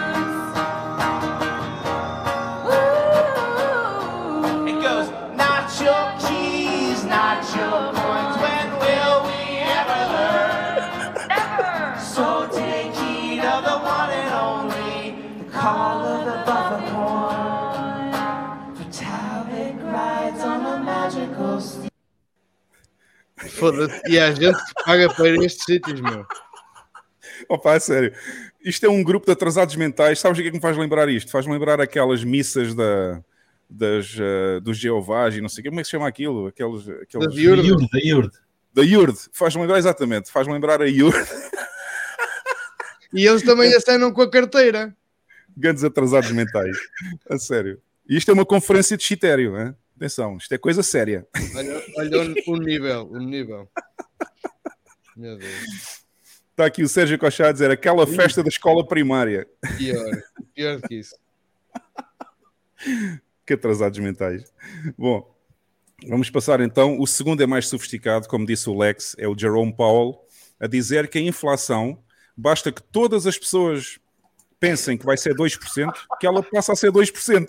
Speaker 8: Ooh. It goes, not your keys, not your coins. When will we ever learn? Never. So take heed of the one and only, the call of the buffer coin. For Talbot rides on a magical steed.
Speaker 3: Foda-se, e a gente paga para ir a estes sítios, meu.
Speaker 2: Opa, é sério. Isto é um grupo de atrasados mentais. Sabes o que é que me faz lembrar isto? Faz-me lembrar aquelas missas da, das, uh, dos Jeovás e não sei o que. Como é que se chama aquilo? Aqueles, aqueles...
Speaker 5: Da Iurde. Da Iurde.
Speaker 2: Da Iurde. Faz-me lembrar, exatamente. Faz-me lembrar a Iurde.
Speaker 3: E eles também acenam com a carteira.
Speaker 2: Grandes atrasados mentais. A sério. E isto é uma conferência de Ethereum, hein? Atenção, isto é coisa séria.
Speaker 3: Olha, olha o, o nível, o nível. Meu Deus.
Speaker 2: Está aqui o Sérgio Cochá a dizer aquela festa da escola primária.
Speaker 3: Pior, pior que isso.
Speaker 2: Que atrasados mentais. Bom, vamos passar então. O segundo é mais sofisticado, como disse o Lex, é o Jerome Powell, a dizer que a inflação, basta que todas as pessoas pensem que vai ser dois por cento, que ela passa a ser dois por cento.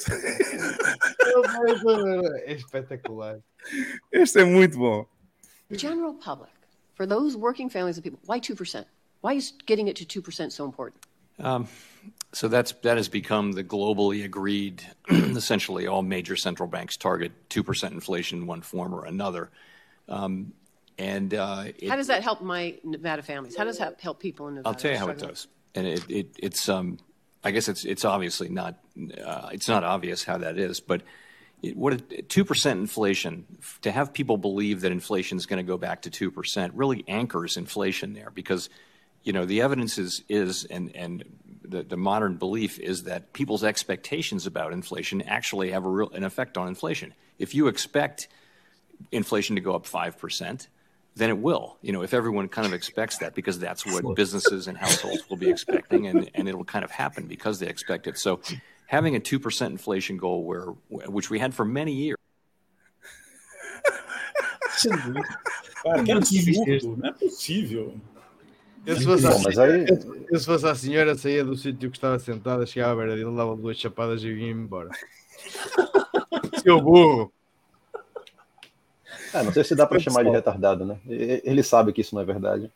Speaker 3: É espetacular.
Speaker 2: Este é muito bom.
Speaker 9: General public, for those working families and people, why two percent? Why is getting it to two percent so important?
Speaker 10: Um, so that's that has become the globally agreed, essentially all major central banks target two percent inflation in one form or another. Um, and uh, it,
Speaker 9: How does that help my Nevada families? How does that help people in Nevada?
Speaker 10: I'll tell you how it does. And it, it, it's, um, I guess it's it's obviously not, uh, it's not obvious how that is, but it, what it, two percent inflation, to have people believe that inflation is going to go back to two percent really anchors inflation there because, you know, the evidence is, is and, and the, the modern belief is that people's expectations about inflation actually have a real, an effect on inflation. If you expect inflation to go up five percent, then it will, you know, if everyone kind of expects that, because that's what businesses and households will be expecting, and, and it'll kind of happen because they expect it. So having a two percent inflation goal, where which we had for many years.
Speaker 6: Cara, que absurdo, não é possível.
Speaker 3: Eu se, fosse Bom, mas aí... eu, se fosse a senhora, saía do sítio que estava sentada, chegava à beira dele, dava duas chapadas e ia embora. Seu burro!
Speaker 7: Ah, não sei se dá para chamar de retardado, né? Ele sabe que isso não é verdade.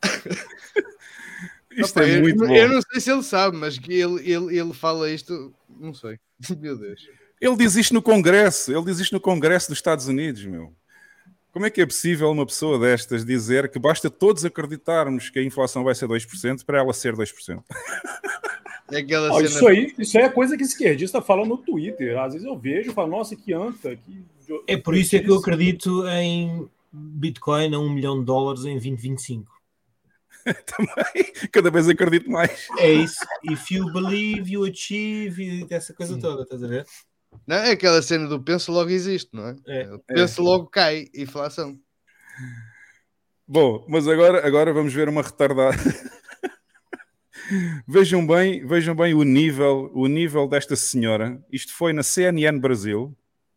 Speaker 2: Isto é
Speaker 3: eu,
Speaker 2: muito
Speaker 3: eu,
Speaker 2: bom.
Speaker 3: Eu não sei se ele sabe, mas que ele, ele, ele fala isto, não sei. Meu Deus.
Speaker 2: Ele diz isto no Congresso, ele diz isto no Congresso dos Estados Unidos, meu. Como é que é possível uma pessoa destas dizer que basta todos acreditarmos que a inflação vai ser dois por cento para ela ser dois por cento?
Speaker 3: É aquela
Speaker 6: oh,
Speaker 3: cena...
Speaker 6: isso, aí, isso aí é coisa que esquerdista fala no Twitter. Às vezes eu vejo e falo, nossa, que anta. Que...
Speaker 5: É por isso é que eu acredito em Bitcoin a um milhão de dólares em vinte vinte e cinco.
Speaker 2: Também, cada vez acredito mais.
Speaker 5: É isso. If you believe, you achieve, e essa coisa toda, estás a ver?
Speaker 3: Não, é aquela cena do penso logo existe, não é?
Speaker 5: É.
Speaker 3: Penso logo cai, inflação.
Speaker 2: Bom, mas agora, agora vamos ver uma retardada. Vejam bem, vejam bem o nível, o nível desta senhora. Isto foi na C N N Brasil.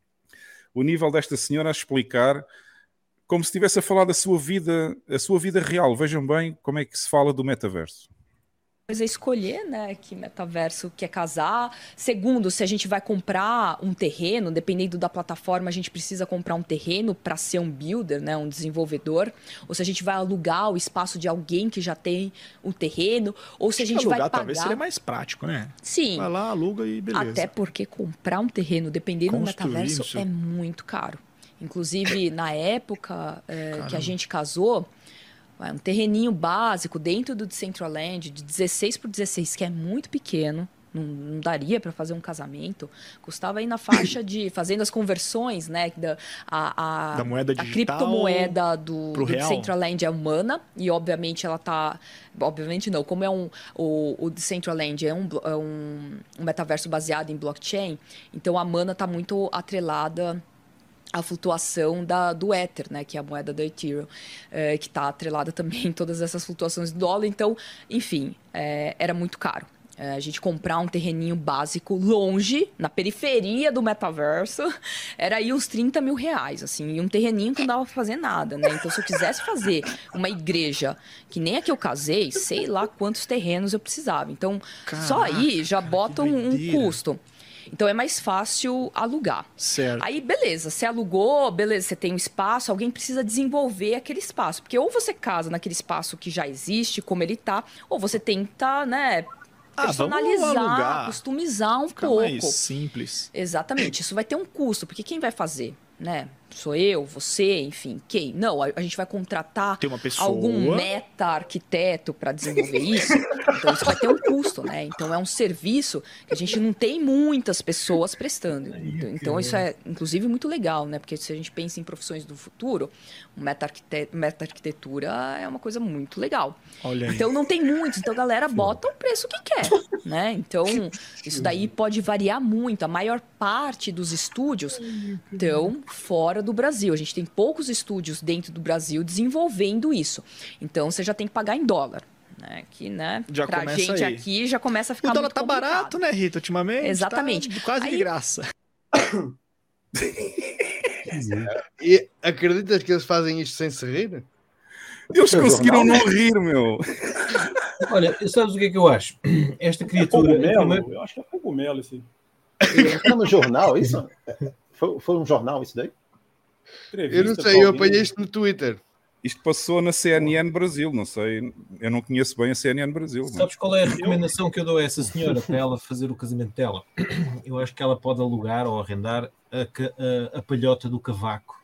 Speaker 2: O nível desta senhora a explicar como se estivesse a falar da sua vida, a sua vida real. Vejam bem como é que se fala do metaverso.
Speaker 11: Coisa é escolher, né, que metaverso quer casar. Segundo, se a gente vai comprar um terreno, dependendo da plataforma, a gente precisa comprar um terreno para ser um builder, né, um desenvolvedor. Ou se a gente vai alugar o espaço de alguém que já tem um terreno. Ou se a gente
Speaker 12: alugar,
Speaker 11: vai pagar...
Speaker 12: talvez seria mais prático, né?
Speaker 11: Sim.
Speaker 12: Vai lá, aluga e beleza.
Speaker 11: Até porque comprar um terreno, dependendo do
Speaker 12: Construir
Speaker 11: metaverso,
Speaker 12: isso.
Speaker 11: é muito caro. Inclusive, na época é, que a gente casou, um terreninho básico dentro do Decentraland, de dezesseis por dezesseis, que é muito pequeno, não, não daria para fazer um casamento, custava aí na faixa de, fazendo as conversões, né, da, a, a,
Speaker 12: Da moeda
Speaker 11: a
Speaker 12: digital
Speaker 11: criptomoeda do,
Speaker 12: pro
Speaker 11: do
Speaker 12: real.
Speaker 11: Decentraland é humana, e obviamente ela tá, obviamente não, como é um, o, o Decentraland é, um, é um, um metaverso baseado em blockchain, então a mana tá muito atrelada a flutuação da, do Ether, né, que é a moeda da Ethereum, é, que está atrelada também em todas essas flutuações do dólar. Então, enfim, é, era muito caro. É, a gente comprar um terreninho básico longe, na periferia do metaverso, era aí uns trinta mil reais, assim, e um terreninho que não dava pra fazer nada, né? Então, se eu quisesse fazer uma igreja, que nem a que eu casei, sei lá quantos terrenos eu precisava. Então,
Speaker 12: Caraca,
Speaker 11: só aí já bota um, um
Speaker 12: doideira.
Speaker 11: custo. Então é mais fácil alugar.
Speaker 12: Certo.
Speaker 11: Aí, beleza, você alugou, beleza, você tem um espaço, alguém precisa desenvolver aquele espaço. Porque ou você casa naquele espaço que já existe, como ele tá, ou você tenta, né,
Speaker 12: Ah,
Speaker 11: personalizar,
Speaker 12: vamos alugar.
Speaker 11: customizar um
Speaker 12: Fica
Speaker 11: pouco.
Speaker 12: mais simples.
Speaker 11: Exatamente, isso vai ter um custo, porque quem vai fazer, né? Sou eu, você, enfim, quem? Não, a, a gente vai contratar
Speaker 12: Tem uma pessoa.
Speaker 11: algum meta-arquiteto para desenvolver isso. Então, isso vai ter um custo, né? Então, é um serviço que a gente não tem muitas pessoas prestando. Então, então isso é, inclusive, muito legal, né? Porque se a gente pensa em profissões do futuro, um meta-arquite- meta-arquitetura é uma coisa muito legal.
Speaker 12: Olha aí.
Speaker 11: Então, não tem muitos. Então, a galera bota o preço que quer, né? Então, isso daí pode variar muito. A maior parte dos estúdios estão fora do Brasil. A gente tem poucos estúdios dentro do Brasil desenvolvendo isso. Então, você já tem que pagar em dólar. Né? Que, né,
Speaker 12: Já
Speaker 11: pra
Speaker 12: começa
Speaker 11: gente
Speaker 12: aí.
Speaker 11: aqui já começa a ficar
Speaker 12: O dólar
Speaker 11: muito
Speaker 12: tá
Speaker 11: complicado.
Speaker 12: barato, né, Rita? Ultimamente.
Speaker 11: Exatamente.
Speaker 12: Tá quase de
Speaker 11: Aí-
Speaker 12: graça.
Speaker 3: E acreditas que eles fazem isto sem se rir?
Speaker 2: Eles
Speaker 7: É
Speaker 2: conseguiram
Speaker 7: jornal,
Speaker 2: não rir, meu.
Speaker 5: Olha, sabes o que é que eu acho? Esta criatura.
Speaker 6: Cogumelo?
Speaker 5: primeiro-
Speaker 6: Eu acho que é cogumelo esse.
Speaker 7: Tá no jornal isso? Foi, foi um jornal isso daí?
Speaker 3: Eu não sei, eu apanhei isto no Twitter.
Speaker 2: Isto passou na C N N Brasil, não sei. Eu não conheço bem a C N N Brasil. mas-
Speaker 5: Sabes qual é a recomendação que eu dou a essa senhora para ela fazer o casamento dela? Eu acho que ela pode alugar ou arrendar a, ca- a- a palhota do cavaco.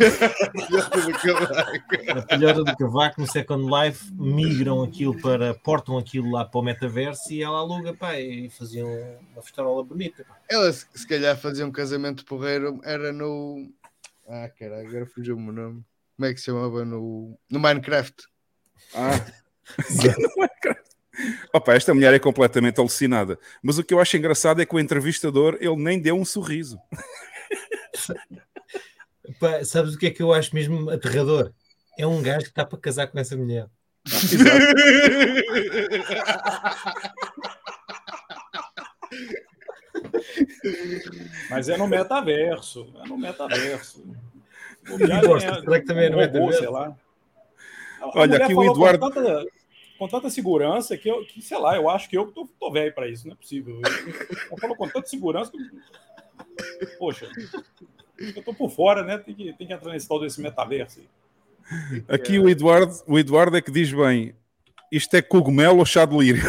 Speaker 5: A palhota do cavaco no Second Life, migram aquilo para, portam aquilo lá para o metaverso e ela aluga, pá, e faziam uma festarola bonita. Pá.
Speaker 3: Ela se se calhar fazia um casamento porreiro, era no. Ah, cara, agora fugiu-me o nome. Como é que se chamava no, no Minecraft?
Speaker 2: Ah. Opa, esta mulher é completamente alucinada. Mas o que eu acho engraçado é que o entrevistador ele nem deu um sorriso.
Speaker 5: Pá, sabes o que é que eu acho mesmo aterrador? É um gajo que está para casar com essa mulher.
Speaker 6: Mas é no metaverso. É no metaverso. O
Speaker 5: Eu
Speaker 6: cara
Speaker 5: gosto,
Speaker 6: é-
Speaker 5: será que também é no
Speaker 6: um robô,
Speaker 5: metaverso?
Speaker 6: sei lá. A- a
Speaker 2: Olha,
Speaker 6: mulher
Speaker 2: aqui o
Speaker 6: falou
Speaker 2: Eduardo-
Speaker 6: Com tanta, com tanta segurança que, eu, que, sei lá, eu acho que eu que tô, tô velho para isso, não é possível. Ela falou com tanta segurança que. Poxa, eu tô por fora, né? Tem que, tem que entrar nesse tal desse metaverso aí.
Speaker 2: Aqui o Eduardo, o Eduardo é que diz bem: isto é cogumelo ou chá de lírio?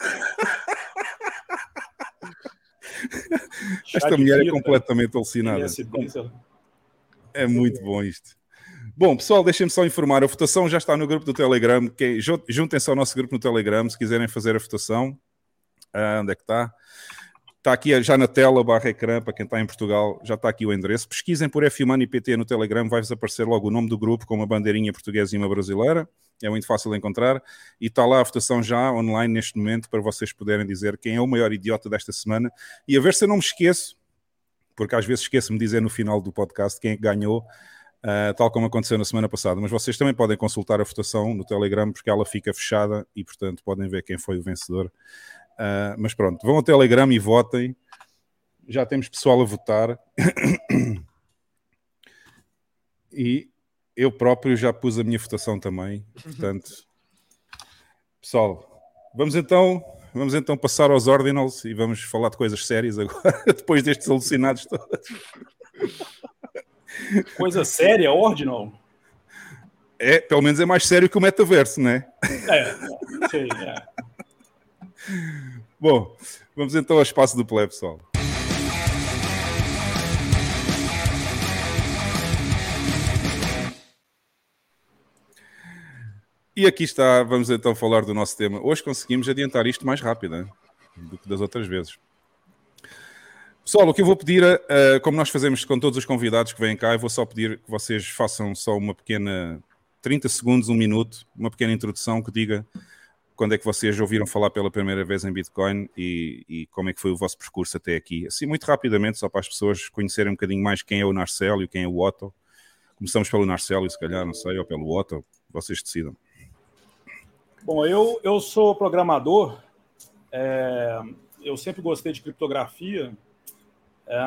Speaker 2: Esta
Speaker 6: Chá de
Speaker 2: mulher é
Speaker 6: fita,
Speaker 2: completamente alucinada.
Speaker 6: L S D, sei lá.
Speaker 2: É muito bom isto. Bom, pessoal, deixem-me só informar. A votação já está no grupo do Telegram. Que, jun- juntem-se ao nosso grupo no Telegram se quiserem fazer a votação. Ah, onde é que está? Está aqui já na tela, barra ecrã, para quem está em Portugal, já está aqui o endereço. Pesquisem por F Humano I P T no Telegram, vai-vos aparecer logo o nome do grupo com uma bandeirinha portuguesa e uma brasileira. É muito fácil de encontrar. E está lá a votação já online neste momento para vocês poderem dizer quem é o maior idiota desta semana. E a ver se eu não me esqueço, porque às vezes esqueço-me de dizer no final do podcast quem é que ganhou. uh, tal como aconteceu na semana passada. Mas vocês também podem consultar a votação no Telegram, porque ela fica fechada e, portanto, podem ver quem foi o vencedor. Uh, mas pronto, vão ao Telegram e votem. Já temos pessoal a votar. E eu próprio já pus a minha votação também. Portanto, pessoal, vamos então, vamos então passar aos Ordinals e vamos falar de coisas sérias agora, depois destes alucinados todos.
Speaker 6: Coisa séria, Ordinal?
Speaker 2: É, pelo menos é mais sério que o metaverso, não é?
Speaker 6: É, não sei, é.
Speaker 2: Bom, vamos então ao espaço do play, pessoal. E aqui está, vamos então falar do nosso tema. Hoje conseguimos adiantar isto mais rápido, hein, do que das outras vezes. Pessoal, o que eu vou pedir, uh, como nós fazemos com todos os convidados que vêm cá, eu vou só pedir que vocês façam só uma pequena, trinta segundos, um minuto, uma pequena introdução que diga quando é que vocês ouviram falar pela primeira vez em Bitcoin e, e como é que foi o vosso percurso até aqui. Assim, muito rapidamente, só para as pessoas conhecerem um bocadinho mais quem é o Narcélio e quem é o Otto. Começamos pelo Narcélio, se calhar, não sei, ou pelo Otto, vocês decidam.
Speaker 6: Bom, eu, eu sou programador, é, eu sempre gostei de criptografia. É,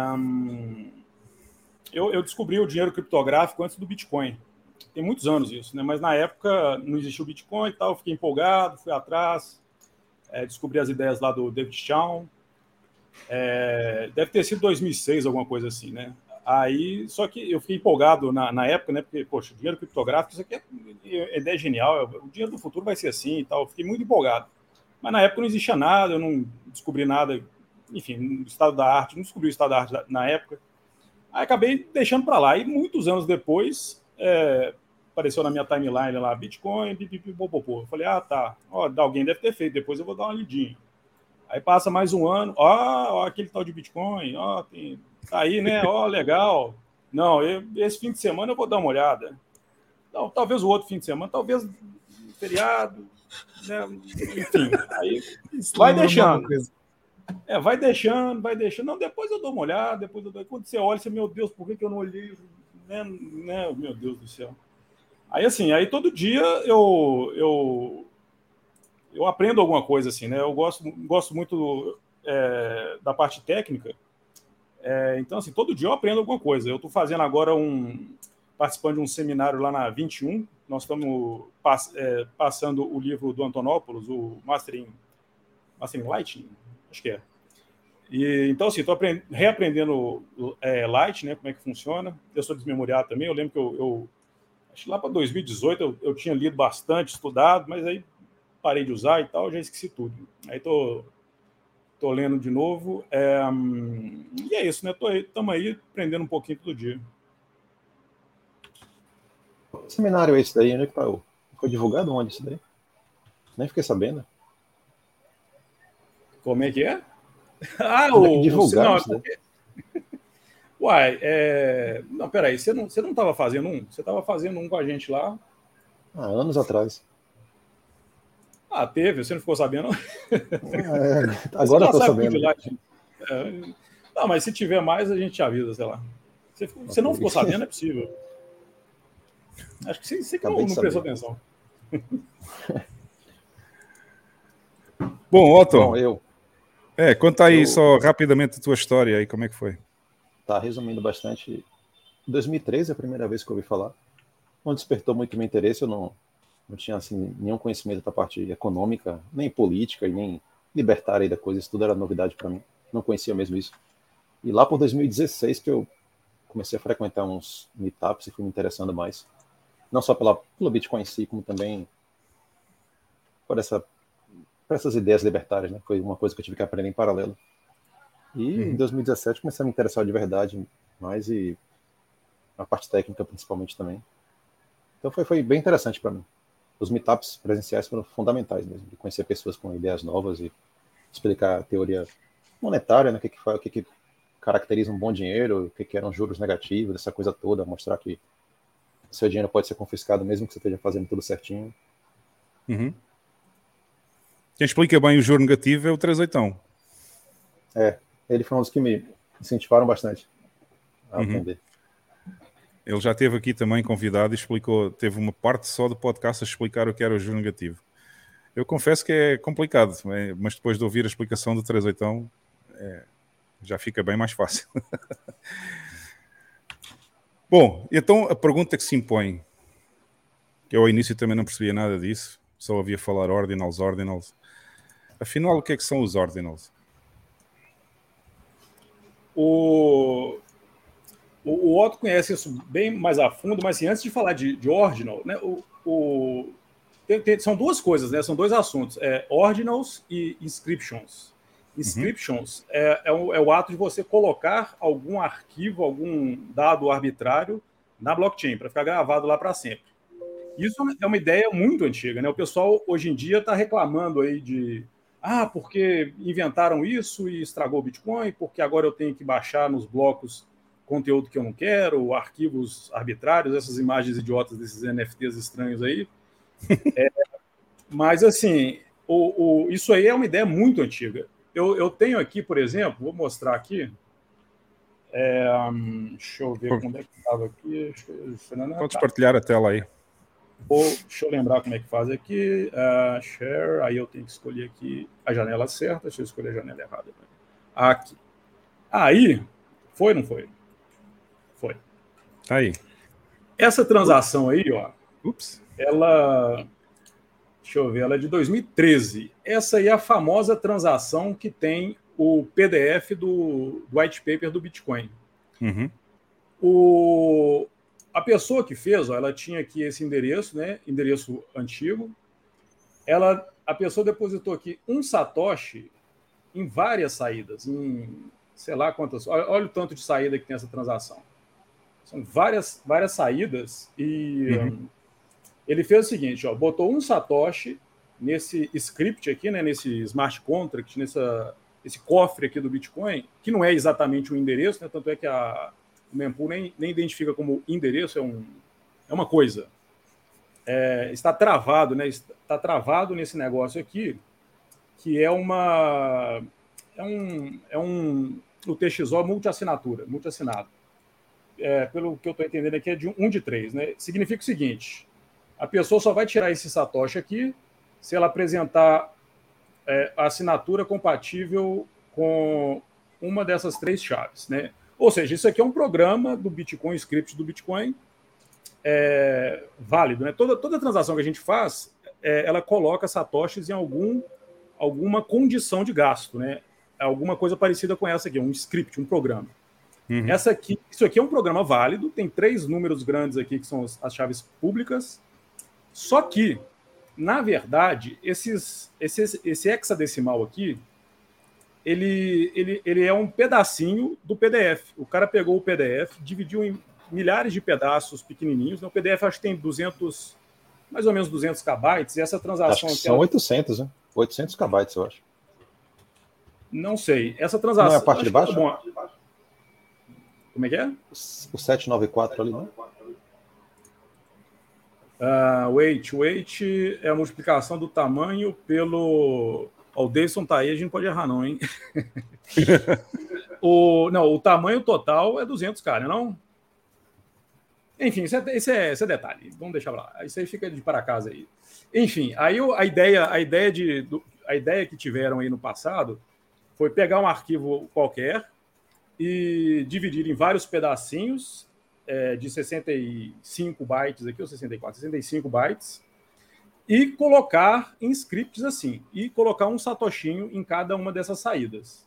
Speaker 6: eu, eu descobri o dinheiro criptográfico antes do Bitcoin. Tem muitos anos isso, né? Mas na época não existia o Bitcoin e tal, fiquei empolgado, fui atrás, é, descobri as ideias lá do David Chaum. É, deve ter sido dois mil e seis, alguma coisa assim, né? Aí, só que eu fiquei empolgado na, na época, né? Porque, poxa, dinheiro criptográfico, isso aqui é, é ideia genial, o dinheiro do futuro vai ser assim e tal. Eu fiquei muito empolgado. Mas na época não existia nada, eu não descobri nada, enfim, no estado da arte, não descobri o estado da arte na época. Aí acabei deixando para lá. E muitos anos depois, é, apareceu na minha timeline lá, Bitcoin, pipipipopopô. Eu falei, ah, tá, ó, alguém deve ter feito, depois eu vou dar uma lidinha. Aí passa mais um ano, ó, ó aquele tal de Bitcoin, ó, tem... Tá aí, né? Ó, oh, legal. Não, eu, esse fim de semana eu vou dar uma olhada. Não, talvez o outro fim de semana, talvez feriado, né? Enfim, aí vai deixando. É, vai deixando, vai deixando. Não, depois eu dou uma olhada, depois eu dou... Quando você olha, você, meu Deus, por que, que eu não olhei? Né? Né? Meu Deus do céu. Aí, assim, aí todo dia eu, eu, eu aprendo alguma coisa, assim, né? Eu gosto, gosto muito é, da parte técnica. É, então, assim, todo dia eu aprendo alguma coisa. Eu estou fazendo agora um... participando de um seminário lá na vinte e um. Nós estamos pass, é, passando o livro do Antonopoulos, o Mastering, Mastering Lightning, acho que é. E, então, assim, estou reaprendendo é, Light, né, como é que funciona. Eu sou desmemoriado também. Eu lembro que eu... eu acho que lá para dois mil e dezoito eu, eu tinha lido bastante, estudado, mas aí parei de usar e tal, já esqueci tudo. Aí estou... Estou lendo de novo. É, e é isso, né? Estamos aí aprendendo um pouquinho todo dia.
Speaker 7: Que seminário é esse daí? Onde é que tá? Foi divulgado onde isso daí? Nem fiquei sabendo.
Speaker 6: Como é que é? Ah,
Speaker 7: onde
Speaker 6: o...
Speaker 7: é que divulgaram isso
Speaker 6: daí? Uai, é... Não, peraí. Você não você não estava fazendo um? Você estava fazendo um com a gente lá?
Speaker 7: Ah, anos atrás.
Speaker 6: Ah, teve, você não ficou sabendo?
Speaker 7: É, agora eu estou sabendo.
Speaker 6: É, não, mas se tiver mais, a gente te avisa, sei lá. Você, você não ficou sabendo, é possível. Acho que você, você que não, não prestou atenção.
Speaker 2: Bom, Otto.
Speaker 7: Bom, eu.
Speaker 2: É, conta aí
Speaker 7: eu,
Speaker 2: só rapidamente a tua história aí, como é que foi?
Speaker 7: Tá, resumindo bastante. Em dois mil e treze é a primeira vez que eu ouvi falar. Não despertou muito meu interesse, eu não... Não tinha assim, nenhum conhecimento da parte econômica, nem política, e nem libertária da coisa. Isso tudo era novidade para mim. Não conhecia mesmo isso. E lá por dois mil e dezesseis que eu comecei a frequentar uns meetups e fui me interessando mais. Não só pela, pelo Bitcoin em si, como também por, essa, por essas ideias libertárias. Né? Foi uma coisa que eu tive que aprender em paralelo. E uhum. em dois mil e dezessete comecei a me interessar de verdade mais e a parte técnica principalmente também. Então foi, foi bem interessante para mim. Os meetups presenciais foram fundamentais mesmo, de conhecer pessoas com ideias novas e explicar a teoria monetária, né, o que, que, o que, que caracteriza um bom dinheiro, o que, que eram juros negativos, essa coisa toda, mostrar que seu dinheiro pode ser confiscado mesmo que você esteja fazendo tudo certinho.
Speaker 2: Uhum. Quem explica bem o juro negativo é o três oitão.
Speaker 7: É, ele foi um dos que me incentivaram bastante a
Speaker 2: uhum.
Speaker 7: aprender.
Speaker 2: ele já esteve aqui também convidado e explicou, teve uma parte só do podcast a explicar o que era o juro negativo. Eu confesso que é complicado, mas depois de ouvir a explicação do três oitão, é, já fica bem mais fácil. Bom, então a pergunta que se impõe, que eu ao início também não percebia nada disso, só ouvia falar ordinals, ordinals. Afinal, o que é que são os ordinals?
Speaker 6: O, o, o Otto conhece isso bem mais a fundo, mas assim, antes de falar de, de ordinal, né, o, o, tem, tem, são duas coisas, né, são dois assuntos, é, ordinals e inscriptions. Inscriptions uhum. é, é, o, é o ato de você colocar algum arquivo, algum dado arbitrário na blockchain, para ficar gravado lá para sempre. Isso é uma ideia muito antiga, né? O pessoal hoje em dia está reclamando aí de ah, porque inventaram isso e estragou o Bitcoin, porque agora eu tenho que baixar nos blocos conteúdo que eu não quero, arquivos arbitrários, essas imagens idiotas desses N F Ts estranhos aí. É, mas, assim, o, o, isso aí é uma ideia muito antiga. Eu, eu tenho aqui, por exemplo, vou mostrar aqui. É, deixa eu ver como é que estava aqui.
Speaker 2: Pode partilhar a tela aí.
Speaker 6: Ou, deixa eu lembrar como é que faz aqui. Uh, share, aí eu tenho que escolher aqui a janela certa. Deixa eu escolher a janela errada. Aqui. Aí, foi ou não foi? Foi.
Speaker 2: Aí.
Speaker 6: Essa transação aí, ó.
Speaker 2: Ups.
Speaker 6: Ela. Deixa eu ver, ela é de dois mil e treze. Essa aí é a famosa transação que tem o P D F do, do white paper do Bitcoin.
Speaker 2: Uhum.
Speaker 6: O, a pessoa que fez, ó, ela tinha aqui esse endereço, né? Endereço antigo. Ela, a pessoa depositou aqui um satoshi em várias saídas, em sei lá quantas. Olha, olha o tanto de saída que tem essa transação. São várias, várias saídas e uhum. um, ele fez o seguinte, ó, botou um satoshi nesse script aqui, né, nesse smart contract, nessa, esse cofre aqui do Bitcoin, que não é exatamente um endereço, né, tanto é que a, o mempool nem, nem identifica como endereço, é, um, é uma coisa. É, está travado, né, está travado nesse negócio aqui, que é uma... É um, é um o T X O multi-assinatura, multi-assinado. É, pelo que eu estou entendendo aqui, é de um de três, né? Significa o seguinte: a pessoa só vai tirar esse satoshi aqui se ela apresentar é, a assinatura compatível com uma dessas três chaves, né? Ou seja, isso aqui é um programa do Bitcoin, script do Bitcoin é, válido, né? Toda, toda transação que a gente faz, é, ela coloca satoshis em algum, alguma condição de gasto, né? Alguma coisa parecida com essa aqui, um script, um programa. Uhum. Essa aqui, isso aqui é um programa válido, tem três números grandes aqui que são as, as chaves públicas, só que, na verdade, esses, esses, esse hexadecimal aqui, ele, ele, ele é um pedacinho do P D F. O cara pegou o P D F, dividiu em milhares de pedaços pequenininhos, né? O P D F acho que tem duzentos, mais ou menos duzentos kbytes, e essa transação...
Speaker 7: Acho que são
Speaker 6: ela...
Speaker 7: oitocentos, né? oitocentos kbytes, eu acho.
Speaker 6: Não sei. Essa transação...
Speaker 7: Não é a parte de baixo?
Speaker 6: Bom, como é que é?
Speaker 7: O setecentos e noventa e quatro ali, não?
Speaker 6: Uh, wait, wait é a multiplicação do tamanho pelo... Oh, o Davidson tá aí, a gente não pode errar não, hein? o, não, o tamanho total é duzentos K, não? Enfim, isso é, isso, é, isso é detalhe. Vamos deixar lá. Isso aí fica de para casa aí. Enfim, aí a ideia, a ideia, de, a ideia que tiveram aí no passado foi pegar um arquivo qualquer e dividir em vários pedacinhos é, de sessenta e cinco bytes aqui, ou sessenta e quatro, sessenta e cinco bytes, e colocar em scripts assim, e colocar um satoshinho em cada uma dessas saídas.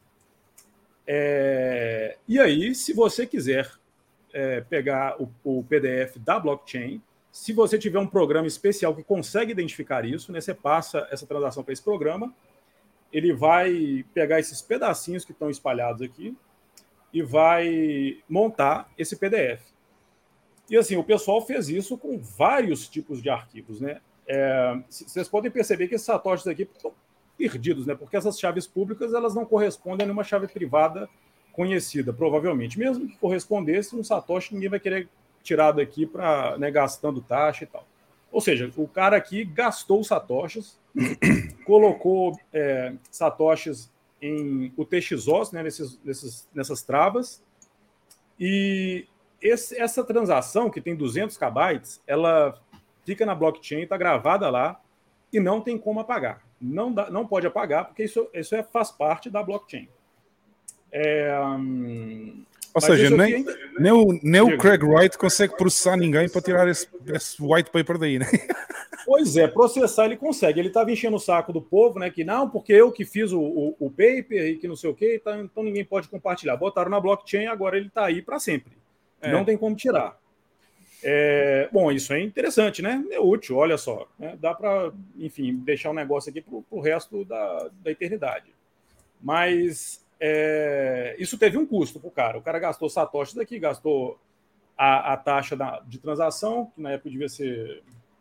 Speaker 6: É, e aí, se você quiser é, pegar o, o P D F da blockchain, se você tiver um programa especial que consegue identificar isso, né, você passa essa transação para esse programa, ele vai pegar esses pedacinhos que estão espalhados aqui e vai montar esse P D F. E assim, o pessoal fez isso com vários tipos de arquivos, né? É, vocês podem perceber que esses satoshis aqui estão perdidos, né? Porque essas chaves públicas elas não correspondem a nenhuma chave privada conhecida, provavelmente. Mesmo que correspondesse, um satoshi ninguém vai querer tirar daqui para, né, gastando taxa e tal. Ou seja, o cara aqui gastou os satoshis, colocou é, satoshis em U T X Os, né, nesses, nesses, nessas travas, e esse, essa transação, que tem duzentos kbytes, ela fica na blockchain, está gravada lá, e não tem como apagar. Não, dá, não pode apagar, porque isso, isso é, faz parte da blockchain. É, hum,
Speaker 2: Ou seja, nem, ainda... nem, o, nem o Craig Wright consegue processar ninguém para tirar esse, esse white paper daí, né?
Speaker 6: Pois é, processar ele consegue. Ele estava enchendo o saco do povo, né? Que não, porque eu que fiz o, o, o paper e que não sei o quê, então, então ninguém pode compartilhar. Botaram na blockchain, agora ele está aí para sempre. É. Não tem como tirar. É, bom, isso é interessante, né? É útil, olha só. Né? Dá para, enfim, deixar o negócio aqui para o resto da, da eternidade. Mas é, isso teve um custo para o cara. O cara gastou satoshi daqui, gastou a, a taxa da, de transação, que na época devia ser...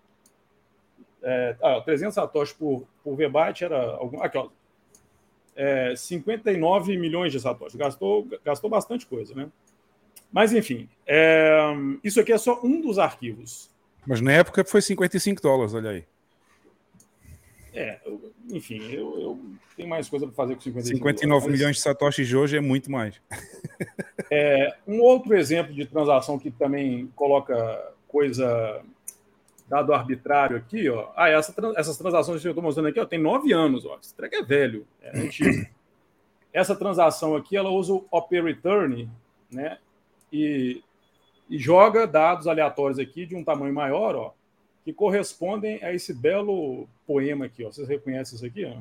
Speaker 6: É, ah, trezentos satoshis por, por V-byte era algum, aqui, ó, é, cinquenta e nove milhões de satoshis. Gastou, gastou bastante coisa, né? Mas, enfim, é, isso aqui é só um dos arquivos.
Speaker 2: Mas na época foi cinquenta e cinco dólares, olha aí.
Speaker 6: É, eu, enfim, eu, eu tenho mais coisa para fazer com cinquenta e cinco
Speaker 2: cinquenta e nove dólares, milhões de satoshis de hoje é muito mais.
Speaker 6: É, um outro exemplo de transação que também coloca coisa... dado arbitrário aqui, ó. Ah, essa, essas transações que eu estou mostrando aqui, ó, tem nove anos, ó. Esse treco é velho, é antigo. Essa transação aqui, ela usa o O P return, né? E, e joga dados aleatórios aqui de um tamanho maior, ó, que correspondem a esse belo poema aqui, ó. Vocês reconhecem isso aqui, ó?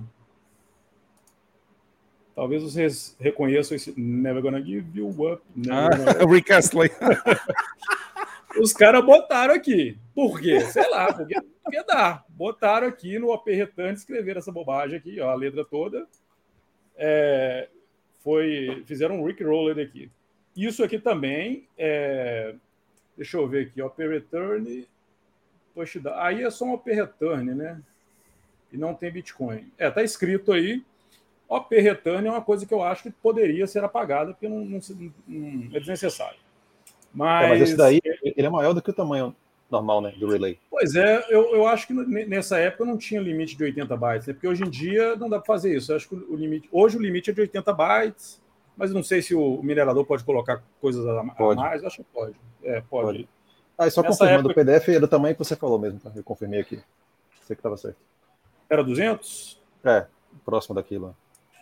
Speaker 6: Talvez vocês reconheçam esse Never Gonna Give You Up.
Speaker 2: Ah, Rick Astley.
Speaker 6: Os caras botaram aqui. Por quê? Sei lá, porque, porque dá. Botaram aqui no O P return, escreveram essa bobagem aqui, ó, a letra toda. É, foi, fizeram um Rick Roller aqui. Isso aqui também, é, deixa eu ver aqui, O P return, aí é só um O P return, né? E não tem Bitcoin. É, tá escrito aí, O P return é uma coisa que eu acho que poderia ser apagada, porque não, não, não é desnecessário. Mas,
Speaker 7: é, mas esse daí, ele é maior do que o tamanho normal, né, do relay.
Speaker 6: Pois é, eu, eu acho que nessa época não tinha limite de oitenta bytes, né? Porque hoje em dia não dá para fazer isso. Eu acho que o limite, hoje o limite é de oitenta bytes, mas não sei se o minerador pode colocar coisas a, a mais. Eu acho que pode. É, pode. pode.
Speaker 7: Ah, e só nessa confirmando, época... o P D F é do tamanho que você falou mesmo, tá? Eu confirmei aqui. Sei que estava certo.
Speaker 6: Era duzentos?
Speaker 7: É, próximo daquilo.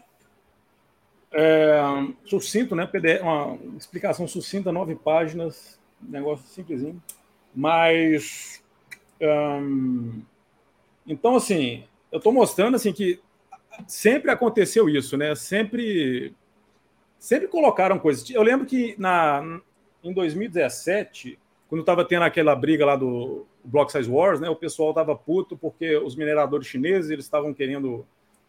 Speaker 6: É, sucinto, né? P D F, uma explicação sucinta, nove páginas, negócio simplesinho. Mas, hum, então, assim, eu estou mostrando assim, que sempre aconteceu isso, né? Sempre, sempre colocaram coisas. Eu lembro que na, em dois mil e dezessete, quando estava tendo aquela briga lá do Block Size Wars, né? O pessoal estava puto porque os mineradores chineses eles estavam querendo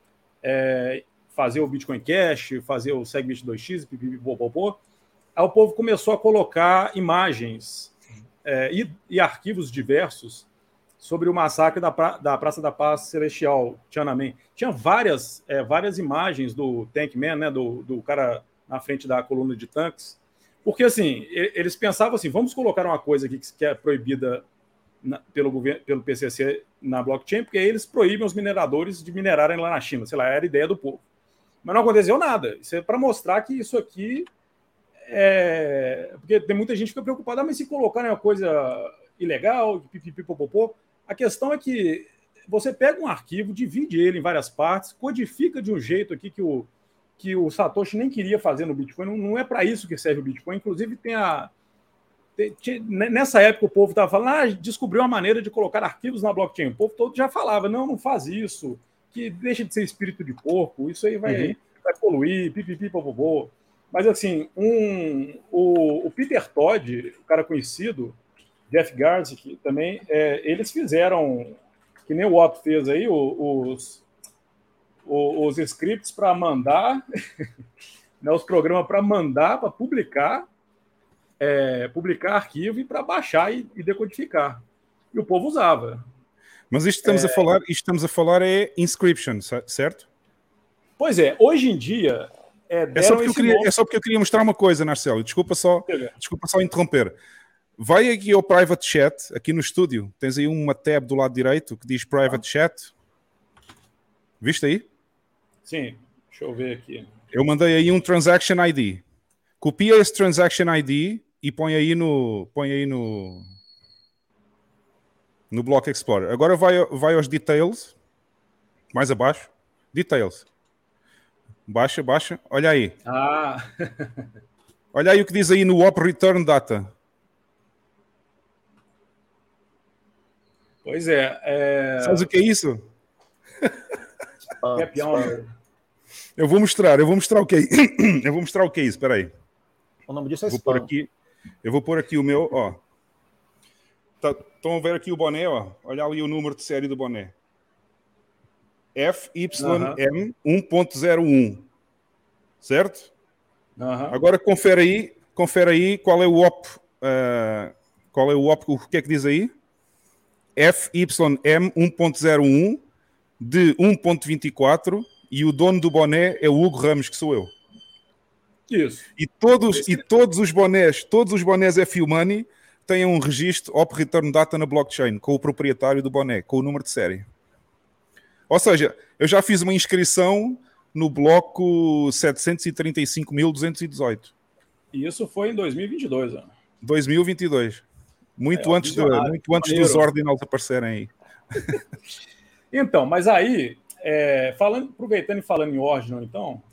Speaker 6: é, fazer o Bitcoin Cash, fazer o SegBit dois x, pipipipopopô. Aí o povo começou a colocar imagens É, e, e arquivos diversos sobre o massacre da, pra, da Praça da Paz Celestial, Tiananmen. Tinha várias, é, várias imagens do Tankman, né, do, do cara na frente da coluna de tanques, porque assim, eles pensavam assim, vamos colocar uma coisa aqui que é proibida na, pelo, governo, pelo P C C na blockchain, porque aí eles proíbem os mineradores de minerarem lá na China, sei lá, era a ideia do povo. Mas não aconteceu nada. Isso é para mostrar que isso aqui É, porque tem muita gente que fica preocupada, ah, mas se colocar uma coisa ilegal, pipipipopopô, a questão é que você pega um arquivo, divide ele em várias partes, codifica de um jeito aqui que o, que o Satoshi nem queria fazer no Bitcoin, não, não é para isso que serve o Bitcoin, inclusive tem a... Tem, tem, nessa época o povo estava falando, ah, descobriu uma maneira de colocar arquivos na blockchain, o povo todo já falava, não, não faz isso, que deixa de ser espírito de porco, isso aí vai, uhum. vai poluir, pipipipopopô. Mas, assim, um, o, o Peter Todd, o cara conhecido, Jeff Garzik, também, é, eles fizeram, que nem o Otto fez aí, os, os, os scripts para mandar, né, os programas para mandar, para publicar, é, publicar arquivo e para baixar e, e decodificar. E o povo usava.
Speaker 2: Mas isto estamos, é, a falar, isto estamos a falar é inscription, certo?
Speaker 6: Pois é, hoje em dia... É,
Speaker 2: é, só porque eu queria, é só porque eu queria mostrar uma coisa, Narcelo. Desculpa só, desculpa só interromper. Vai aqui ao Private Chat, aqui no estúdio. Tens aí uma tab do lado direito que diz Private ah. Chat. Viste aí?
Speaker 6: Sim, deixa eu ver aqui.
Speaker 2: Eu mandei aí um Transaction I D. Copia esse Transaction I D e põe aí no põe aí no no Block Explorer. Agora vai, vai aos details, mais abaixo, details. Baixa, baixa, olha aí.
Speaker 6: Ah.
Speaker 2: Olha aí o que diz aí no Op Return Data.
Speaker 6: Pois é. é...
Speaker 2: Sabes o que é isso?
Speaker 6: É pior.
Speaker 2: Eu vou mostrar, eu vou mostrar o que é. Eu vou mostrar o que é isso, espera aí.
Speaker 7: O nome disso é
Speaker 2: vou
Speaker 7: spam.
Speaker 2: pôr aqui, eu vou pôr aqui o meu, ó. Tá, estão a ver aqui o boné, ó. Olha ali o número de série do boné. F Y M um ponto zero um. Certo?
Speaker 6: Uhum.
Speaker 2: Agora confere aí, confere aí qual é o O P. Uh, qual é o O P? O que é que diz aí? F Y M um ponto zero um de um ponto vinte e quatro e o dono do boné é o Hugo Ramos, que sou eu.
Speaker 6: Isso.
Speaker 2: E todos, e todos os bonés, todos os bonés F U Money têm um registro Op Return Data na blockchain, com o proprietário do boné, com o número de série. Ou seja, eu já fiz uma inscrição no bloco setecentos e trinta e cinco mil duzentos e dezoito.
Speaker 6: E isso foi em dois mil e vinte e dois, ó.
Speaker 2: dois mil e vinte e dois. Muito
Speaker 6: é,
Speaker 2: antes, de, muito antes dos ordinals aparecerem aí.
Speaker 6: Então, mas aí, é, falando, aproveitando e falando em ordinal, então,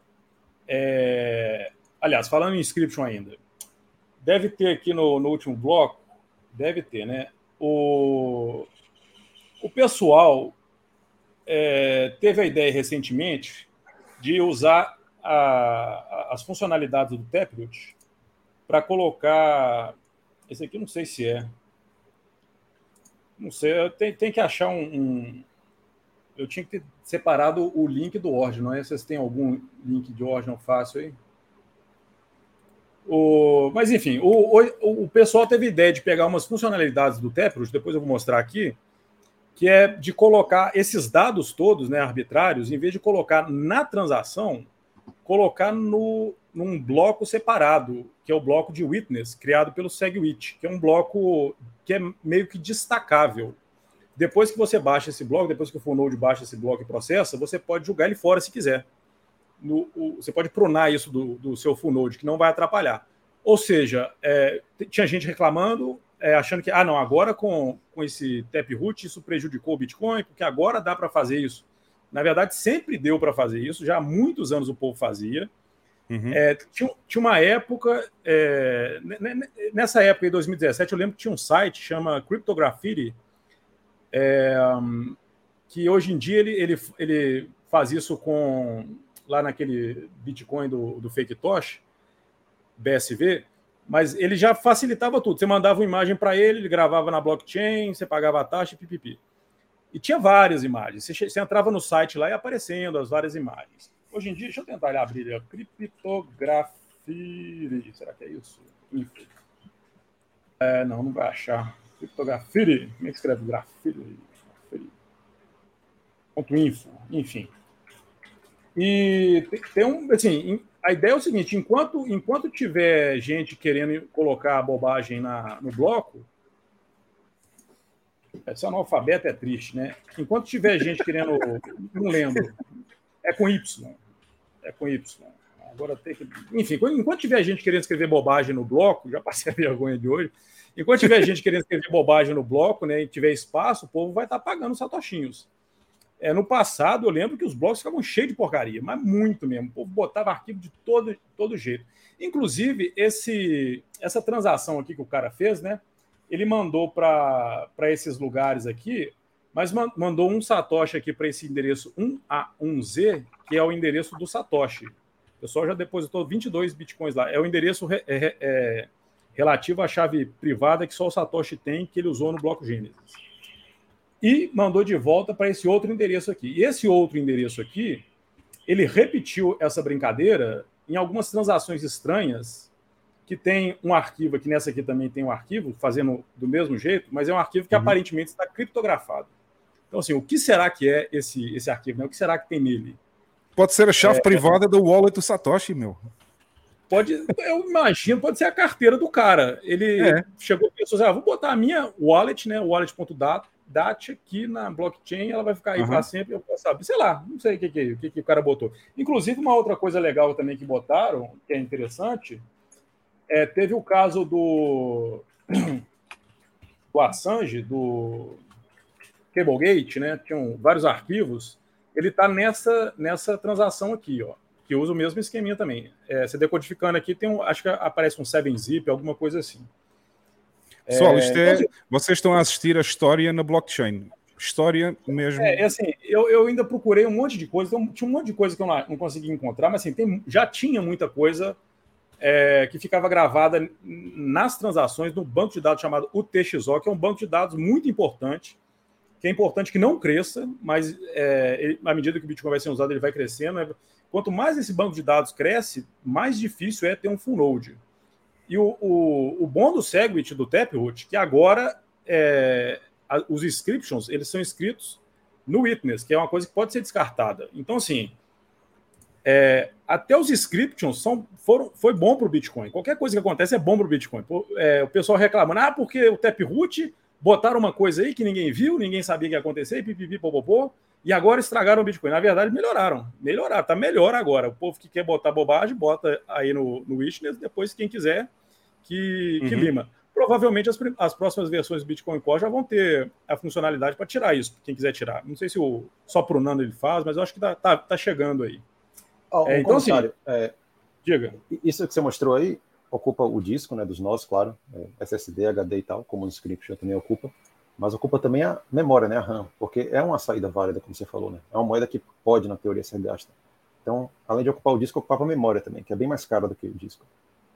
Speaker 6: é, aliás, falando em inscription ainda, deve ter aqui no, no último bloco, deve ter, né? O, o pessoal é, teve a ideia recentemente de usar a, a, as funcionalidades do Taproot para colocar. Esse aqui eu não sei se é. Não sei, tem, tem que achar um, um. Eu tinha que ter separado o link do Ordinal, né? Vocês têm algum link de Ordinal fácil aí? O, mas, enfim, o, o, o pessoal teve ideia de pegar umas funcionalidades do Taproot, depois eu vou mostrar aqui, que é de colocar esses dados todos, né, arbitrários, em vez de colocar na transação, colocar no, num bloco separado, que é o bloco de witness, criado pelo SegWit, que é um bloco que é meio que destacável. Depois que você baixa esse bloco, depois que o full node baixa esse bloco e processa, você pode jogar ele fora se quiser. No, o, você pode prunar isso do, do seu full node, que não vai atrapalhar. Ou seja, é, tinha gente reclamando, é, achando que, ah, não, agora com, com esse Taproot isso prejudicou o Bitcoin, porque agora dá para fazer isso. Na verdade, sempre deu para fazer isso, já há muitos anos o povo fazia. Uhum. É, tinha, tinha uma época, é, nessa época, em dois mil e dezessete, eu lembro que tinha um site chama Cryptograffiti, é, que hoje em dia ele, ele, ele faz isso com, lá naquele Bitcoin do, do Fake Tosh, B S V, mas ele já facilitava tudo. Você mandava uma imagem para ele, ele gravava na blockchain, você pagava a taxa e pipipi. E tinha várias imagens. Você, você entrava no site lá e aparecendo as várias imagens. Hoje em dia, deixa eu tentar abrir a Cryptograffiti. Será que é isso? É, não, não vai achar. Cryptograffiti. Como é que escreve grafite? Ponto info. Enfim. E tem um, assim, a ideia é o seguinte, enquanto, enquanto tiver gente querendo colocar bobagem na, no bloco, esse analfabeto é triste, né? Enquanto tiver gente querendo, não lembro, é com Y, é com Y. Agora tem que, enfim, enquanto tiver gente querendo escrever bobagem no bloco, já passei a vergonha de hoje, enquanto tiver gente querendo escrever bobagem no bloco, né, e tiver espaço, o povo vai estar pagando satoshinhos. É, no passado, eu lembro que os blocos ficavam cheios de porcaria, mas muito mesmo. O povo botava arquivo de todo, todo jeito. Inclusive, esse, essa transação aqui que o cara fez, né? Ele mandou para esses lugares aqui, mas mandou um Satoshi aqui para esse endereço um A um Z, que é o endereço do Satoshi. O pessoal já depositou vinte e dois bitcoins lá. É o endereço re, é, é, relativo à chave privada que só o Satoshi tem, que ele usou no bloco Gênesis. E mandou de volta para esse outro endereço aqui. E esse outro endereço aqui, ele repetiu essa brincadeira em algumas transações estranhas, que tem um arquivo aqui, nessa aqui também tem um arquivo, fazendo do mesmo jeito, mas é um arquivo que uhum. aparentemente está criptografado. Então, assim, o que será que é esse, esse arquivo? Né? O que será que tem nele?
Speaker 2: Pode ser a chave é, privada do wallet do Satoshi, meu.
Speaker 6: Pode, eu imagino, pode ser a carteira do cara. Ele é. chegou e pensou assim, ah, vou botar a minha wallet, né, wallet.dat, dat aqui na blockchain, ela vai ficar aí uhum. para sempre, eu posso saber, sei lá, não sei o que, que, que, que o cara botou. Inclusive, uma outra coisa legal também que botaram, que é interessante, é, teve o caso do, do Assange, do Cablegate, né? Tinham vários arquivos. Ele está nessa, nessa transação aqui, ó, que usa o mesmo esqueminha também. É, você decodificando aqui, tem um, acho que aparece um sete zip, alguma coisa assim.
Speaker 2: Pessoal,
Speaker 6: é,
Speaker 2: isto é,
Speaker 6: então,
Speaker 2: vocês estão a assistir a história na blockchain. História mesmo.
Speaker 6: É, é assim, eu, eu ainda procurei um monte de coisa, então, tinha um monte de coisa que eu não, não consegui encontrar, mas assim, tem, já tinha muita coisa é, que ficava gravada nas transações no banco de dados chamado U T X O, que é um banco de dados muito importante, que é importante que não cresça, mas é, ele, à medida que o Bitcoin vai ser usado, ele vai crescendo. Né? Quanto mais esse banco de dados cresce, mais difícil é ter um full node. E o, o, o bom do Segwit, do Taproot, que agora é, a, os inscriptions, eles são escritos no Witness, que é uma coisa que pode ser descartada. Então, assim, é, até os inscriptions são, foram, foi bom para o Bitcoin. Qualquer coisa que acontece é bom para o Bitcoin. É, o pessoal reclamando, ah, porque o Taproot botaram uma coisa aí que ninguém viu, ninguém sabia que ia acontecer, e pipipi, popopô, e agora estragaram o Bitcoin. Na verdade, melhoraram. Melhoraram, tá melhor agora. O povo que quer botar bobagem, bota aí no, no Witness, depois quem quiser que, que
Speaker 2: Uhum.
Speaker 6: lima. Provavelmente as, as próximas versões do Bitcoin Core já vão ter a funcionalidade para tirar isso, quem quiser tirar. Não sei se o, só pro Nano ele faz, mas eu acho que tá, tá, tá chegando aí.
Speaker 7: Oh, um
Speaker 6: é, então, assim,
Speaker 7: é,
Speaker 6: diga.
Speaker 7: Isso que você mostrou aí ocupa o disco, né, dos nós, claro, é, S S D, H D e tal, como o Inscription também ocupa, mas ocupa também a memória, né, a RAM, porque é uma saída válida, como você falou, né, é uma moeda que pode, na teoria, ser gasta. Então, além de ocupar o disco, ocupava a memória também, que é bem mais cara do que o disco.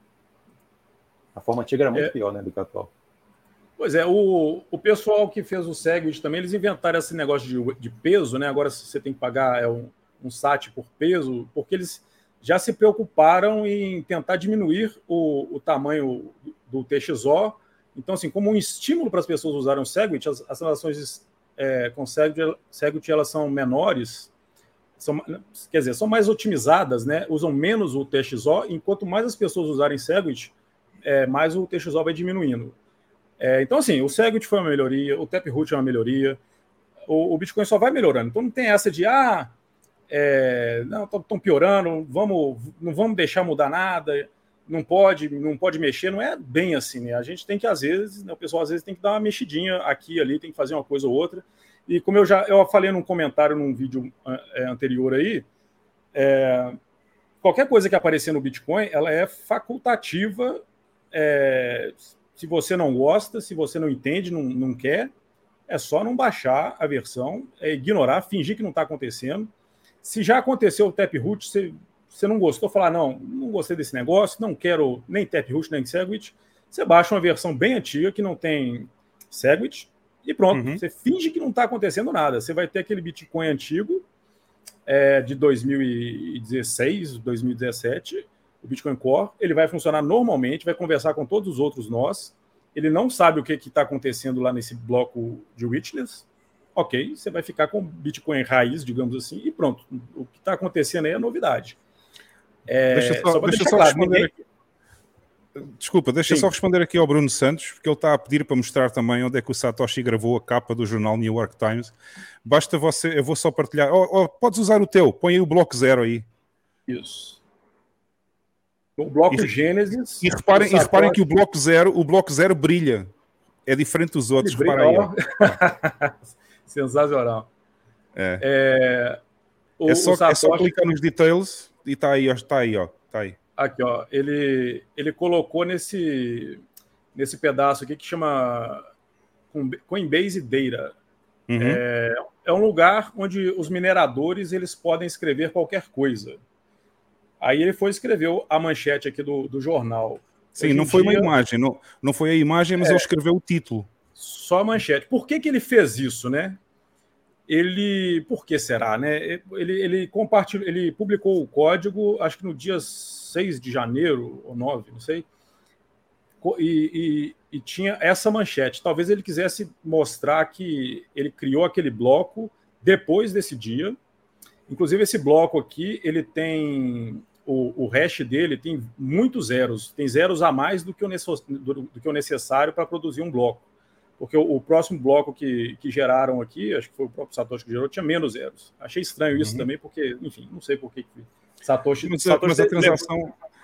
Speaker 7: A forma antiga era muito
Speaker 6: É.
Speaker 7: pior, né, do que a atual.
Speaker 6: Pois é, o, o pessoal que fez o Segwit também, eles inventaram esse negócio de, de peso, né? Agora você tem que pagar é, um, um sat por peso, porque eles já se preocuparam em tentar diminuir o, o tamanho do T X O. Então, assim, como um estímulo para as pessoas usarem o Segwit, as, as transações é, com Segwit, Segwit elas são menores, são, quer dizer, são mais otimizadas, né? Usam menos o T X O, enquanto mais as pessoas usarem Segwit, é, mais o T X O vai diminuindo. É, então, assim, o Segwit foi uma melhoria, o Taproot é uma melhoria, o, o Bitcoin só vai melhorando. Então, não tem essa de, ah, é, não, estão piorando, vamos, não vamos deixar mudar nada, não pode, não pode mexer. Não é bem assim, né? A gente tem que, às vezes, né, o pessoal às vezes tem que dar uma mexidinha aqui e ali, tem que fazer uma coisa ou outra. E como eu já eu falei num comentário num vídeo é, anterior aí, é, qualquer coisa que aparecer no Bitcoin, ela é facultativa. É, se você não gosta, se você não entende, não, não quer, é só não baixar a versão, é ignorar, fingir que não está acontecendo. Se já aconteceu o Taproot, você, você não gostou, falar, não, não gostei desse negócio, não quero nem Taproot, nem Segwit, você baixa uma versão bem antiga que não tem Segwit e pronto,
Speaker 2: Uhum.
Speaker 6: você finge que não está acontecendo nada. Você vai ter aquele Bitcoin antigo é, de dois mil e dezesseis, dois mil e dezessete, o Bitcoin Core, ele vai funcionar normalmente, vai conversar com todos os outros nós, ele não sabe o que está acontecendo lá nesse bloco de Witness, ok, você vai ficar com Bitcoin raiz, digamos assim, e pronto, o que está acontecendo aí é novidade. É,
Speaker 2: Deixa só,
Speaker 6: só pra
Speaker 2: deixa
Speaker 6: deixar
Speaker 2: só
Speaker 6: claro,
Speaker 2: responder
Speaker 6: ninguém-
Speaker 2: aqui. Desculpa, deixa
Speaker 6: Sim.
Speaker 2: só responder aqui ao Bruno Santos, porque ele está a pedir para mostrar também onde é que o Satoshi gravou a capa do jornal New York Times. Basta você, eu vou só partilhar. Oh, oh, podes usar o teu, põe aí o bloco zero aí.
Speaker 6: Isso. O bloco
Speaker 2: E-
Speaker 6: Gênesis.
Speaker 2: E reparem,
Speaker 6: o
Speaker 2: e reparem
Speaker 6: Satoshi-
Speaker 2: que o bloco zero, o bloco zero brilha. É diferente dos outros,
Speaker 6: Ele
Speaker 2: reparem aí.
Speaker 6: brilha,
Speaker 2: ó.
Speaker 6: Sensacional.
Speaker 2: É.
Speaker 6: É, o-
Speaker 2: É só,
Speaker 6: o
Speaker 2: é só
Speaker 6: Satoshi-
Speaker 2: clicar nos details e está aí, ó, está aí, ó. Está aí.
Speaker 6: Aqui, ó, ele, ele colocou nesse, nesse pedaço aqui que chama Coinbase Data.
Speaker 2: Uhum.
Speaker 6: É, é um lugar onde os mineradores eles podem escrever qualquer coisa. Aí ele foi e escreveu a manchete aqui do, do jornal.
Speaker 2: Sim,
Speaker 6: Hoje
Speaker 2: não
Speaker 6: em
Speaker 2: foi uma
Speaker 6: dia,
Speaker 2: imagem, não, não foi a imagem, mas
Speaker 6: É.
Speaker 2: ele escreveu o título.
Speaker 6: Só a manchete. Por que, que ele fez isso, né? Ele, por que será, né? Ele, ele compartilhou, ele publicou o código, acho que no dia seis de janeiro ou nove, não sei. Co- E, e, e tinha essa manchete. Talvez ele quisesse mostrar que ele criou aquele bloco depois desse dia. Inclusive, esse bloco aqui, ele tem o, o hash dele tem muitos zeros, tem zeros a mais do que o, nesso- do, do que o necessário para produzir um bloco. Porque o, o próximo bloco que, que geraram aqui, acho que foi o próprio Satoshi que gerou, tinha menos zeros. Achei estranho isso
Speaker 2: Uhum.
Speaker 6: também, porque, enfim, não sei por que que Satoshi.
Speaker 2: Mas, a-
Speaker 6: Satoshi
Speaker 2: mas a
Speaker 6: deve-
Speaker 2: transação,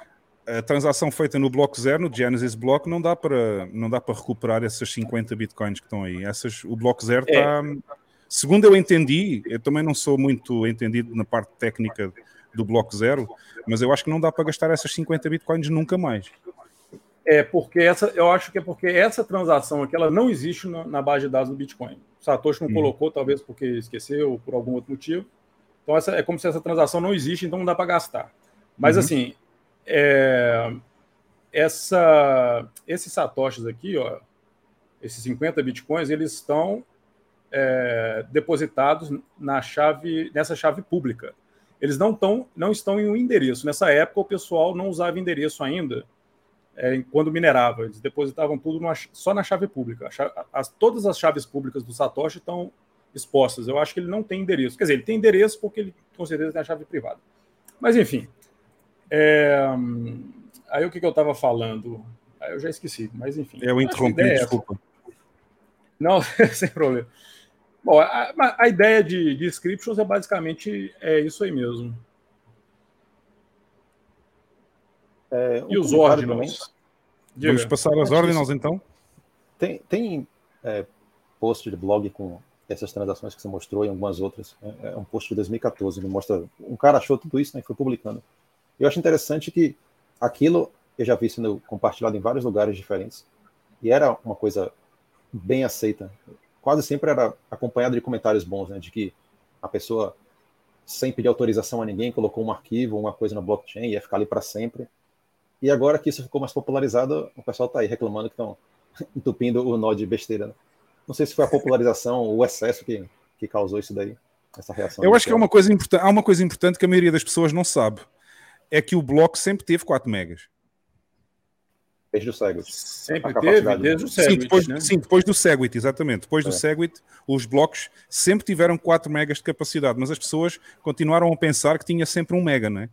Speaker 2: a transação feita no bloco zero, no Genesis Block, não dá para, não dá para recuperar essas cinquenta bitcoins que estão aí. Essas, o bloco zero está... É. Segundo eu entendi, eu também não sou muito entendido na parte técnica do bloco zero, mas eu acho que não dá para gastar essas cinquenta bitcoins nunca mais.
Speaker 6: É porque essa, eu acho que é porque essa transação aqui, ela não existe na, na base de dados do Bitcoin. O Satoshi não hum. colocou, talvez porque esqueceu ou por algum outro motivo. Então essa, é como se essa transação não existe, então não dá para gastar. Mas uhum. assim, é, essa, esses satoshis aqui, ó, esses cinquenta bitcoins, eles estão é, depositados na chave, nessa chave pública. Eles não, tão, não estão em um endereço. Nessa época, o pessoal não usava endereço ainda é, quando minerava. Eles depositavam tudo numa, só na chave pública. As, todas as chaves públicas do Satoshi estão expostas. Eu acho que ele não tem endereço. Quer dizer, ele tem endereço porque ele, com certeza, tem a chave privada. Mas, enfim. É... Aí, o que, que eu estava falando? Aí eu já esqueci, mas, enfim.
Speaker 2: Eu interrompi,
Speaker 6: é
Speaker 2: desculpa.
Speaker 6: Não, sem problema. Bom, a, a ideia de, de scriptions é basicamente é isso aí mesmo.
Speaker 7: É, um
Speaker 6: e os ordinals?
Speaker 2: Vamos passar as ordinals, então?
Speaker 7: Tem, tem é, post de blog com essas transações que você mostrou e algumas outras. É, é um post de dois mil e quatorze, que mostra... Um cara achou tudo isso, né, e foi publicando. Eu acho interessante que aquilo eu já vi sendo compartilhado em vários lugares diferentes e era uma coisa bem aceita. Quase sempre era acompanhado de comentários bons, né, de que a pessoa, sem pedir autorização a ninguém, colocou um arquivo, uma coisa na blockchain e ia ficar ali para sempre. E agora que isso ficou mais popularizado, o pessoal está aí reclamando que estão entupindo o nó de besteira. Né? Não sei se foi a popularização ou o excesso que, que causou isso daí, essa reação.
Speaker 2: Eu acho que é uma coisa importante, há uma coisa importante que a maioria das pessoas não sabe. É que o bloco sempre teve quatro megas.
Speaker 7: Desde o Segwit.
Speaker 6: Sempre teve, desde o Segwit.
Speaker 2: Sim, depois,
Speaker 6: né?
Speaker 2: sim, depois do Segwit, exatamente. Depois
Speaker 7: é.
Speaker 2: do Segwit, os blocos sempre tiveram quatro megas de capacidade, mas as pessoas continuaram a pensar que tinha sempre um mega, não é?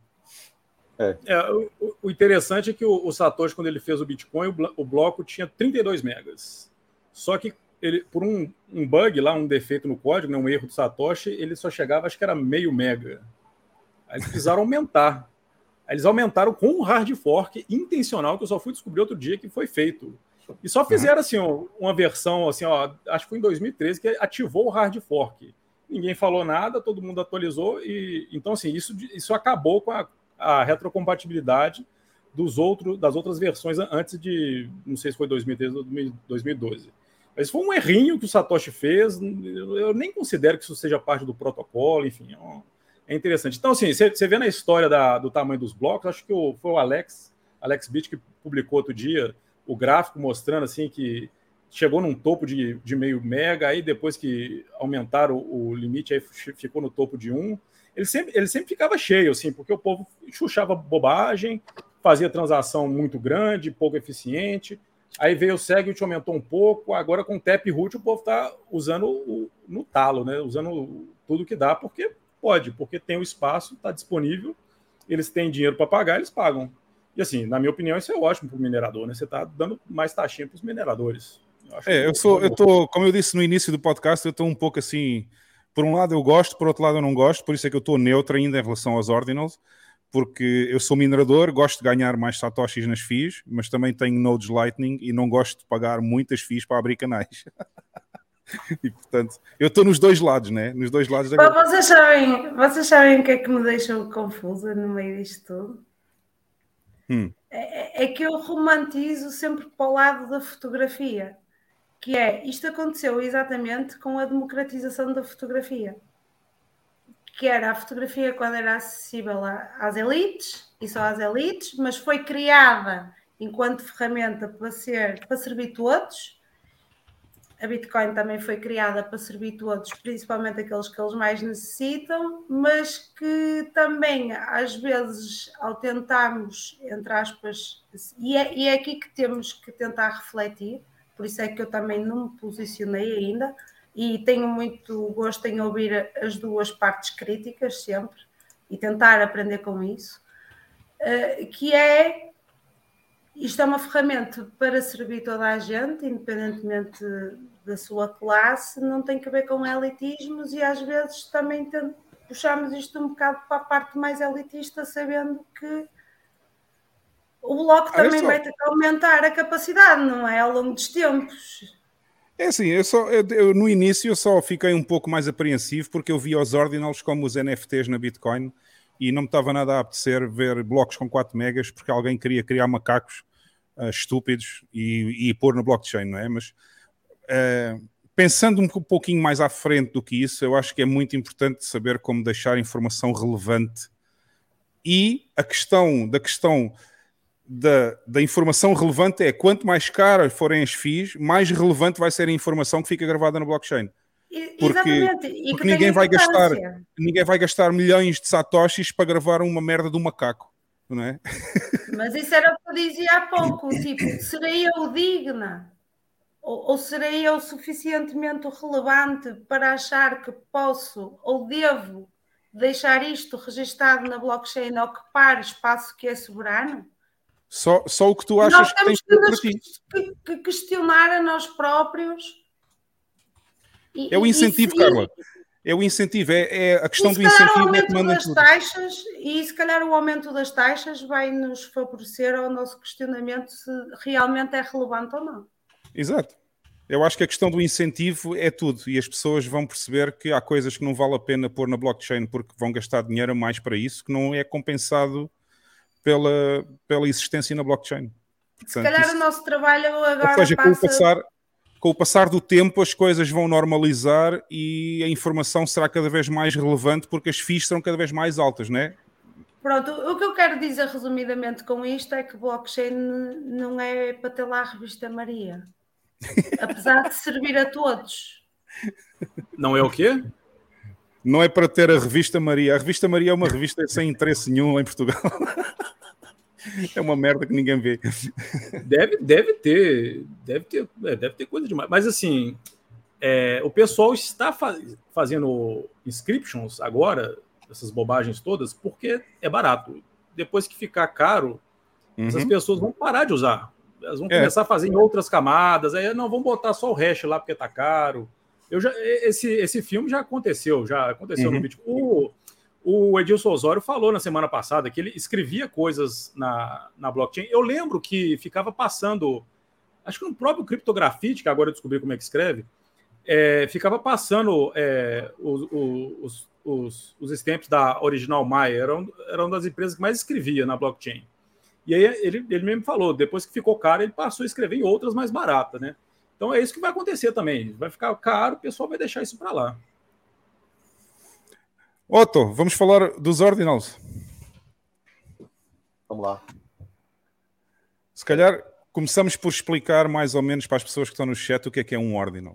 Speaker 7: É.
Speaker 6: é o, o interessante é que o, o Satoshi, quando ele fez o Bitcoin, o, o bloco tinha trinta e dois megas. Só que ele, por um, um bug lá, um defeito no código, né, um erro do Satoshi, ele só chegava, acho que era meio mega. Aí eles precisaram aumentar. Eles aumentaram com um hard fork intencional, que eu só fui descobrir outro dia que foi feito. E só fizeram assim, ó, uma versão, assim, ó, acho que foi em dois mil e treze, que ativou o hard fork. Ninguém falou nada, todo mundo atualizou. E então, assim, isso, isso acabou com a, a retrocompatibilidade dos outros, das outras versões antes de, não sei se foi dois mil e treze ou dois mil e doze. Mas foi um errinho que o Satoshi fez. Eu nem considero que isso seja parte do protocolo, enfim, é um, É interessante. Então, assim, você vê na história da, do tamanho dos blocos, acho que o, foi o Alex, Alex Bit, que publicou outro dia o gráfico mostrando assim que chegou num topo de, de meio mega, aí depois que aumentaram o, o limite, aí ficou no topo de um. Ele sempre, ele sempre ficava cheio, assim, porque o povo chuchava bobagem, fazia transação muito grande, pouco eficiente. Aí veio o Segwit, aumentou um pouco. Agora com o Taproot o povo está usando o, no talo, né? Usando tudo que dá, porque pode, porque tem o espaço, está disponível, eles têm dinheiro para pagar, eles pagam. E assim, na minha opinião, isso é ótimo para o minerador, né? Você está dando mais taxinha para os mineradores.
Speaker 2: Eu acho é, eu sou, eu tô, como eu disse no início do podcast, eu estou um pouco assim, por um lado eu gosto, por outro lado eu não gosto, por isso é que eu estou neutro ainda em relação aos ordinals, porque eu sou minerador, gosto de ganhar mais satoshis nas fees, mas também tenho nodes Lightning e não gosto de pagar muitas fees para abrir canais. E portanto, eu estou nos dois lados, né? Nos dois lados da...
Speaker 4: vocês sabem, vocês sabem o que é que me deixa confusa no meio disto tudo?
Speaker 2: Hum.
Speaker 4: É, é que eu romantizo sempre para o lado da fotografia, que é, isto aconteceu exatamente com a democratização da fotografia, que era a fotografia quando era acessível às elites e só às elites, mas foi criada enquanto ferramenta para ser, para servir todos. A Bitcoin também foi criada para servir todos, principalmente aqueles que eles mais necessitam, mas que também, às vezes, ao tentarmos, entre aspas, e é, e é aqui que temos que tentar refletir, por isso é que eu também não me posicionei ainda, e tenho muito gosto em ouvir as duas partes críticas sempre, e tentar aprender com isso, que é... Isto é uma ferramenta para servir toda a gente, independentemente da sua classe, não tem que ver com elitismos e às vezes também tem, puxamos isto um bocado para a parte mais elitista, sabendo que o bloco
Speaker 2: Ah,
Speaker 4: também
Speaker 2: só...
Speaker 4: vai ter que aumentar a capacidade, não é? Ao longo dos tempos.
Speaker 2: É assim, eu só, eu, eu, no início eu só fiquei um pouco mais apreensivo porque eu vi os ordinals como os N F Ts na Bitcoin e não me estava nada a apetecer ver blocos com quatro megas porque alguém queria criar macacos uh, estúpidos e, e pôr no blockchain, não é? Mas uh, pensando um pouquinho mais à frente do que isso, eu acho que é muito importante saber como deixar informação relevante e a questão da questão Da, da informação relevante é quanto mais caras forem as fees, mais relevante vai ser a informação que fica gravada no blockchain. Porque,
Speaker 4: Exatamente. E
Speaker 2: porque
Speaker 4: que
Speaker 2: ninguém, vai gastar,
Speaker 4: importância.
Speaker 2: ninguém vai gastar milhões de satoshis para gravar uma merda de um macaco, não é?
Speaker 4: Mas isso era o que eu dizia há pouco, tipo, serei eu digna? Ou, ou serei eu suficientemente relevante para achar que posso ou devo deixar isto registado na blockchain a ocupar espaço que é soberano?
Speaker 2: Só, só o que tu achas
Speaker 4: Nós
Speaker 2: que tens
Speaker 4: temos
Speaker 2: para ti.
Speaker 4: que, que questionar a nós próprios. E,
Speaker 2: É o incentivo,
Speaker 4: e,
Speaker 2: Carla. É o incentivo. É, é a questão
Speaker 4: e, se
Speaker 2: do
Speaker 4: calhar,
Speaker 2: incentivo
Speaker 4: o
Speaker 2: é que
Speaker 4: aumento
Speaker 2: manda
Speaker 4: das
Speaker 2: tudo.
Speaker 4: taxas, e se calhar o aumento das taxas vai nos favorecer ao nosso questionamento se realmente é relevante ou não.
Speaker 2: Exato. Eu acho que a questão do incentivo é tudo. E as pessoas vão perceber que há coisas que não vale a pena pôr na blockchain porque vão gastar dinheiro a mais para isso, que não é compensado pela, pela existência na blockchain. Portanto,
Speaker 4: se calhar
Speaker 2: isso...
Speaker 4: o nosso trabalho agora
Speaker 2: Ou seja,
Speaker 4: passa...
Speaker 2: com o, passar, com o passar do tempo as coisas vão normalizar e a informação será cada vez mais relevante porque as fees serão cada vez mais altas, não é?
Speaker 4: Pronto, o que eu quero dizer resumidamente com isto é que blockchain não é para ter lá a revista Maria. Apesar de servir a todos.
Speaker 6: Não é o quê?
Speaker 2: Não é para ter a revista Maria. A revista Maria é uma revista sem interesse nenhum em Portugal. É uma merda que ninguém vê.
Speaker 6: Deve, deve ter, deve ter, é, deve ter coisa demais. Mas assim, é, o pessoal está faz, fazendo inscriptions agora, essas bobagens todas, porque é barato. Depois que ficar caro, uhum. essas pessoas vão parar de usar. Elas vão começar é. a fazer em outras camadas. Aí não vão botar só o hash lá porque tá caro. Eu já, esse, esse filme já aconteceu, já aconteceu uhum. no Bitcoin. O, o Edilson Osório falou na semana passada que ele escrevia coisas na, na blockchain. Eu lembro que ficava passando, acho que no próprio Cryptografite, que agora eu descobri como é que escreve, é, ficava passando é, os, os, os, os stamps da Original Maya. Eram, eram das empresas que mais escrevia na blockchain. E aí ele, ele mesmo falou, depois que ficou caro, ele passou a escrever em outras mais baratas, né? Então é isso que vai acontecer também. Vai ficar caro, o pessoal vai deixar isso para lá.
Speaker 2: Otto, vamos falar dos ordinals.
Speaker 7: Vamos lá.
Speaker 2: Se calhar começamos por explicar mais ou menos para as pessoas que estão no chat o que é que é um ordinal.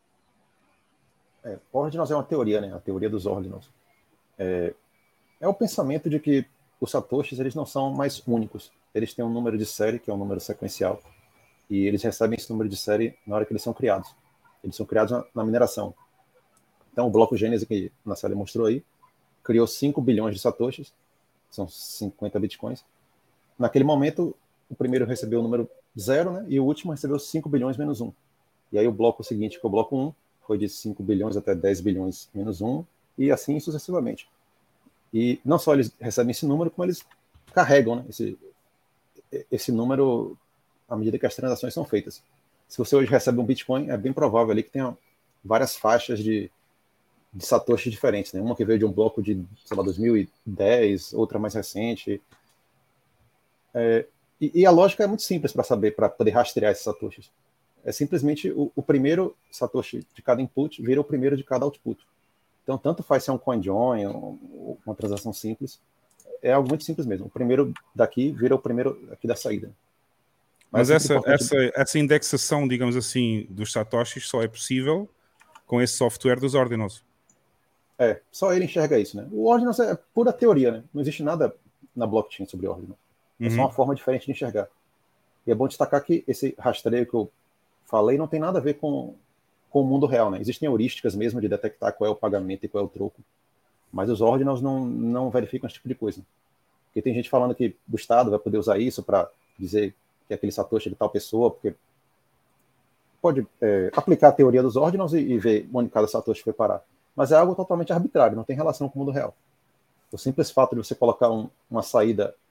Speaker 7: É, ordinals é uma teoria, né? A teoria dos ordinals. É, é o pensamento de que os satoshis eles não são mais únicos. Eles têm um número de série, que é um número sequencial, e eles recebem esse número de série na hora que eles são criados. Eles são criados na, na mineração. Então, o bloco Gênesis que a Natália mostrou aí, criou cinco bilhões de satoshis, são cinquenta bitcoins. Naquele momento, o primeiro recebeu o número zero, né, e o último recebeu cinco bilhões menos um. E aí o bloco seguinte, que é o bloco um, foi de cinco bilhões até dez bilhões menos um, e assim sucessivamente. E não só eles recebem esse número, como eles carregam, né, esse, esse número à medida que as transações são feitas. Se você hoje recebe um Bitcoin, é bem provável ali que tenha várias faixas de, de satoshi diferentes, né? Uma que veio de um bloco de, sei lá, dois mil e dez, outra mais recente. É, e, e a lógica é muito simples para saber, para poder rastrear esses satoshis. É simplesmente o, o primeiro satoshi de cada input vira o primeiro de cada output. Então, tanto faz ser um CoinJoin, ou uma transação simples, é algo muito simples mesmo. O primeiro daqui vira o primeiro aqui da saída.
Speaker 2: Mas, Mas essa, essa, essa indexação, digamos assim, dos satoshis só é possível com esse software dos ordinals.
Speaker 7: É, só ele enxerga isso, né? O ordinals é pura teoria, né? Não existe nada na blockchain sobre ordinals. É uhum. só uma forma diferente de enxergar. E é bom destacar que esse rastreio que eu falei não tem nada a ver com, com o mundo real, né? Existem heurísticas mesmo de detectar qual é o pagamento e qual é o troco. Mas os ordinals não, não verificam esse tipo de coisa. Porque tem gente falando que o Estado vai poder usar isso para dizer que aquele satoshi é de tal pessoa, porque pode é, aplicar a teoria dos ordinals e, e ver onde cada satoshi foi parar. Mas é algo totalmente arbitrário, não tem relação com o mundo real. O simples fato de você colocar um, uma saída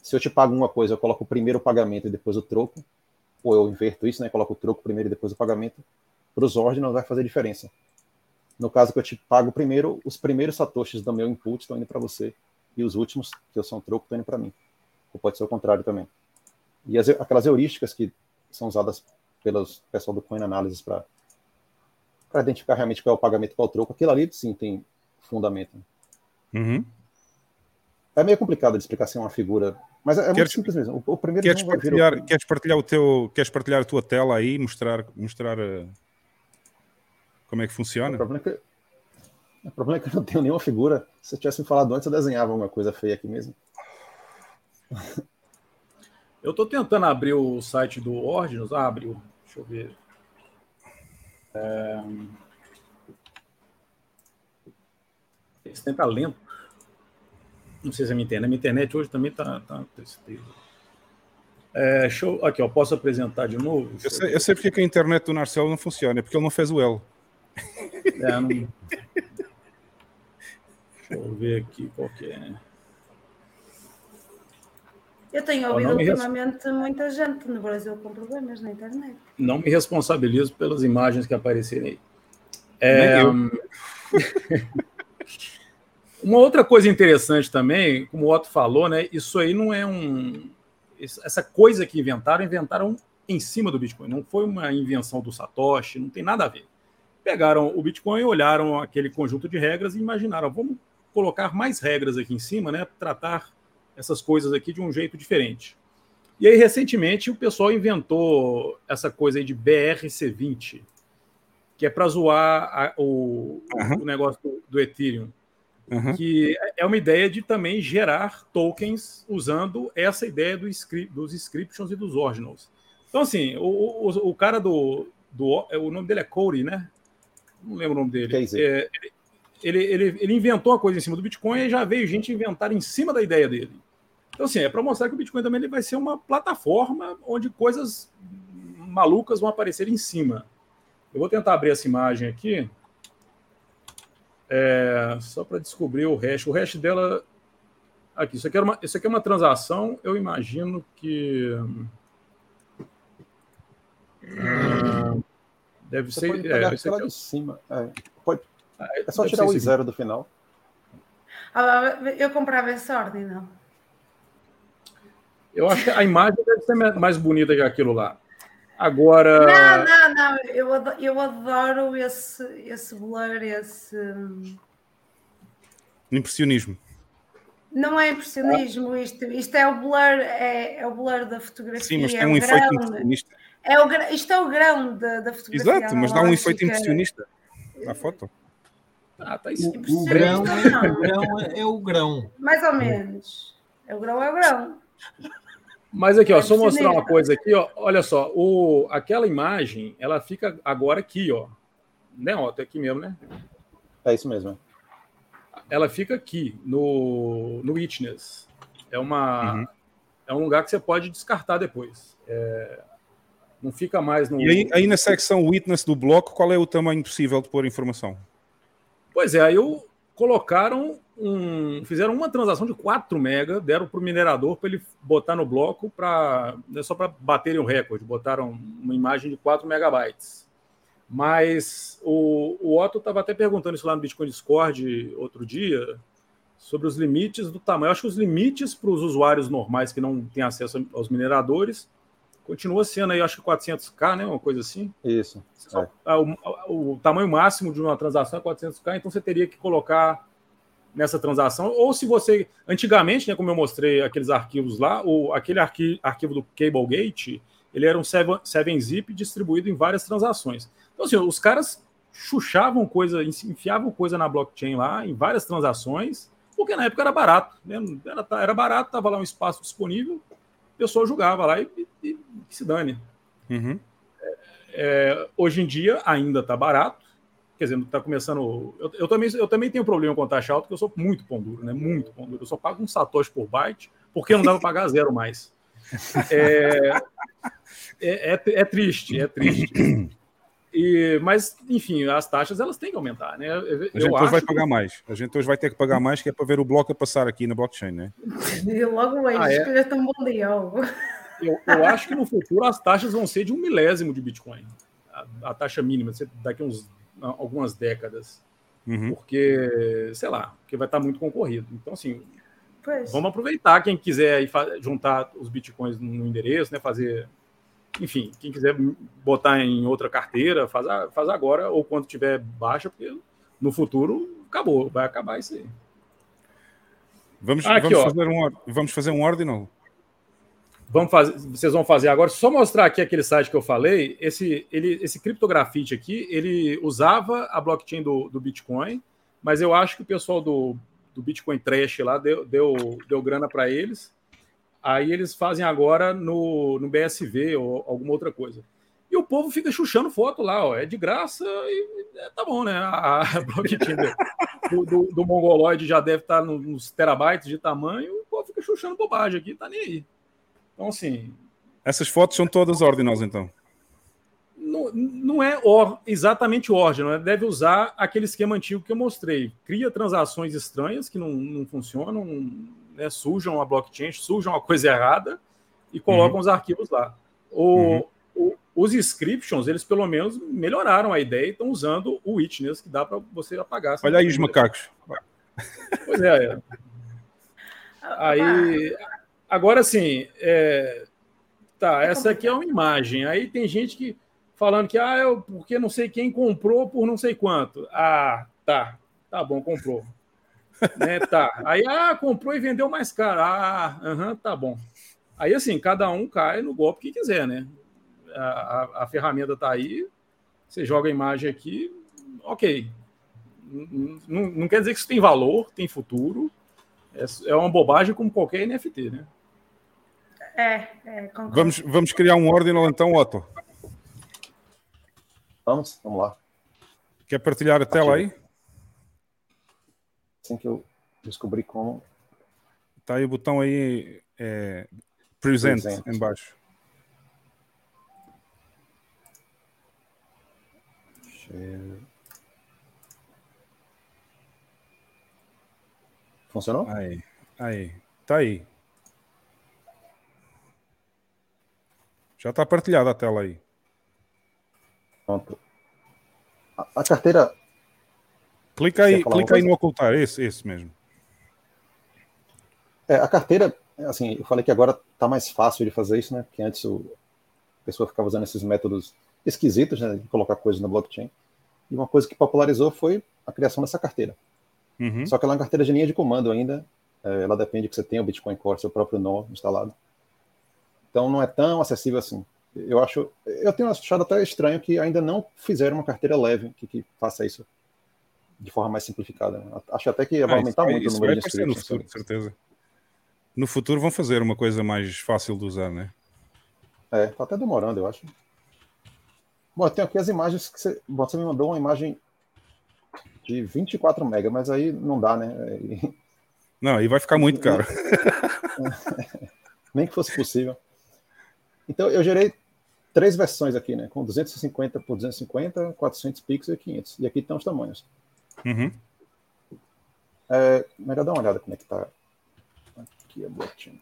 Speaker 7: se eu te pago uma coisa, eu coloco primeiro o pagamento e depois o troco, ou eu inverto isso, né? Coloco o troco primeiro e depois o pagamento, para os ordens não vai fazer diferença. No caso que eu te pago primeiro, os primeiros satoshis do meu input estão indo para você, e os últimos, que eu sou um troco, estão indo para mim. Ou pode ser o contrário também. E as, aquelas heurísticas que são usadas pelo pessoal do Coin Analysis para identificar realmente qual é o pagamento e qual é o troco, aquilo ali sim tem fundamento.
Speaker 2: Uhum.
Speaker 7: É meio complicado de explicar sem uma figura, mas é, é
Speaker 2: queres,
Speaker 7: muito simples mesmo. O, o primeiro
Speaker 2: queres, partilhar,
Speaker 7: o...
Speaker 2: queres partilhar o teu, queres partilhar a tua tela aí, mostrar, mostrar uh, como é que funciona?
Speaker 7: O problema é que, o problema é que eu não tenho nenhuma figura. Se eu tivesse me falado antes, eu desenhava uma coisa feia aqui mesmo.
Speaker 6: Eu estou tentando abrir o site do Ordinals. Ah, abriu. Deixa eu ver. É... Esse tempo tá lento. Não sei se é a minha internet. A minha internet hoje também tá, tá tristeza. É, show... Aqui, ó, posso apresentar de novo?
Speaker 2: Eu sei, eu sei porque que a internet do Narcelo não funciona. É porque ele não fez o L.
Speaker 6: É, não... Deixa eu ver aqui qual que é.
Speaker 4: Eu tenho ouvido ultimamente res... muita gente no Brasil com problemas na internet.
Speaker 6: Não me responsabilizo pelas imagens que aparecerem aí. É... Uma outra coisa interessante também, como o Otto falou, né? Isso aí não é um... Essa coisa que inventaram, inventaram em cima do Bitcoin. Não foi uma invenção do Satoshi, não tem nada a ver. Pegaram o Bitcoin, olharam aquele conjunto de regras e imaginaram, vamos colocar mais regras aqui em cima, né? Tratar essas coisas aqui de um jeito diferente. E aí, recentemente, o pessoal inventou essa coisa aí de B R C vinte, que é para zoar a, o, uhum. o negócio do, do Ethereum, uhum. que é uma ideia de também gerar tokens usando essa ideia do script, dos inscriptions e dos ordinals. Então, assim, o, o, o cara do, do... O nome dele é Corey, né? Não lembro o nome dele. É, ele, ele, ele inventou a coisa em cima do Bitcoin e já veio gente inventar em cima da ideia dele. Então, assim, é para mostrar que o Bitcoin também ele vai ser uma plataforma onde coisas malucas vão aparecer em cima. Eu vou tentar abrir essa imagem aqui, é, só para descobrir o hash. O hash dela... Aqui, isso aqui, era uma, isso aqui é uma transação, eu imagino que... Ah, deve
Speaker 7: Você
Speaker 6: ser...
Speaker 7: Pode pegar
Speaker 6: é,
Speaker 7: aquela
Speaker 6: aqui,
Speaker 7: de cima. É, pode, é só
Speaker 6: deve
Speaker 7: tirar o
Speaker 6: ser
Speaker 7: zero do final.
Speaker 4: Ah, eu comprava essa ordem, não.
Speaker 6: Eu acho que a imagem deve ser mais bonita que aquilo lá. Agora...
Speaker 4: Não, não, não. Eu adoro, eu adoro esse, esse blur, esse...
Speaker 2: Impressionismo.
Speaker 4: Não é impressionismo isto. Isto é o blur, é, é o blur da fotografia.
Speaker 2: Sim, mas tem
Speaker 4: é
Speaker 2: um efeito
Speaker 4: grão,
Speaker 2: impressionista.
Speaker 4: É o, isto é o grão da, da fotografia.
Speaker 2: Exato, mas dá um efeito impressionista na foto.
Speaker 6: Ah, tá isso.
Speaker 5: O, o, grão, é, o grão é o grão.
Speaker 4: Mais ou menos. É o grão, é o grão.
Speaker 6: Mas aqui, ó, só mostrar uma coisa aqui, ó. Olha só, o, aquela imagem, ela fica agora aqui, ó. Né, Otto? É aqui mesmo, né?
Speaker 7: É isso mesmo.
Speaker 6: Ela fica aqui, no, no Witness. É, uma, uhum. é um lugar que você pode descartar depois. É, não fica mais no...
Speaker 2: E aí, aí na secção Witness do bloco, qual é o tamanho possível de pôr informação?
Speaker 6: Pois é, aí eu colocaram um... Fizeram uma transação de quatro mega, deram para o minerador para ele botar no bloco, pra, não é só para baterem o recorde, botaram uma imagem de quatro megabytes. Mas o, o Otto estava até perguntando isso lá no Bitcoin Discord outro dia, sobre os limites do tamanho. Eu acho que os limites para os usuários normais que não têm acesso aos mineradores continua sendo aí, acho que quatrocentos K, né? Uma coisa assim.
Speaker 7: Isso.
Speaker 6: É. O, o tamanho máximo de uma transação é quatrocentos K, então você teria que colocar nessa transação. Ou se você... Antigamente, né, como eu mostrei aqueles arquivos lá, o, aquele arqui, arquivo do Cablegate, ele era um seven zip distribuído em várias transações. Então, assim, os caras chuchavam coisa, enfiavam coisa na blockchain lá, em várias transações, porque na época era barato, né? Era, era barato, estava lá um espaço disponível, o pessoal jogava lá e, e, e se dane.
Speaker 2: Uhum.
Speaker 6: É, é, hoje em dia ainda está barato, quer dizer, está começando... Eu, eu, também, eu também tenho problema com taxa alta, porque eu sou muito pão duro, né? Muito pão duro. Eu só pago um satoshi por byte, porque não dá para pagar zero mais. É, é, é, é triste, é triste. E, mas, enfim, as taxas elas têm que aumentar, né? Eu,
Speaker 2: a gente hoje vai pagar que... mais. A gente hoje vai ter que pagar mais, que é para ver o bloco a passar aqui na blockchain, né?
Speaker 4: Logo hoje, ah, é? Que tão bom dia.
Speaker 6: Eu, eu acho que no futuro as taxas vão ser de um milésimo de Bitcoin. A, a taxa mínima, daqui a uns, algumas décadas. Uhum. Porque, sei lá, porque vai estar muito concorrido. Então, assim, pois. Vamos aproveitar. Quem quiser ir juntar os Bitcoins no endereço, né? Fazer... Enfim, quem quiser botar em outra carteira, faz, faz agora, ou quando tiver baixa, porque no futuro acabou, vai acabar isso aí.
Speaker 2: Vamos, Aqui, vamos, fazer, um, vamos fazer um ordinal?
Speaker 6: Vamos fazer, vocês vão fazer agora. Só mostrar aqui aquele site que eu falei. Esse, ele, esse CryptoGraffiti aqui, ele usava a blockchain do, do Bitcoin, mas eu acho que o pessoal do, do Bitcoin Trash lá deu, deu, deu grana para eles. Aí eles fazem agora no, no B S V ou alguma outra coisa. E o povo fica chuchando foto lá, ó. É de graça e é, tá bom, né? A, a blockchain do, do, do Mongoloid já deve estar nos terabytes de tamanho. O povo fica chuchando bobagem aqui, tá nem aí. Então, assim...
Speaker 2: Essas fotos são todas ordinals, então?
Speaker 6: Não, não é or, exatamente ordinal. Deve usar aquele esquema antigo que eu mostrei. Cria transações estranhas que não, não funcionam, né, sujam a blockchain, sujam a coisa errada e colocam uhum. os arquivos lá. O, uhum. o, os inscriptions, eles pelo menos melhoraram a ideia e estão usando o witness, que dá para você apagar.
Speaker 2: Olha aí os macacos.
Speaker 6: Pois é. é. Aí, agora sim, é, tá, essa aqui é uma imagem. Aí tem gente que falando que, ah, eu, porque não sei quem comprou por não sei quanto. Ah, tá, tá bom, comprou. Né, tá. Aí, ah, comprou e vendeu mais caro. Ah, aham, tá bom. Aí, assim, cada um cai no golpe que quiser, né? A, a, a ferramenta tá aí, você joga a imagem aqui, ok. Não, não quer dizer que isso tem valor, tem futuro. É, é uma bobagem como qualquer N F T, né?
Speaker 4: É, é
Speaker 2: vamos, vamos criar um ordinal então, Otto.
Speaker 7: Vamos, vamos lá.
Speaker 2: Quer partilhar a tela aí?
Speaker 7: Assim que eu descobri como.
Speaker 2: Está aí o botão aí, é, present, present embaixo.
Speaker 7: Share. Funcionou?
Speaker 2: Aí, aí, tá aí. Já está partilhada a tela aí.
Speaker 7: Pronto. A, a carteira.
Speaker 2: Clica aí, clica aí no ocultar, esse, esse mesmo.
Speaker 7: É, a carteira, assim, eu falei que agora tá mais fácil de fazer isso, né? Porque antes o, a pessoa ficava usando esses métodos esquisitos, né? De colocar coisas na blockchain. E uma coisa que popularizou foi a criação dessa carteira. Uhum. Só que ela é uma carteira de linha de comando ainda. É, ela depende que você tenha o Bitcoin Core, seu próprio nó instalado. Então não é tão acessível assim. Eu acho, eu tenho achado até estranho que ainda não fizeram uma carteira leve que, que faça isso de forma mais simplificada. Acho até que vai ah, aumentar muito o número de inscritos.
Speaker 2: No futuro, com certeza. No futuro vão fazer uma coisa mais fácil de usar, né?
Speaker 7: É, tá até demorando, eu acho. Bom, eu tenho aqui as imagens que você, você me mandou uma imagem de vinte e quatro mega, mas aí não dá, né?
Speaker 2: Não, aí vai ficar muito caro.
Speaker 7: Nem que fosse possível. Então eu gerei três versões aqui, né? Com duzentos e cinquenta por duzentos e cinquenta, quatrocentos pixels e quinhentos. E aqui estão os tamanhos.
Speaker 2: Uhum.
Speaker 7: É, melhor dar uma olhada como é que tá aqui a blockchain.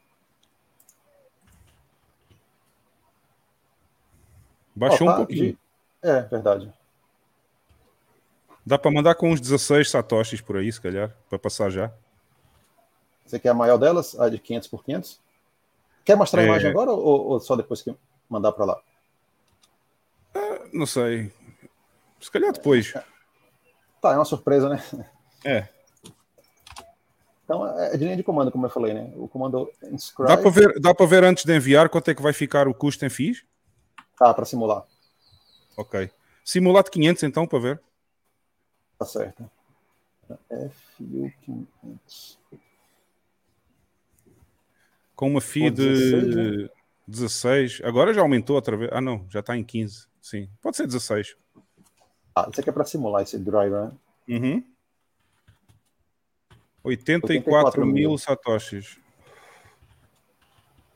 Speaker 2: Baixou
Speaker 7: oh, tá
Speaker 2: um pouquinho.
Speaker 7: De... É, verdade.
Speaker 2: Dá para mandar com uns dezesseis satoshis por aí, se calhar, para passar já.
Speaker 7: Você quer a maior delas? A de quinhentos por quinhentos? Quer mostrar a é... imagem agora ou, ou só depois que mandar para lá?
Speaker 2: Ah, não sei. Se calhar depois.
Speaker 7: É. Tá, é uma surpresa, né?
Speaker 2: É.
Speaker 7: Então é de linha de comando, como eu falei, né? O comando inscribe...
Speaker 2: Dá para ver, dá para ver antes de enviar quanto é que vai ficar o custo em fees?
Speaker 7: Tá, para simular.
Speaker 2: Ok. Simular de quinhentos então, para ver.
Speaker 7: Tá certo. F U quinhentos.
Speaker 2: Com uma fee de dezesseis. Agora já aumentou outra vez. Ah, não, já está em quinze. Sim, pode ser dezesseis.
Speaker 7: Ah, isso aqui é para simular esse driver, né?
Speaker 2: Uhum. oitenta e quatro mil satoshis.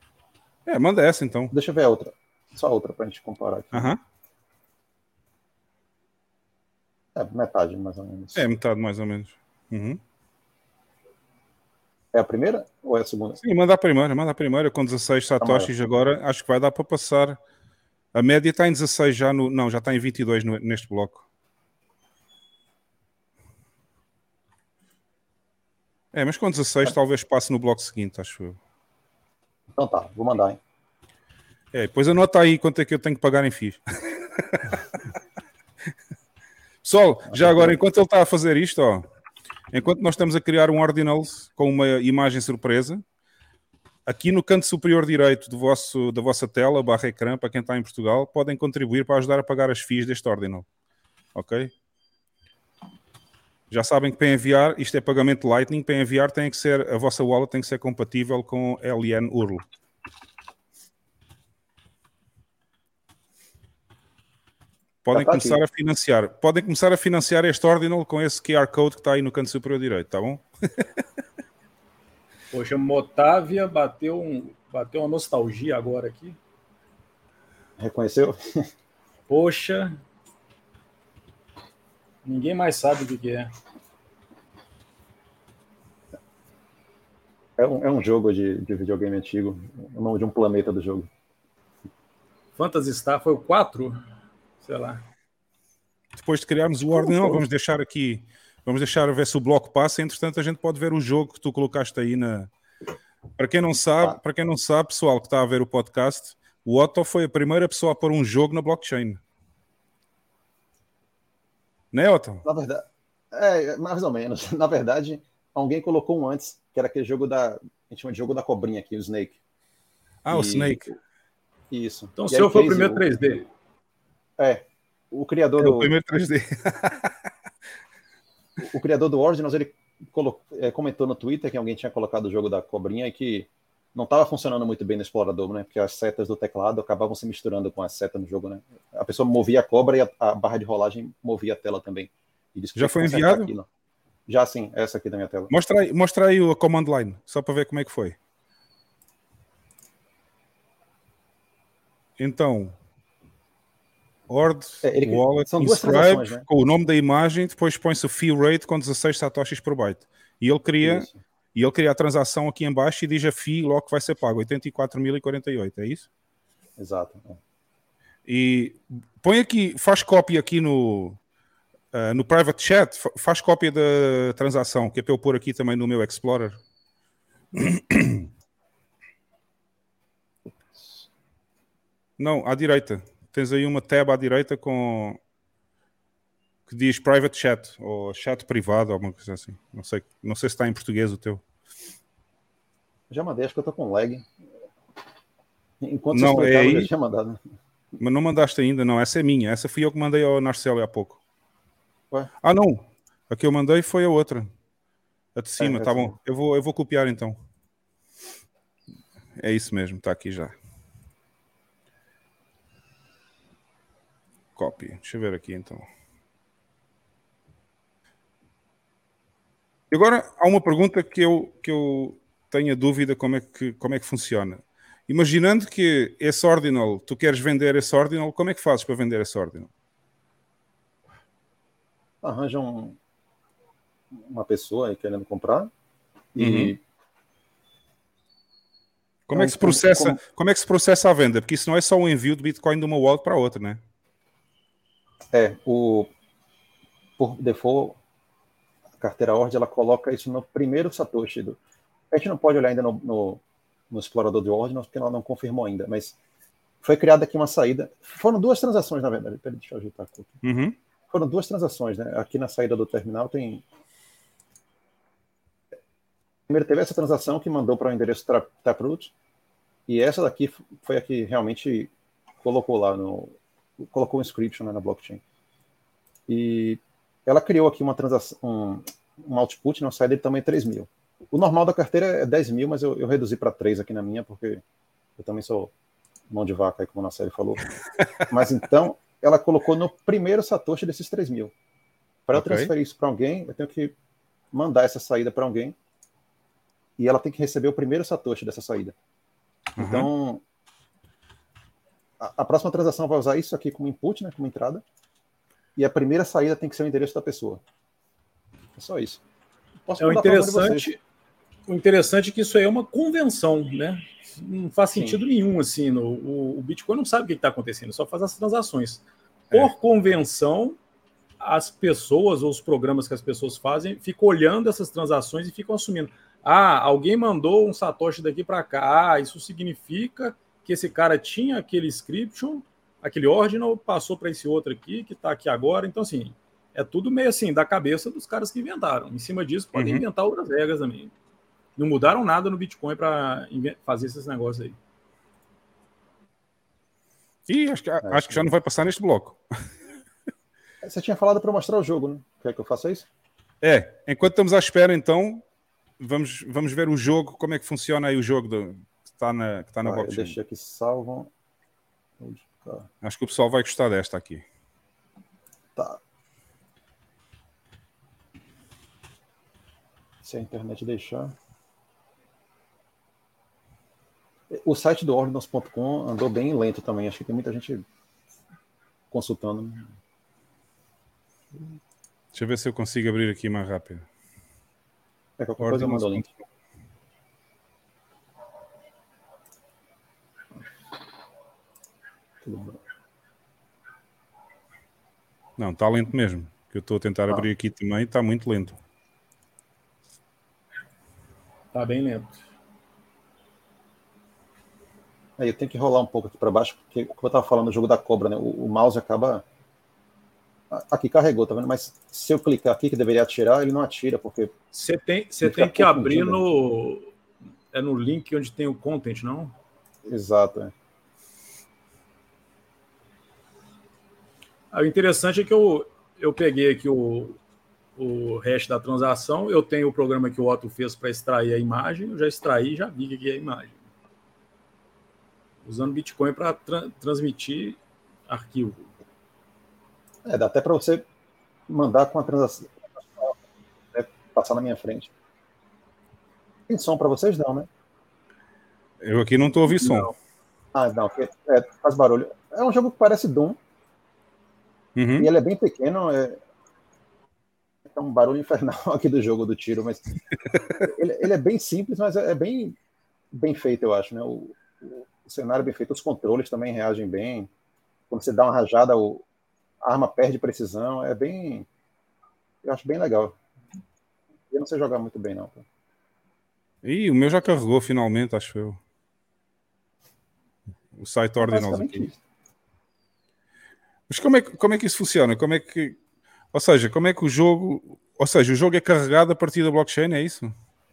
Speaker 2: É, manda essa então.
Speaker 7: Deixa eu ver a outra. Só a outra para a gente comparar aqui.
Speaker 2: Uhum.
Speaker 7: É, metade, mais ou menos.
Speaker 2: É, metade, mais ou menos. Uhum.
Speaker 7: É a primeira ou é a segunda?
Speaker 2: Sim, manda a primeira, manda a primeira. Com dezasseis satoshis agora, acho que vai dar para passar. A média está em dezasseis já no... Não, já está em vinte e dois no, neste bloco. É, mas com dezasseis é. talvez passe no bloco seguinte, acho eu.
Speaker 7: Então tá, vou mandar, hein?
Speaker 2: É, depois anota aí quanto é que eu tenho que pagar em F I I. Pessoal, já agora, enquanto ele está a fazer isto, ó, enquanto nós estamos a criar um Ordinals com uma imagem surpresa, aqui no canto superior direito do vosso, da vossa tela, barra ecrã, para quem está em Portugal, podem contribuir para ajudar a pagar as F I Is deste Ordinal. Ok? Já sabem que para enviar, isto é pagamento Lightning, para enviar tem que ser, a vossa wallet tem que ser compatível com L N U R L. Podem tá começar aqui. a financiar. Podem começar a financiar este Ordinal com esse Q R Code que está aí no canto superior direito, tá bom?
Speaker 6: Poxa, Motávia bateu, um, bateu uma nostalgia agora aqui.
Speaker 7: Reconheceu?
Speaker 6: Poxa. Ninguém mais sabe o que, que é.
Speaker 7: É um, é um jogo de, de videogame antigo. O nome de um planeta do jogo.
Speaker 6: Phantasy Star foi o quatro? Sei lá.
Speaker 2: Depois de criarmos o Ordinal, vamos deixar aqui, vamos deixar ver se o bloco passa. Entretanto, a gente pode ver o jogo que tu colocaste aí na. Para quem não sabe, ah. para quem não sabe, pessoal que está a ver o podcast, o Otto foi a primeira pessoa a pôr um jogo na blockchain. Né, Otto?
Speaker 7: Na verdade, é, mais ou menos. Na verdade, alguém colocou um antes, que era aquele jogo da. A gente chama de jogo da cobrinha aqui, o Snake.
Speaker 2: Ah, e... o Snake.
Speaker 7: Isso.
Speaker 6: Então o seu foi o primeiro três D.
Speaker 7: É, o criador
Speaker 2: é
Speaker 7: do...
Speaker 2: o primeiro três D.
Speaker 7: o criador do Originals, ele colocou, é, comentou no Twitter que alguém tinha colocado o jogo da cobrinha e que não estava funcionando muito bem no explorador, né? Porque as setas do teclado acabavam se misturando com as setas no jogo, né? A pessoa movia a cobra e a, a barra de rolagem movia a tela também. E disse que
Speaker 2: já foi enviado?
Speaker 7: Aquilo. Já sim, essa aqui da minha tela.
Speaker 2: Mostra aí, mostra aí a command line, só para ver como é que foi. Então... Ord,
Speaker 7: é, ele,
Speaker 2: wallet,
Speaker 7: são duas
Speaker 2: inscribe,
Speaker 7: né?
Speaker 2: com o nome da imagem, depois põe-se o fee rate com dezasseis satoshis por byte. E ele cria, e ele cria a transação aqui em baixo e diz a fee logo que vai ser pago, oitenta e quatro mil e quarenta e oito, é isso?
Speaker 7: Exato. É.
Speaker 2: E põe aqui, faz cópia aqui no, uh, no private chat, faz cópia da transação, que é para eu pôr aqui também no meu Explorer. Não, à direita. Tens aí uma tab à direita com que diz private chat ou chat privado ou alguma coisa assim. Não sei, não sei se está em português o teu.
Speaker 7: Já mandei, acho que eu estou com lag. Enquanto
Speaker 2: não,
Speaker 7: você
Speaker 2: é aí,
Speaker 7: eu já tinha mandado.
Speaker 2: Mas não mandaste ainda, não. Essa é minha. Essa fui eu que mandei ao Narcelo há pouco.
Speaker 7: Ué?
Speaker 2: Ah, não. A que eu mandei foi a outra. A de cima,
Speaker 7: é,
Speaker 2: tá
Speaker 7: sim.
Speaker 2: bom. Eu vou, eu vou copiar então. É isso mesmo, está aqui já. Copy. Deixa eu ver aqui então. E agora há uma pergunta que eu, que eu tenho a dúvida como é, que, como é que funciona. Imaginando que esse Ordinal, tu queres vender esse Ordinal, como é que fazes para vender esse Ordinal?
Speaker 7: Arranja um, uma pessoa aí querendo comprar e...
Speaker 2: Uhum. Como, é que se processa, como... como é que se processa a venda? Porque isso não é só um envio de Bitcoin de uma wallet para outra, né?
Speaker 7: É, o, por default, a carteira Ord, ela coloca isso no primeiro Satoshi. Do, a gente não pode olhar ainda no, no, no explorador de Ordinals, porque ela não confirmou ainda, mas foi criada aqui uma saída. Foram duas transações, na verdade. Peraí, deixa eu ajeitar aqui.
Speaker 2: Uhum.
Speaker 7: Foram duas transações, né? Aqui na saída do terminal tem... Primeiro teve essa transação que mandou para o endereço Taproot, e essa daqui foi a que realmente colocou lá no... colocou um inscription, né, na blockchain. E ela criou aqui uma transação, um, um output, uma saída de tamanho três mil. O normal da carteira é dez mil, mas eu, eu reduzi para três aqui na minha, porque eu também sou mão de vaca, aí, como a Nasseli falou. Mas então, ela colocou no primeiro Satoshi desses três mil. Para okay. eu transferir isso para alguém, eu tenho que mandar essa saída para alguém, e ela tem que receber o primeiro Satoshi dessa saída. Uhum. Então, a, a próxima transação vai usar isso aqui como input, né, como entrada, e a primeira saída tem que ser o endereço da pessoa. É só isso.
Speaker 6: Posso é o interessante, o interessante é que isso aí é uma convenção, né? Não faz sentido Sim. nenhum, assim, no, o, o Bitcoin não sabe o que está acontecendo, só faz as transações. Por é. convenção, as pessoas ou os programas que as pessoas fazem ficam olhando essas transações e ficam assumindo. Ah, alguém mandou um Satoshi daqui para cá, ah, isso significa que esse cara tinha aquele inscription, aquele ordinal, passou para esse outro aqui, que está aqui agora. Então, assim, é tudo meio assim, da cabeça dos caras que inventaram. Em cima disso, podem uhum. inventar outras regras também. Não mudaram nada no Bitcoin para fazer esses negócios aí.
Speaker 2: E acho que, é, acho que já não vai passar neste bloco.
Speaker 7: Você tinha falado para mostrar o jogo, né? Quer que eu faça isso?
Speaker 2: É, enquanto estamos à espera, então, vamos, vamos ver o jogo, como é que funciona aí o jogo do, que está na, que está na ah, blockchain.
Speaker 7: Eu deixei aqui salvo.
Speaker 2: Acho que o pessoal vai gostar desta aqui.
Speaker 7: Tá. Se a internet deixar. O site do ordinals ponto com andou bem lento também. Acho que tem muita gente consultando.
Speaker 2: Deixa eu ver se eu consigo abrir aqui mais rápido.
Speaker 7: É, qualquer coisa eu mando o link.
Speaker 2: Não, está lento mesmo. Que eu estou a tentar ah. abrir aqui também, está muito lento.
Speaker 6: Está bem lento.
Speaker 7: Aí eu tenho que rolar um pouco aqui para baixo, porque, como eu estava falando, o jogo da cobra, né? O, o mouse acaba... Aqui carregou, tá vendo? Mas se eu clicar aqui, que deveria atirar, ele não atira, porque...
Speaker 6: Você tem, você tem que abrir no... É no link onde tem o content, não?
Speaker 7: Exato, é.
Speaker 6: O interessante é que eu, eu peguei aqui o, o hash da transação, eu tenho o programa que o Otto fez para extrair a imagem, eu já extraí e já vi aqui a imagem. Usando Bitcoin para tra transmitir arquivo.
Speaker 7: É, dá até para você mandar com a transação, né, passar na minha frente. Tem som para vocês? Não, né?
Speaker 2: Eu aqui não estou ouvindo som.
Speaker 7: Não. Ah, não, é, faz barulho. É um jogo que parece Doom. Uhum. E ele é bem pequeno, é... é um barulho infernal aqui do jogo do tiro, mas ele, ele é bem simples, mas é bem, bem feito, eu acho, né? O, o cenário é bem feito, os controles também reagem bem. Quando você dá uma rajada, o, a arma perde precisão, é bem... Eu acho bem legal. Eu não sei jogar muito bem, não.
Speaker 2: Ih, o meu já carregou finalmente, acho eu. O site Ordinals aqui. Isso. Mas como é, que, como é que isso funciona? Como é que, ou seja, como é que o jogo... Ou seja, o jogo é carregado a partir da blockchain, é isso?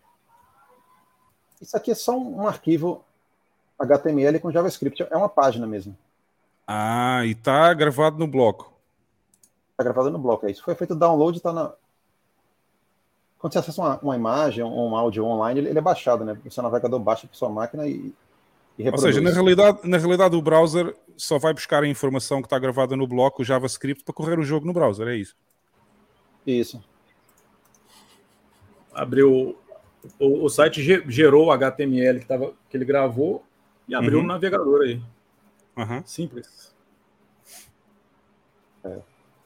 Speaker 7: Isso aqui é só um arquivo H T M L com JavaScript. É uma página mesmo.
Speaker 2: Ah, e está gravado no bloco.
Speaker 7: Está gravado no bloco, é isso. Foi feito o download, está na... Quando você acessa uma, uma imagem ou um áudio online, ele, ele é baixado, né? O seu navegador baixa para sua máquina e...
Speaker 2: Ou seja, na realidade, na realidade o browser só vai buscar a informação que está gravada no bloco, o JavaScript, para correr o jogo no browser, é isso?
Speaker 7: Isso.
Speaker 6: Abriu... O, o site gerou o H T M L que, tava, que ele gravou e abriu uhum. o navegador aí.
Speaker 2: Uhum.
Speaker 6: Simples.
Speaker 7: É.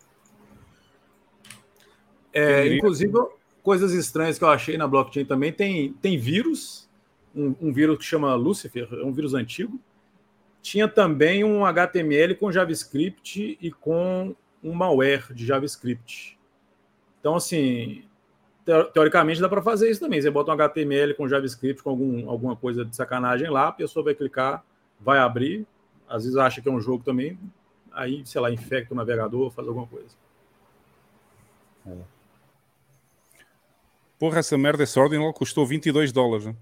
Speaker 6: É, inclusive, coisas estranhas que eu achei na blockchain também, tem, tem vírus... Um, um vírus que chama Lucifer, é um vírus antigo. Tinha também um H T M L com JavaScript e com um malware de JavaScript. Então, assim, teoricamente dá para fazer isso também. Você bota um H T M L com JavaScript, com algum, alguma coisa de sacanagem lá, a pessoa vai clicar, vai abrir, às vezes acha que é um jogo também, aí, sei lá, infecta o navegador, faz alguma coisa.
Speaker 7: É.
Speaker 2: Porra, essa merda, esse Ordinal custou vinte e dois dólares, né?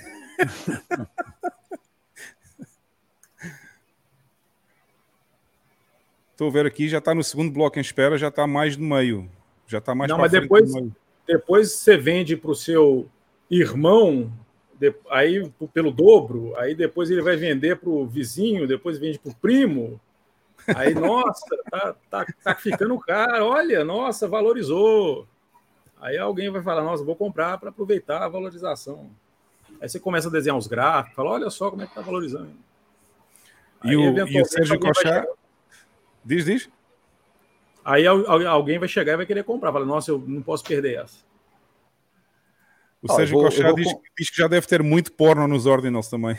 Speaker 2: Estou a ver aqui, já está no segundo bloco em espera, já está mais do meio. Já está mais
Speaker 6: Não,
Speaker 2: para
Speaker 6: mas
Speaker 2: frente
Speaker 6: depois,
Speaker 2: do meio.
Speaker 6: Depois você vende para o seu irmão, de, aí pelo dobro, aí depois ele vai vender para o vizinho, depois vende para o primo. Aí, nossa, tá, tá, tá ficando caro, olha, nossa, valorizou. Aí alguém vai falar, nossa, vou comprar para aproveitar a valorização. Aí você começa a desenhar os gráficos, fala, olha só como é que está valorizando.
Speaker 2: E, aí, o, e o Sérgio Cochá... Diz, diz.
Speaker 6: Aí alguém vai chegar e vai querer comprar. Fala, nossa, eu não posso perder essa.
Speaker 2: O ah, Sérgio Cochá diz, diz que já deve ter muito porno nos Ordinals também.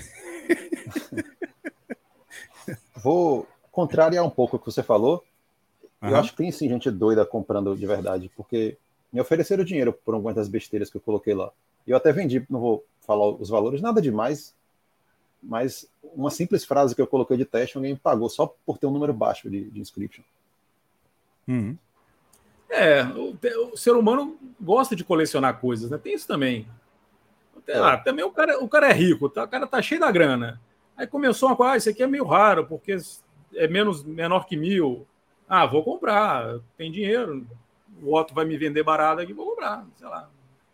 Speaker 7: Vou contrariar um pouco o que você falou.
Speaker 2: Uhum.
Speaker 7: Eu acho que tem sim gente doida comprando de verdade, porque me ofereceram dinheiro por algumas das besteiras que eu coloquei lá. Eu até vendi, não vou falar os valores, nada demais, mas uma simples frase que eu coloquei de teste, alguém me pagou só por ter um número baixo de, de inscription.
Speaker 2: Uhum.
Speaker 6: É, o, o ser humano gosta de colecionar coisas, né? Tem isso também.
Speaker 7: É.
Speaker 6: Ah, também o cara, o cara é rico, tá? O cara tá cheio da grana. Aí começou uma coisa, ah, isso aqui é meio raro, porque é menos, menor que mil. Ah, vou comprar, tem dinheiro. O Otto vai me vender barato aqui, vou comprar, sei lá.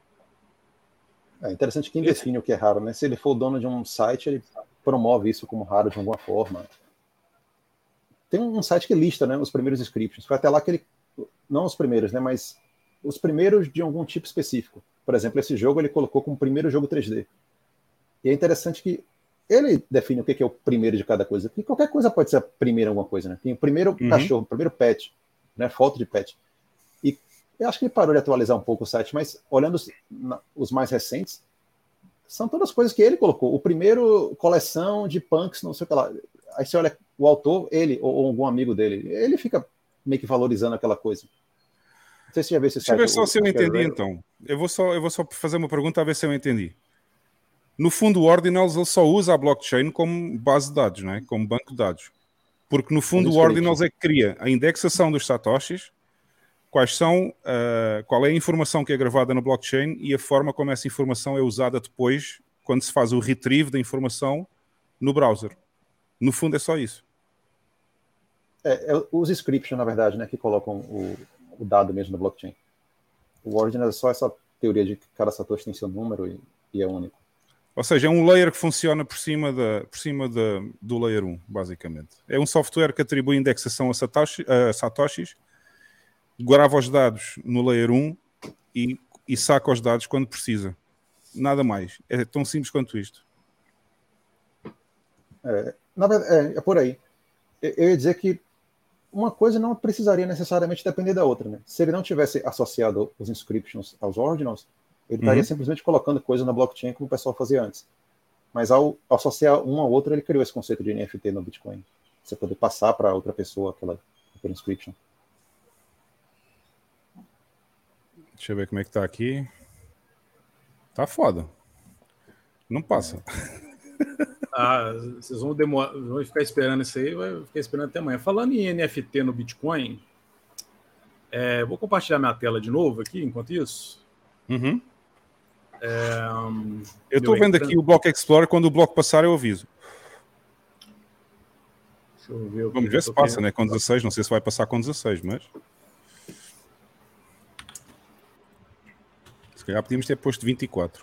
Speaker 7: É interessante quem define o que é raro, né? Se ele for o dono de um site, ele promove isso como raro de alguma forma. Tem um site que lista, né, os primeiros inscriptions. Foi até lá que ele... Não os primeiros, né, mas os primeiros de algum tipo específico. Por exemplo, esse jogo ele colocou como primeiro jogo três D. E é interessante que ele define o que é o primeiro de cada coisa. Porque qualquer coisa pode ser a primeira alguma coisa, né? Tem o primeiro
Speaker 2: Uhum.
Speaker 7: cachorro, o primeiro pet, né, foto de pet. E eu acho que ele parou de atualizar um pouco o site, mas olhando os, na, os mais recentes, são todas coisas que ele colocou. O primeiro coleção de punks, não sei o que lá. Aí você olha o autor, ele ou, ou algum amigo dele, ele fica meio que valorizando aquela coisa. Não sei se você já viu esse
Speaker 2: Deixa eu
Speaker 7: site.
Speaker 2: ver só
Speaker 7: o,
Speaker 2: se eu
Speaker 7: o
Speaker 2: entendi,
Speaker 7: Ray.
Speaker 2: então. Eu vou, só, eu vou só fazer uma pergunta a ver se eu entendi. No fundo, o Ordinals ele só usa a blockchain como base de dados, não é? Como banco de dados. Porque no fundo
Speaker 7: Os
Speaker 2: o Ordinals é que cria a indexação dos satoshis, quais são, uh, qual é a informação que é gravada na blockchain e a forma como essa informação é usada depois, quando se faz o retrieve da informação no browser. No fundo é só isso.
Speaker 7: É, é os inscription, na verdade, né, que colocam o, o dado mesmo na blockchain. O Ordinal é só essa teoria de que cada satoshi tem seu número e, e é único.
Speaker 2: Ou seja, é um layer que funciona por cima, da, por cima da, do layer um, basicamente. É um software que atribui indexação a, satoshi, a satoshis, grava os dados no layer um e, e saca os dados quando precisa. Nada mais. É tão simples quanto isto.
Speaker 7: É, na verdade, é, é por aí. Eu, eu ia dizer que uma coisa não precisaria necessariamente depender da outra, né? Se ele não tivesse associado os inscriptions aos ordinals, ele estaria
Speaker 2: Uhum.
Speaker 7: simplesmente colocando coisa na blockchain como o pessoal fazia antes. Mas ao, ao associar um ao outro, ele criou esse conceito de N F T no Bitcoin. Você poder passar para outra pessoa aquela, aquela inscription.
Speaker 2: Deixa eu ver como é que tá aqui. Tá foda. Não passa.
Speaker 6: Ah, vocês vão, demorar, vão ficar esperando isso aí, vai ficar esperando até amanhã. Falando em N F T no Bitcoin, é, vou compartilhar minha tela de novo aqui, enquanto isso.
Speaker 2: Uhum.
Speaker 6: É, um,
Speaker 2: eu estou vendo aqui o Block Explorer, quando o bloco passar eu aviso.
Speaker 6: Deixa eu ver o
Speaker 2: Vamos
Speaker 6: que
Speaker 2: ver se passa, querendo. Né? Com dezasseis, não sei se vai passar com dezasseis, mas... Se calhar podíamos ter posto vinte e quatro.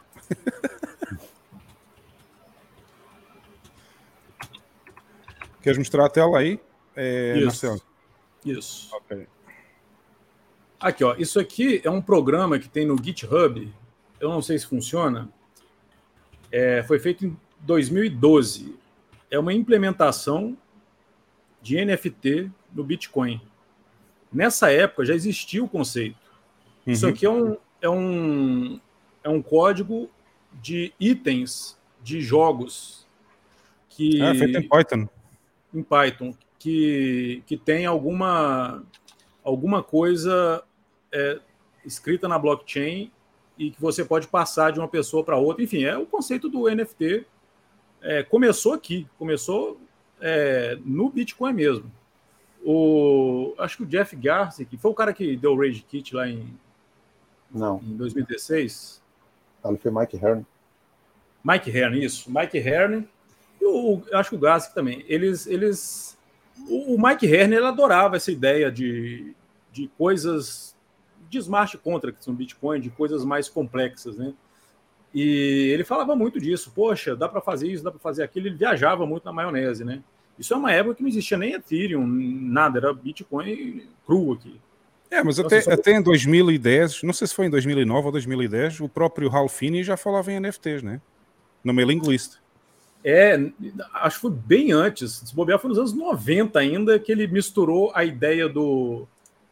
Speaker 2: Queres mostrar a tela aí, é,
Speaker 6: isso.
Speaker 2: Marcelo?
Speaker 6: Isso.
Speaker 2: Ok.
Speaker 6: Aqui, ó. Isso aqui é um programa que tem no GitHub. Eu não sei se funciona. É, foi feito em dois mil e doze. É uma implementação de N F T no Bitcoin. Nessa época já existia o conceito. Uhum. Isso aqui é um, é, um, é um código de itens de jogos que...
Speaker 2: Ah, feito em Python.
Speaker 6: Em Python, que, que tem alguma, alguma coisa é, escrita na blockchain e que você pode passar de uma pessoa para outra. Enfim, é o conceito do N F T. É, começou aqui, começou é, no Bitcoin mesmo. O, acho que o Jeff Garcia, que foi o cara que deu o Rage Kit lá em,
Speaker 7: Não.
Speaker 6: em dois mil e dezesseis.
Speaker 7: Ali foi Mike Hearn.
Speaker 6: Mike Hearn, isso. Mike Hearn. E o, eu acho que o Garcia também. Eles, eles, o, o Mike Hearn ele adorava essa ideia de, de coisas de smart contracts no Bitcoin, de coisas mais complexas, né? E ele falava muito disso. Poxa, dá para fazer isso, dá para fazer aquilo. Ele viajava muito na maionese, né? Isso é uma época que não existia nem Ethereum, nada, era Bitcoin cru aqui.
Speaker 2: É, mas até, só... até em dois mil e dez, não sei se foi em dois mil e nove ou dois mil e dez, o próprio Hal Finney já falava em N F Ts, né? Na mailing list.
Speaker 6: É, acho que foi bem antes, se bobear foi nos anos noventa ainda, que ele misturou a ideia do,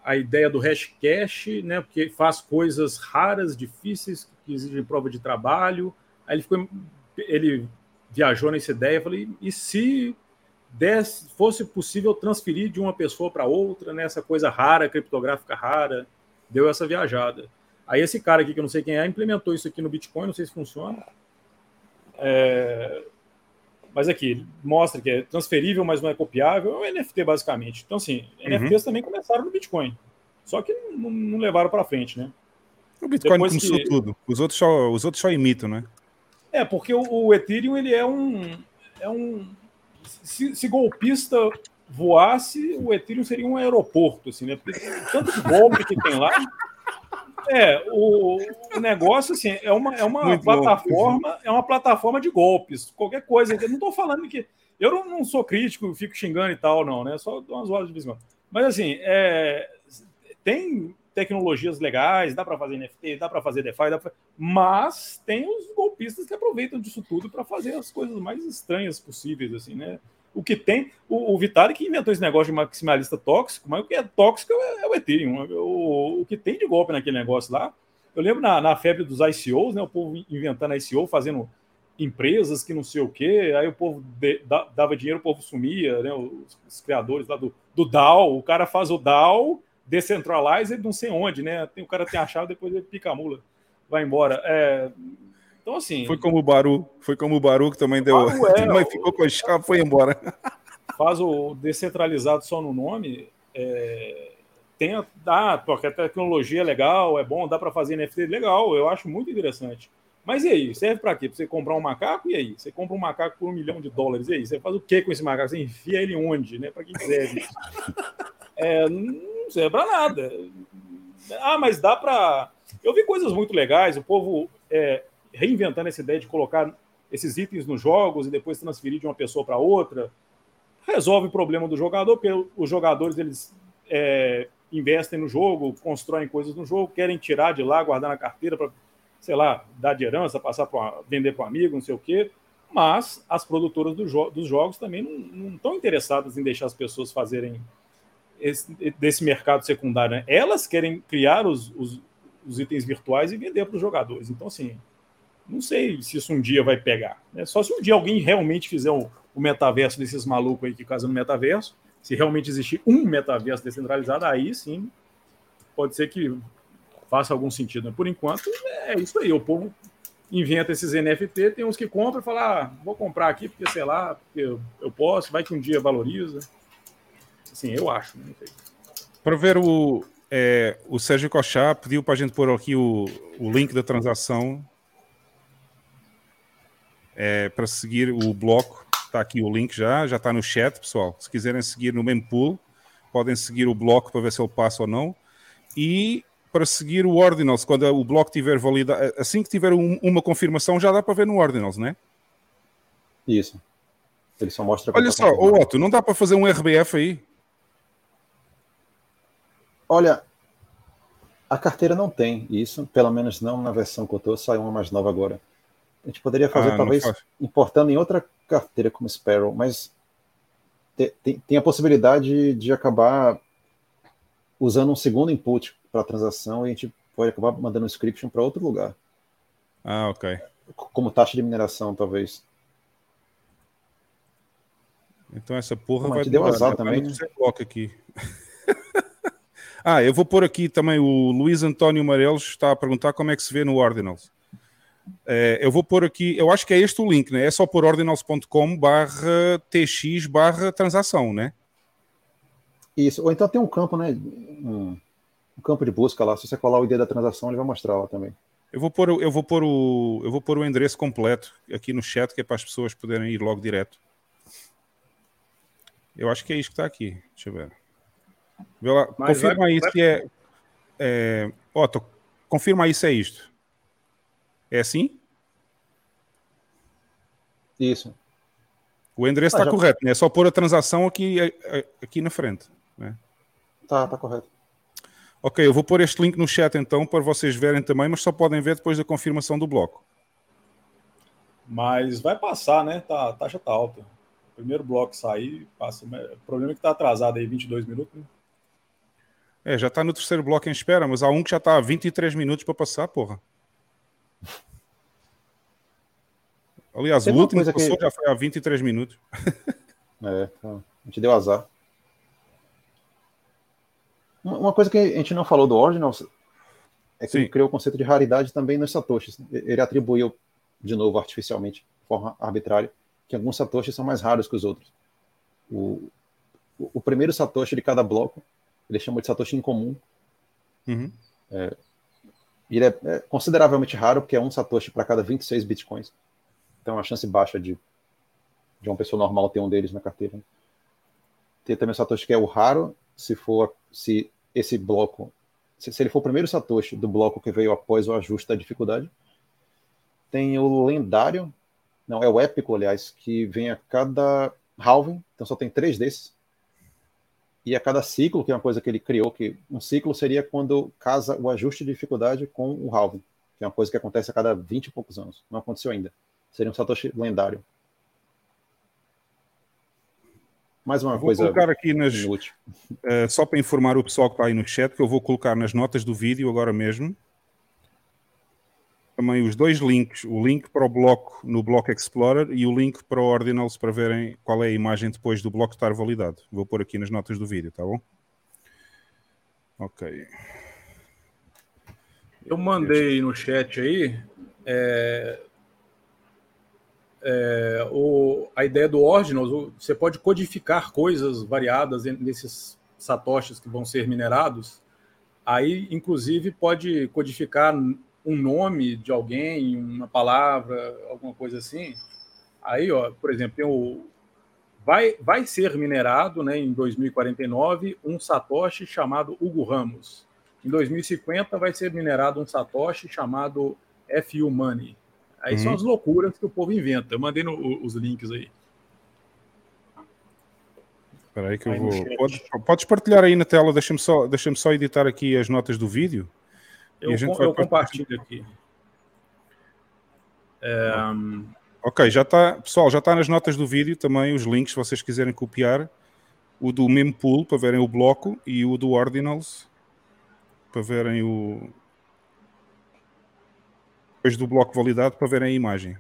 Speaker 6: a ideia do Hashcash, né? Porque faz coisas raras, difíceis, que exigem prova de trabalho. Aí ele ficou, ele viajou nessa ideia, eu falei, e se desse, fosse possível transferir de uma pessoa para outra, né? Essa coisa rara, criptográfica rara, deu essa viajada. Aí esse cara aqui, que eu não sei quem é, implementou isso aqui no Bitcoin, não sei se funciona. É... Mas aqui, mostra que é transferível, mas não é copiável, é um N F T basicamente. Então, assim, uhum. N F Ts também começaram no Bitcoin, só que não, não levaram para frente, né?
Speaker 2: O Bitcoin
Speaker 6: Depois
Speaker 2: começou
Speaker 6: que...
Speaker 2: tudo, os outros, só, os outros só imitam, né?
Speaker 6: É, porque o, o Ethereum, ele é um... É um se, se golpista voasse, o Ethereum seria um aeroporto, assim, né? Porque tanto golpe que tem lá... É, o, o negócio, assim, é uma, é uma plataforma, bom. é uma plataforma de golpes, qualquer coisa. Eu não estou falando que... Eu não, não sou crítico, fico xingando e tal, não, né? Só dou umas horas de visão. Mas, assim, é, tem tecnologias legais, dá para fazer N F T, dá para fazer DeFi, dá pra... mas tem os golpistas que aproveitam disso tudo para fazer as coisas mais estranhas possíveis, assim, né? O que tem, o, o Vitalik que inventou esse negócio de maximalista tóxico, mas o que é tóxico é, é o Ethereum. O, o que tem de golpe naquele negócio lá, eu lembro na, na febre dos I C Os, né, o povo inventando I C O, fazendo empresas que não sei o quê, aí o povo de, da, dava dinheiro, o povo sumia, né, os, os criadores lá do, do D A O, o cara faz o D A O, decentralize, não sei onde, né, tem, o cara tem a chave, depois ele pica a mula, vai embora. É... Então, assim...
Speaker 2: Foi como o Baru, foi como o Baru que também deu...
Speaker 6: Baru, é,
Speaker 2: também ficou com a chave, foi embora.
Speaker 6: Faz o descentralizado só no nome, é, tem a, dá, porque a tecnologia é legal, é bom, dá para fazer N F T legal, eu acho muito interessante. Mas e aí, serve para quê? Para você comprar um macaco? E aí? Você compra um macaco por um milhão de dólares, e aí? Você faz o que com esse macaco? Você enfia ele onde, né? Para que serve? É, não serve para nada. Ah, mas dá para... Eu vi coisas muito legais, o povo... É, reinventando essa ideia de colocar esses itens nos jogos e depois transferir de uma pessoa para outra, resolve o problema do jogador, porque os jogadores eles é, investem no jogo, constroem coisas no jogo, querem tirar de lá, guardar na carteira para, sei lá, dar de herança, passar para vender para um amigo, não sei o quê, mas as produtoras do jo dos jogos também não, não estão interessadas em deixar as pessoas fazerem esse, desse mercado secundário, né? Elas querem criar os, os, os itens virtuais e vender para os jogadores. Então, assim, não sei se isso um dia vai pegar, né? Só se um dia alguém realmente fizer o, o metaverso desses malucos aí que casam no metaverso, se realmente existir um metaverso descentralizado, aí sim pode ser que faça algum sentido, né? Por enquanto, é isso aí. O povo inventa esses N F T, tem uns que compram e falam, ah, vou comprar aqui porque, sei lá, porque eu, eu posso, vai que um dia valoriza. Assim, eu acho. Não sei.
Speaker 2: Para ver o, é, o Sérgio Cochá pediu para a gente pôr aqui o, o link da transação. É, para seguir o bloco, está aqui o link já, já está no chat, pessoal. Se quiserem seguir no mempool, podem seguir o bloco para ver se ele passa ou não. E para seguir o Ordinals, quando o bloco tiver validado, assim que tiver um, uma confirmação, já dá para ver no Ordinals, né?
Speaker 7: Isso. Ele só mostra...
Speaker 2: Olha só, ô Otto, não dá para fazer um R B F aí?
Speaker 7: Olha, a carteira não tem isso, pelo menos não na versão que eu estou, saiu uma mais nova agora. A gente poderia fazer, ah, talvez, importando em outra carteira como Sparrow, mas te, tem, tem a possibilidade de acabar usando um segundo input para a transação e a gente pode acabar mandando um scription para outro lugar.
Speaker 2: Ah, ok.
Speaker 7: Como taxa de mineração, talvez.
Speaker 2: Então essa porra
Speaker 7: Mas
Speaker 2: vai...
Speaker 7: deu azar também, né?
Speaker 2: Bloco aqui. Ah, eu vou pôr aqui também o Luiz Antônio Marelos está a perguntar como é que se vê no Ordinals. É, eu vou pôr aqui, eu acho que é este o link, né? É só pôr ordinals ponto com barra tx barra transação, né?
Speaker 7: Isso, ou então tem um campo, né? Um, um campo de busca lá, se você colar o I D da transação, ele vai mostrar lá também.
Speaker 2: Eu vou pôr, eu vou pôr, o, eu vou pôr o endereço completo aqui no chat, que é para as pessoas poderem ir logo direto. Eu acho que é isto que está aqui, deixa eu ver. Vê lá, confirma vai, aí vai... se é... é Otto, confirma aí se é isto. É assim?
Speaker 7: Isso.
Speaker 2: O endereço está ah, já... correto, né? É só pôr a transação aqui, aqui na frente. Né?
Speaker 7: Tá, tá correto.
Speaker 2: Ok, eu vou pôr este link no chat então para vocês verem também, mas só podem ver depois da confirmação do bloco.
Speaker 6: Mas vai passar, né? Tá, a taxa tá alta. O primeiro bloco sair, passa. O problema é que tá atrasado aí vinte e dois minutos. Né?
Speaker 2: É, já está no terceiro bloco em espera, mas há um que já está há vinte e três minutos para passar, porra. Aliás,
Speaker 7: Tem
Speaker 2: o
Speaker 7: uma
Speaker 2: último que
Speaker 7: coisa
Speaker 2: passou
Speaker 7: que-
Speaker 2: já foi há vinte e três minutos.
Speaker 7: É, a gente deu azar. Uma uma coisa que a gente não falou do Ordinals é que
Speaker 2: Sim.
Speaker 7: ele criou o conceito de raridade também nos satoshis. Ele atribuiu, de novo, artificialmente, de forma arbitrária, que alguns satoshis são mais raros que os outros. O, o o primeiro satoshi de cada bloco, ele chama de satoshi incomum.
Speaker 2: Uhum.
Speaker 7: É, ele é, é consideravelmente raro, porque é um satoshi para cada vinte e seis bitcoins. Então é uma chance baixa de, de uma pessoa normal ter um deles na carteira. Tem também o satoshi que é o raro, se for se esse bloco, se, se ele for o primeiro satoshi do bloco que veio após o ajuste da dificuldade. Tem o lendário, não, é o épico, aliás, que vem a cada halving, então só tem três desses. E a cada ciclo, que é uma coisa que ele criou, que um ciclo seria quando casa o ajuste de dificuldade com o halving, que é uma coisa que acontece a cada vinte e poucos anos. Não aconteceu ainda. Seria um satoshi lendário. Mais uma
Speaker 2: Vou
Speaker 7: coisa
Speaker 2: colocar aqui nas,
Speaker 7: inútil.
Speaker 2: uh, só para informar o pessoal que está aí no chat, que eu vou colocar nas notas do vídeo agora mesmo. Também os dois links, o link para o bloco no Block Explorer e o link para o Ordinals para verem qual é a imagem depois do bloco estar validado. Vou pôr aqui nas notas do vídeo, tá bom? Ok.
Speaker 6: Eu mandei no chat aí é, é, o, a ideia do Ordinals. o- Você pode codificar coisas variadas en- nesses satoshis que vão ser minerados. Aí, inclusive, pode codificar um nome de alguém, uma palavra, alguma coisa assim. Aí, ó, por exemplo, tem o, vai, vai ser minerado, né, em dois mil e quarenta e nove um satoshi chamado Hugo Ramos. Em dois mil e cinquenta vai ser minerado um satoshi chamado F U Money. Aí são
Speaker 2: Uhum.
Speaker 6: as loucuras que o povo inventa. Eu mandei no- os links aí.
Speaker 2: Espera aí que eu
Speaker 6: Aí no
Speaker 2: vou...
Speaker 6: chat.
Speaker 2: Podes, podes partilhar aí na tela, deixa-me só, deixa-me só editar aqui as notas do vídeo.
Speaker 6: Eu,
Speaker 2: E a gente
Speaker 6: com-
Speaker 2: vai
Speaker 6: eu
Speaker 2: partilhar.
Speaker 6: compartilho aqui. É,
Speaker 2: Ok, já está, pessoal, já está nas notas do vídeo também os links, se vocês quiserem copiar. O do mempool para verem o bloco e o do Ordinals para verem o... Depois do bloco validado para verem a imagem.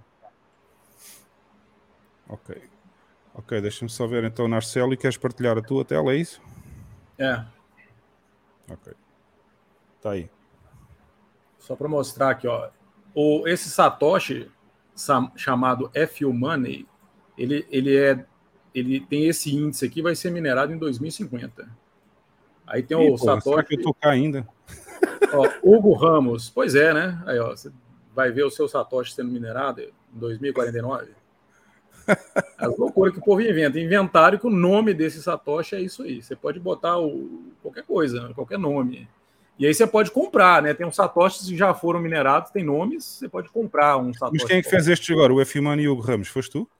Speaker 2: Ok. Ok, deixa-me só ver então, Narcelo, e queres partilhar a tua tela, é isso?
Speaker 6: é,
Speaker 2: Ok. Está aí.
Speaker 6: só para mostrar aqui, ó. O, esse Satoshi sa- chamado F U Money, ele, ele, é, ele tem esse índice aqui, vai ser minerado em dois mil e cinquenta. Aí tem
Speaker 2: Ih,
Speaker 6: o
Speaker 2: pô, será
Speaker 6: Satoshi,
Speaker 2: que eu estou cá ainda?
Speaker 6: ó, Hugo Ramos. Pois é, né? Aí, ó, você vai ver o seu Satoshi sendo minerado em dois mil e quarenta e nove. As loucuras que o povo inventa. Inventaram que o nome desse Satoshi é isso aí. Você pode botar o, qualquer coisa, qualquer nome. E aí você pode comprar, né? Tem uns Satoshis que já foram minerados, tem nomes, você pode comprar um Satoshi.
Speaker 2: Mas quem é que fez este agora? O F M e o Hugo Ramos? Foste tu?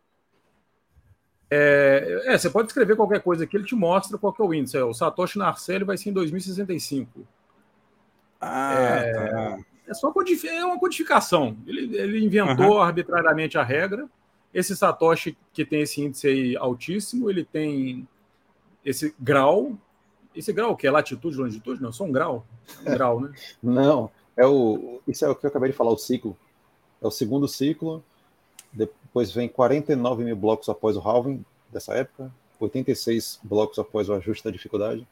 Speaker 6: É, é, você pode escrever qualquer coisa aqui, ele te mostra qual que é o índice. O Satoshi Narcelli vai ser em dois mil e sessenta e cinco.
Speaker 2: Ah,
Speaker 6: é,
Speaker 2: tá.
Speaker 6: é só codifi- é uma codificação. Ele, ele inventou
Speaker 2: Aham.
Speaker 6: arbitrariamente a regra. Esse Satoshi que tem esse índice aí altíssimo, ele tem esse grau. Esse grau que é latitude, longitude? Não, só um grau. Um grau, né?
Speaker 7: Não, é o, isso é o que eu acabei de falar, o ciclo. É o segundo ciclo, depois vem quarenta e nove mil blocos após o halving dessa época, oitenta e seis blocos após o ajuste da dificuldade.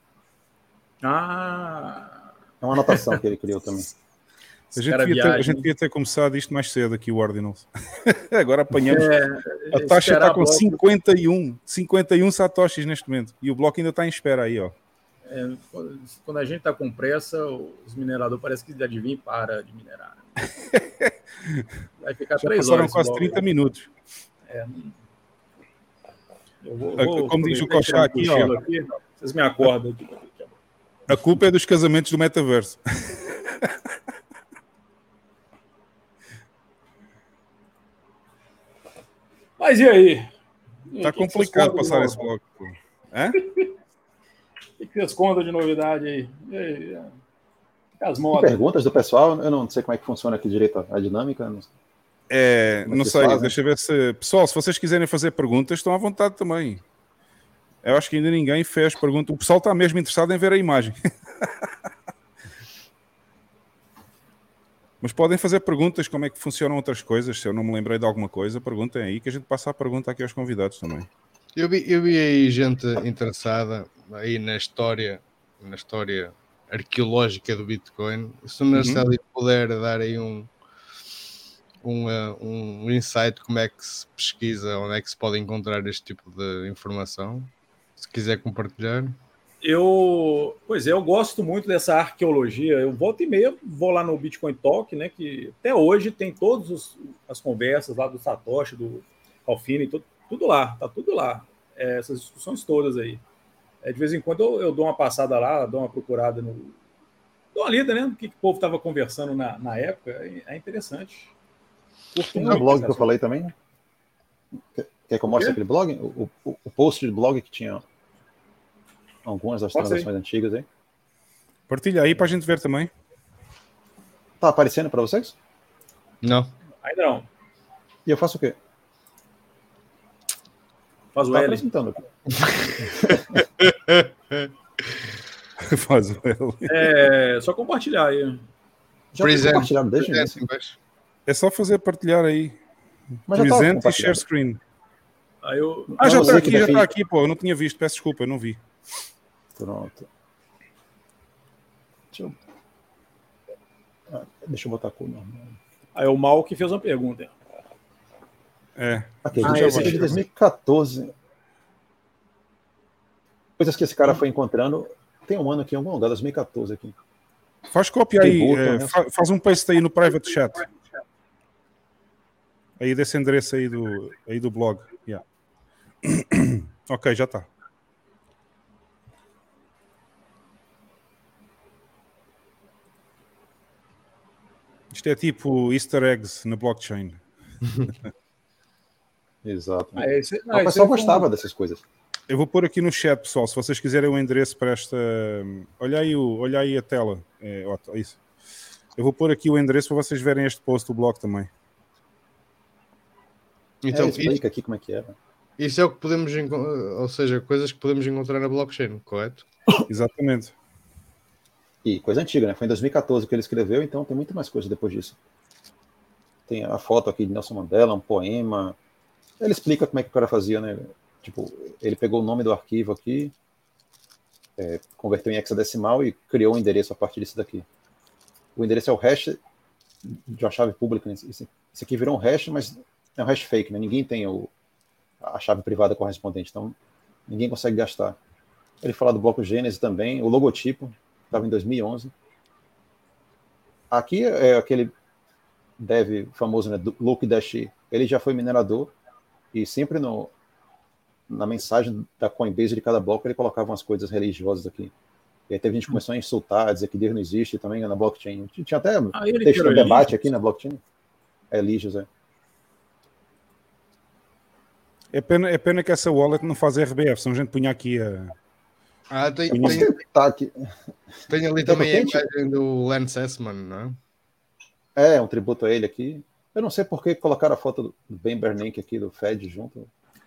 Speaker 6: Ah,
Speaker 7: É uma anotação que ele criou também.
Speaker 2: A gente,
Speaker 6: cara
Speaker 2: devia ter, a
Speaker 6: viagem.
Speaker 2: gente devia ter começado isto mais cedo aqui, o Ordinals. Agora apanhamos.
Speaker 6: É,
Speaker 2: a taxa
Speaker 6: esperar
Speaker 2: está com
Speaker 6: bloco.
Speaker 2: cinquenta e um, cinquenta e um satoshis neste momento. E o bloco ainda está em espera aí, ó.
Speaker 6: É, quando a gente está com pressa, os mineradores parece que adivinha e para de minerar. Vai ficar
Speaker 2: Já
Speaker 6: três
Speaker 2: passaram
Speaker 6: horas.
Speaker 2: quase
Speaker 6: logo.
Speaker 2: trinta minutos.
Speaker 6: É, eu vou,
Speaker 2: A-
Speaker 6: vou
Speaker 2: como diz o
Speaker 6: aproveitar
Speaker 2: Cochá
Speaker 6: e tirar um
Speaker 2: aqui, ó.
Speaker 6: cochilo aqui. Vocês me acordam aqui.
Speaker 2: A culpa é dos casamentos do metaverso.
Speaker 6: Mas e aí?
Speaker 2: Está
Speaker 6: O que que vocês
Speaker 2: complicado
Speaker 6: contam de
Speaker 2: passar
Speaker 6: novo?
Speaker 2: esse bloco. pô. Hã?
Speaker 6: O que que vocês contam de novidade aí? E aí, é. As
Speaker 7: Tem
Speaker 6: modas.
Speaker 7: perguntas do pessoal? Eu não sei como é que funciona aqui direito a dinâmica. Não sei.
Speaker 2: É,
Speaker 7: Como é que
Speaker 2: não
Speaker 7: vocês
Speaker 2: sei,
Speaker 7: fazem?
Speaker 2: deixa eu ver se. Pessoal, se vocês quiserem fazer perguntas, estão à vontade também. Eu acho que ainda ninguém fez pergunta. O pessoal está mesmo interessado em ver a imagem. Mas podem fazer perguntas, como é que funcionam outras coisas. Se eu não me lembrei de alguma coisa, perguntem aí, que a gente passa a pergunta aqui aos convidados também.
Speaker 3: Eu vi, eu vi aí gente interessada aí na história, na história arqueológica do Bitcoin. Se o Narcélio uhum. puder dar aí um, um, um insight, como é que se pesquisa, onde é que se pode encontrar este tipo de informação, se quiser compartilhar.
Speaker 6: Eu, pois é, eu gosto muito dessa arqueologia. Eu volta e meia vou lá no Bitcoin Talk, né? Que até hoje tem todas as conversas lá do Satoshi, do Alfine, tudo, tudo lá, tá tudo lá. É, essas discussões todas aí. É, de vez em quando eu, eu dou uma passada lá, dou uma procurada no. Dou uma lida, né? Do que, que o povo estava conversando na, na época. É, é interessante.
Speaker 7: Tem um blog que eu falei também, né? Quer, quer que eu mostre aquele blog? O, o, o post de blog que tinha algumas das transações antigas aí.
Speaker 2: Partilha aí para a gente ver também.
Speaker 7: Tá aparecendo para vocês?
Speaker 3: Não.
Speaker 6: Ainda não.
Speaker 7: E eu faço o quê?
Speaker 6: Faz o
Speaker 7: tá
Speaker 6: L.
Speaker 7: apresentando aqui.
Speaker 2: Faz o L.
Speaker 6: É só compartilhar aí.
Speaker 7: Já compartilhado, deixa eu
Speaker 2: É só fazer partilhar aí.
Speaker 7: Mas já
Speaker 2: Presente e share screen.
Speaker 6: Aí eu...
Speaker 2: Ah, já está aqui, já está aqui, pô. Eu não tinha visto, peço desculpa, eu não vi.
Speaker 7: Pronto. Deixa eu, ah, deixa eu botar a cor normal.
Speaker 6: Aí o Mal que fez uma pergunta.
Speaker 2: É.
Speaker 7: Aqui, ah, esse é de dois mil e quatorze. Coisas que esse cara foi encontrando. Tem um ano aqui em algum lugar, dois mil e quatorze aqui.
Speaker 2: Faz cópia aí, é, né? fa faz um paste aí no private chat. Aí desse endereço aí do, aí do blog. Yeah. Ok, já está. Isto é tipo easter eggs na blockchain.
Speaker 7: Exato.
Speaker 6: Ah, esse, não,
Speaker 7: o pessoal gostava um... dessas coisas.
Speaker 2: Eu vou pôr aqui no chat, pessoal, se vocês quiserem o endereço para esta... Olha aí, o... Olha aí a tela. É, ó, isso. Eu vou pôr aqui o endereço para vocês verem este post do blog também.
Speaker 7: Então, é, explica aqui como é que é.
Speaker 3: Isso é o que podemos... Ou seja, coisas que podemos encontrar na blockchain, correto?
Speaker 2: Exatamente.
Speaker 7: E coisa antiga, né? Foi em dois mil e quatorze que ele escreveu, então tem muito mais coisa depois disso. Tem a foto aqui de Nelson Mandela, um poema. Ele explica como é que o cara fazia, né? Tipo, ele pegou o nome do arquivo aqui, é, converteu em hexadecimal e criou um endereço a partir disso daqui. O endereço é o hash de uma chave pública. Né? Isso aqui virou um hash, mas é um hash fake, né? Ninguém tem o, a chave privada correspondente, então ninguém consegue gastar. Ele fala do bloco Gênesis também, o logotipo, estava em dois mil e onze. Aqui é aquele dev famoso, né, do Luke Dash. Ele já foi minerador e sempre no, na mensagem da Coinbase de cada bloco ele colocava umas coisas religiosas aqui. E aí teve gente que começou a insultar, dizer que Deus não existe também na blockchain. Tinha até ah, texto de debate aqui na blockchain. É Eligios, é.
Speaker 2: É pena, é pena que essa wallet não faz R B F, senão a gente punha aqui a...
Speaker 3: Ah, tem,
Speaker 2: punha...
Speaker 3: tem,
Speaker 7: tá aqui.
Speaker 3: Tem ali também a imagem do Lance Essman, não
Speaker 7: é? É, um tributo a ele aqui. Eu não sei por que colocaram a foto do Ben Bernanke aqui, do Fed, junto.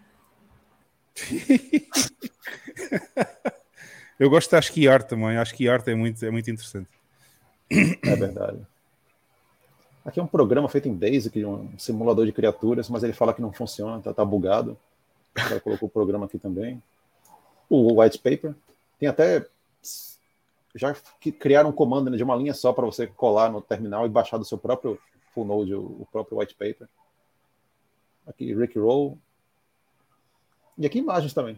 Speaker 2: Eu gosto da Ascii Art também. A Ascii Art é muito, é muito interessante.
Speaker 7: É verdade. Aqui é um programa feito em Basic, um simulador de criaturas, mas ele fala que não funciona, tá, tá bugado. O cara colocou o programa aqui também. O white paper. Tem até... Já criaram um comando, né, de uma linha só para você colar no terminal e baixar do seu próprio full node, o, o próprio white paper. Aqui, Rick Roll. E aqui imagens também.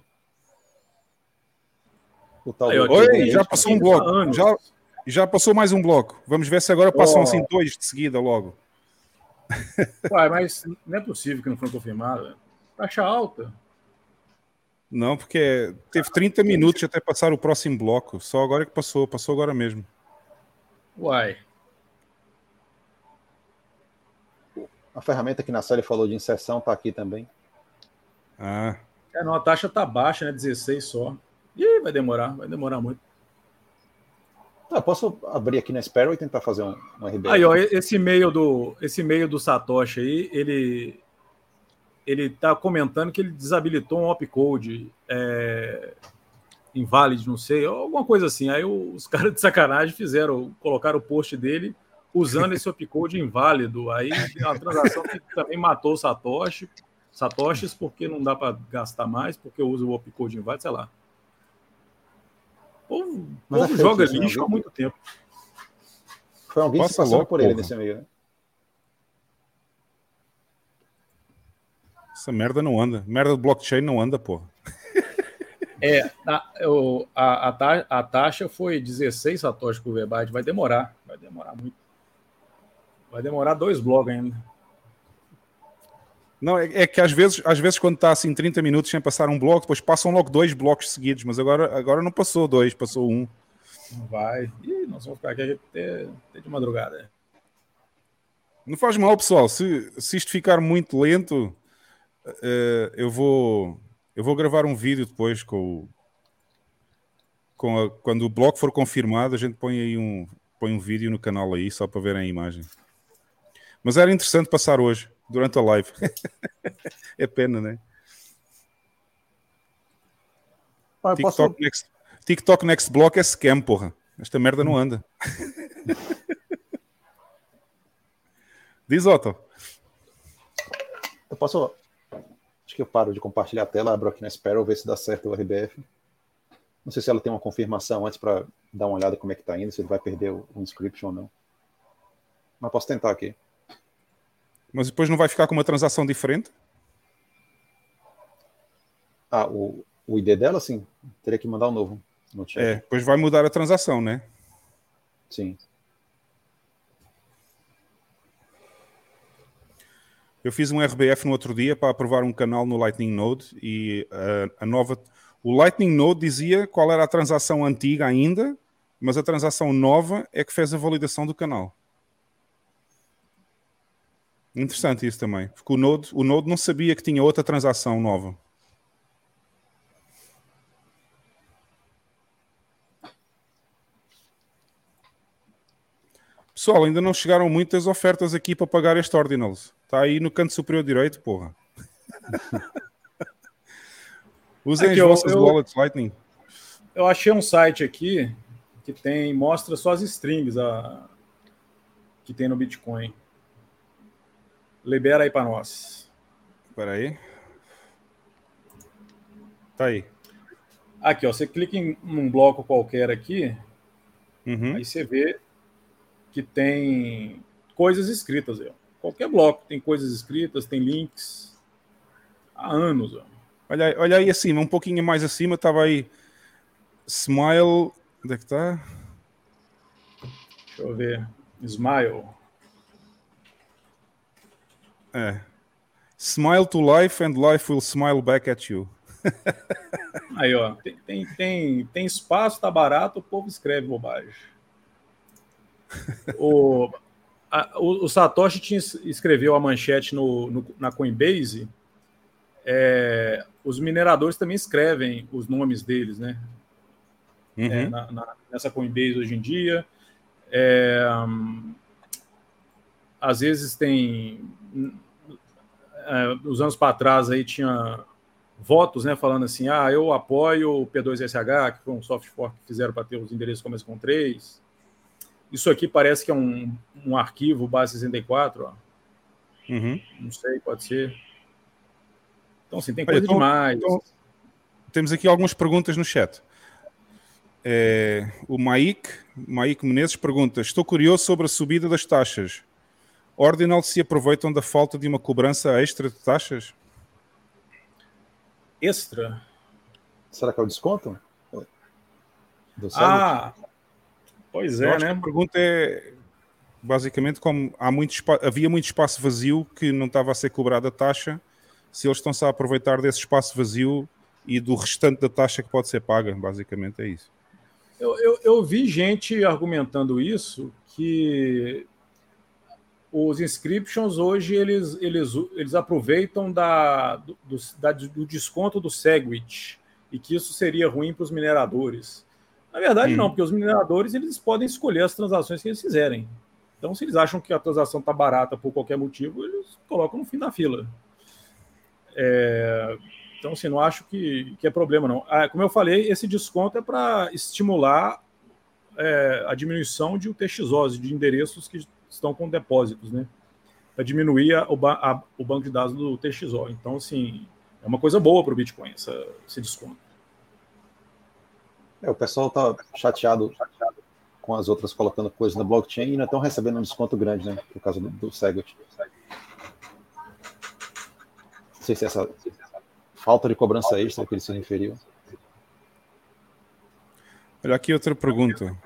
Speaker 7: O tal
Speaker 2: Aí, oi, já passou um bloco. Já, já passou mais um bloco. Vamos ver se agora passam oh. assim dois de seguida logo.
Speaker 6: Uai, mas não é possível que não foi confirmado. Taxa alta.
Speaker 2: Não, porque teve trinta minutos até passar o próximo bloco. Só agora que passou. Passou agora mesmo.
Speaker 6: Uai.
Speaker 7: A ferramenta que na série falou de inserção está aqui também.
Speaker 2: Ah.
Speaker 6: É, não, a taxa tá baixa, né? dezesseis só. Ih, vai demorar, vai demorar muito.
Speaker 7: Ah, posso abrir aqui na Sparrow e tentar fazer um, um R B.
Speaker 6: Aí, ó, esse e-mail do, esse e-mail do Satoshi aí, ele ele tá comentando que ele desabilitou um opcode. É... invalid, não sei, alguma coisa assim. Aí os caras de sacanagem fizeram, colocaram o post dele usando esse opcode inválido. Aí é uma transação que também matou o Satoshi, Satoshis, porque não dá para gastar mais, porque eu uso o opcode inválido, sei lá. O povo, o povo é joga isso, lixo há muito tempo.
Speaker 7: Foi alguém
Speaker 2: Passa
Speaker 7: se passando
Speaker 2: logo,
Speaker 7: por ele
Speaker 2: porra.
Speaker 7: nesse meio, né?
Speaker 2: Essa merda não anda. Merda do blockchain não anda, porra.
Speaker 6: É, a, eu- a, a, ta- a taxa foi dezesseis satoshis por V-byte. Vai demorar, vai demorar muito. Vai demorar dois blocos ainda.
Speaker 2: Não, é, é que às vezes, às vezes quando está assim trinta minutos sem passar um bloco, depois passam logo dois blocos seguidos, mas agora, agora não passou dois, passou um.
Speaker 6: Não vai. Ih, nós vamos ficar aqui até, até de madrugada.
Speaker 2: Não faz mal, pessoal. Se, se isto ficar muito lento, eh, eu vou eu vou gravar um vídeo depois com o, com a- quando o bloco for confirmado, a gente põe aí um põe um vídeo no canal aí só para verem a imagem. Mas era interessante passar hoje durante a live. É pena, né?
Speaker 7: Ah, eu
Speaker 2: TikTok,
Speaker 7: posso...
Speaker 2: next, TikTok Next Block é scam, porra. Esta merda não anda. Diz, Otto.
Speaker 7: Eu posso. Acho que eu paro de compartilhar a tela, abro aqui na Sparrow, ver se dá certo o R B F. Não sei se ela tem uma confirmação antes para dar uma olhada como é que tá indo, se ele vai perder o, o inscription ou não. Mas posso tentar aqui.
Speaker 2: Mas depois não vai ficar com uma transação diferente?
Speaker 7: Ah, o, o I D dela, sim. Teria que mandar um novo no chat.
Speaker 2: É, depois vai mudar a transação, né?
Speaker 7: Sim.
Speaker 2: Eu fiz um R B F no outro dia para aprovar um canal no Lightning Node e uh, a nova... O Lightning Node dizia qual era a transação antiga ainda, mas a transação nova é que fez a validação do canal. Interessante isso também, porque o Node, o Node não sabia que tinha outra transação nova. Pessoal, ainda não chegaram muitas ofertas aqui para pagar este Ordinals. Está aí no canto superior direito, porra. Usem
Speaker 6: Aqui,
Speaker 2: as
Speaker 6: eu-
Speaker 2: vossas
Speaker 6: eu-
Speaker 2: wallets Lightning.
Speaker 6: Eu achei um site aqui que tem mostra só as strings a, que tem no Bitcoin. Libera aí para nós.
Speaker 2: Espera aí. Tá aí.
Speaker 6: Aqui, ó, você clica em um bloco qualquer aqui,
Speaker 2: Uhum.
Speaker 6: aí você vê que tem coisas escritas aí, ó. Qualquer bloco tem coisas escritas, tem links há anos, ó.
Speaker 2: Olha, aí- olha aí acima, um pouquinho mais acima, estava aí Smile. Onde é que está?
Speaker 6: Deixa eu ver. Smile.
Speaker 2: É. Smile to life and life will smile back at you.
Speaker 6: Aí, ó, tem, tem, tem, tem espaço, tá barato, o povo escreve bobagem. O, a- o, o Satoshi tinha, escreveu a manchete no, no- na Coinbase. É, os mineradores também escrevem os nomes deles, né?
Speaker 2: Uhum.
Speaker 6: É, na- na- nessa Coinbase hoje em dia. É, hum, às vezes tem. É, uns anos para trás aí tinha votos, né, falando assim, ah, eu apoio o P dois S H, que foi um soft fork que fizeram para ter os endereços começam com três. Isso aqui parece que é um, um arquivo base sessenta e quatro, ó.
Speaker 2: Uhum.
Speaker 6: Não sei, pode ser. Então, assim, tem
Speaker 2: Olha,
Speaker 6: coisa
Speaker 2: então-
Speaker 6: demais.
Speaker 2: então, temos aqui algumas perguntas no chat. É, o Maik, Maik Menezes pergunta: estou curioso sobre a subida das taxas. Ordinal se aproveitam da falta de uma cobrança extra de taxas?
Speaker 6: Extra?
Speaker 7: Será que é o desconto? Do
Speaker 6: Ah, pois
Speaker 2: Eu
Speaker 6: é,
Speaker 2: acho que
Speaker 6: né?
Speaker 2: a pergunta é basicamente como há muito espa- havia muito espaço vazio que não estava a ser cobrada a taxa, se eles estão-se a aproveitar desse espaço vazio e do restante da taxa que pode ser paga, basicamente é isso.
Speaker 6: Eu, eu, eu vi gente argumentando isso, que os inscriptions hoje eles, eles, eles aproveitam da, do, do- da- do desconto do Segwit e que isso seria ruim para os mineradores. Na verdade,
Speaker 2: Hum.
Speaker 6: não, porque os mineradores eles podem escolher as transações que eles fizerem. Então, se eles acham que a transação está barata por qualquer motivo, eles colocam no fim da fila. É, Então, assim, não acho que, que é problema, não. Ah, como eu falei, esse desconto é para estimular é, a diminuição de U T X Os, de endereços que estão com depósitos, né? Para diminuir a, o, ba a, o banco de dados do U T X O. Então, assim, é uma coisa boa para o Bitcoin, essa, esse desconto.
Speaker 7: É, o pessoal tá chateado, chateado com as outras colocando coisas na blockchain e ainda estão recebendo um desconto grande, né? Por causa do, do Segwit. Não sei se essa falta de cobrança extra que ele se referiu.
Speaker 2: Olha, aqui outra pergunta.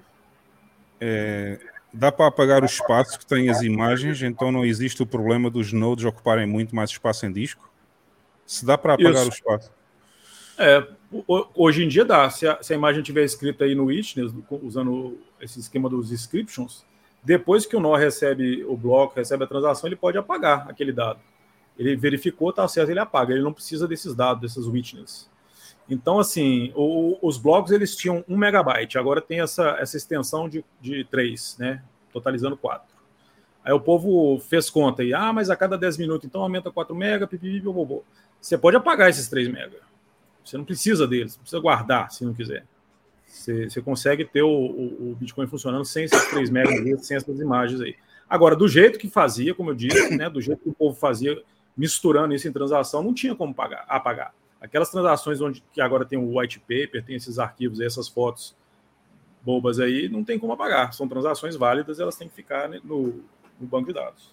Speaker 2: É, dá para apagar o espaço que tem as imagens, então não existe o problema dos nodes ocuparem muito mais espaço em disco? Se dá para apagar
Speaker 6: Isso.
Speaker 2: o espaço.
Speaker 6: É, hoje em dia dá. Se a, se a imagem estiver escrita aí no Witness, usando esse esquema dos inscriptions, depois que o nó recebe o bloco, recebe a transação, ele pode apagar aquele dado. Ele verificou, tá certo, ele apaga. Ele não precisa desses dados, desses Witness. Então, assim, o, os blocos eles tinham um megabyte, agora tem essa, essa extensão de, de três, né? Totalizando quatro. Aí o povo fez conta aí, ah, mas a cada dez minutos, então aumenta quatro mega, pipipi, bobobô. Você pode apagar esses três mega. Você não precisa deles, você precisa guardar, se não quiser. Você, você consegue ter o, o, o Bitcoin funcionando sem esses três megas, sem essas imagens aí. Agora, do jeito que fazia, como eu disse, né, do jeito que o povo fazia, misturando isso em transação, não tinha como pagar, apagar. Aquelas transações onde que agora tem o white paper, tem esses arquivos, essas fotos bobas aí, não tem como apagar. São transações válidas, elas têm que ficar no, no banco de dados.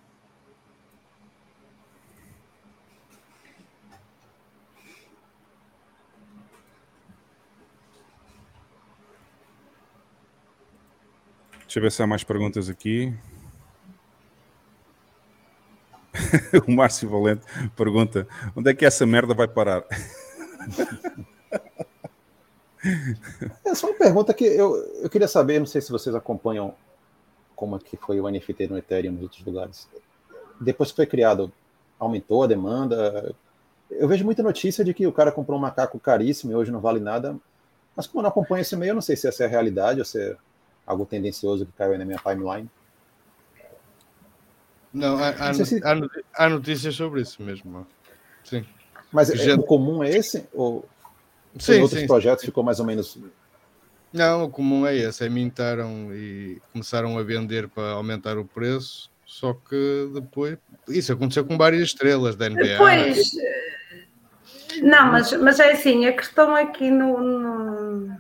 Speaker 2: Deixa eu ver se há mais perguntas aqui. O Márcio Valente pergunta: onde é que essa merda vai parar?
Speaker 7: É só uma pergunta que eu, eu queria saber, não sei se vocês acompanham como é que foi o N F T no Ethereum nos outros lugares. Depois que foi criado, aumentou a demanda? Eu vejo muita notícia de que o cara comprou um macaco caríssimo e hoje não vale nada, mas como eu não acompanho esse meio, eu não sei se essa é a realidade ou se é algo tendencioso que caiu aí na minha timeline.
Speaker 3: Não, há, há,
Speaker 7: não se...
Speaker 3: há notícias sobre isso mesmo. Sim.
Speaker 7: Mas é,
Speaker 3: Já...
Speaker 7: o comum é esse? Ou
Speaker 3: sim,
Speaker 7: em outros
Speaker 3: sim,
Speaker 7: projetos
Speaker 3: sim.
Speaker 7: ficou mais ou menos...
Speaker 3: Não, o comum é esse. É mintaram e começaram a vender para aumentar o preço, só que depois... Isso aconteceu com várias estrelas da N B A.
Speaker 4: Depois... Não, mas, mas é assim, a questão aqui no... no...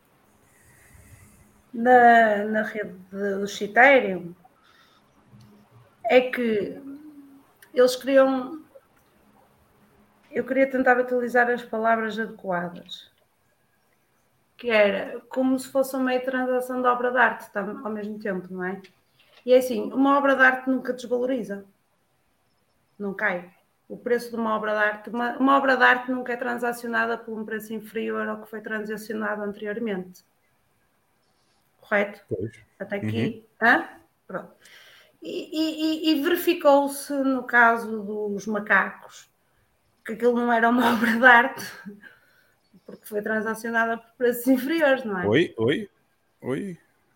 Speaker 4: Na, na rede do Ethereum é que eles queriam, eu queria tentar utilizar as palavras adequadas, que era como se fosse uma meio transação de obra de arte ao mesmo tempo, não é? E é assim, uma obra de arte nunca desvaloriza, não cai. O preço de uma obra de arte, uma, uma obra de arte nunca é transacionada por um preço inferior ao que foi transacionado anteriormente. Correto?
Speaker 2: Pois.
Speaker 4: Até aqui. Uhum. Hã? Pronto. E, e, e verificou-se no caso dos macacos que aquilo não era uma obra de arte porque foi transacionada por preços inferiores, não é?
Speaker 2: Oi, oi, oi.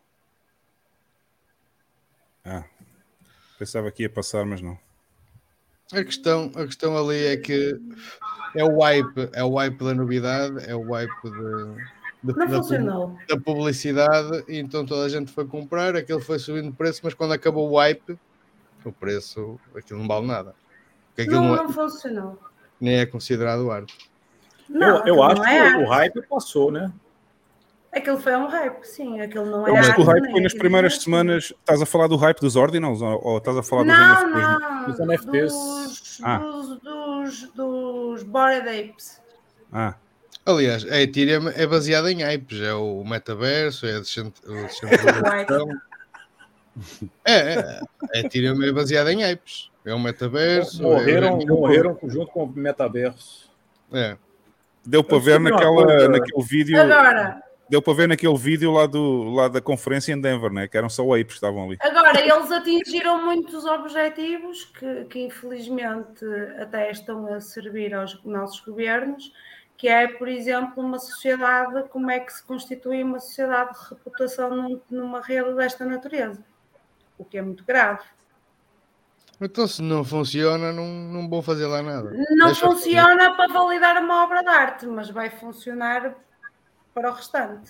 Speaker 2: Ah, pensava que ia passar, mas não.
Speaker 3: A questão, a questão ali é que é o hype, é o hype da novidade, é o hype de... De,
Speaker 4: não
Speaker 3: da,
Speaker 4: funcionou.
Speaker 3: Da publicidade, e então toda a gente foi comprar, aquilo foi subindo de preço, mas quando acabou o hype, o preço, aquilo não vale nada.
Speaker 4: Aquilo não, não, não é, funcionou.
Speaker 3: Nem é considerado arte.
Speaker 6: Não, eu eu acho que é o hype passou, né?
Speaker 4: Aquilo foi um hype, sim. Aquilo não é
Speaker 2: eu acho
Speaker 4: arte.
Speaker 2: Que o hype foi nas primeiras semanas. Estás a falar do hype dos Ordinals ou, ou estás a falar dos
Speaker 4: não,
Speaker 2: N F Ts?
Speaker 4: Não,
Speaker 6: dos N F Ts.
Speaker 4: Dos, ah. dos, dos, dos Bored Apes.
Speaker 2: Ah.
Speaker 3: Aliás, a Ethereum é baseada em hypes, é o metaverso, é a descentralização. é, é, a Ethereum é baseada em hypes, é o metaverso.
Speaker 6: Morreram,
Speaker 3: é,
Speaker 6: morreram junto com o metaverso.
Speaker 3: É.
Speaker 2: Deu para ver naquela, naquele vídeo.
Speaker 4: Agora.
Speaker 2: Deu para ver naquele vídeo lá, do, lá da conferência em Denver, né? Que eram só apes que estavam ali.
Speaker 4: Agora, eles atingiram muitos objetivos que, que infelizmente até estão a servir aos nossos governos, que é, por exemplo, uma sociedade, como é que se constitui uma sociedade de reputação num, numa rede desta natureza, o que é muito grave.
Speaker 3: Então, se não funciona, não, não vou fazer lá nada.
Speaker 4: Não
Speaker 3: Deixa
Speaker 4: funciona para validar uma obra de arte, mas vai funcionar para o restante.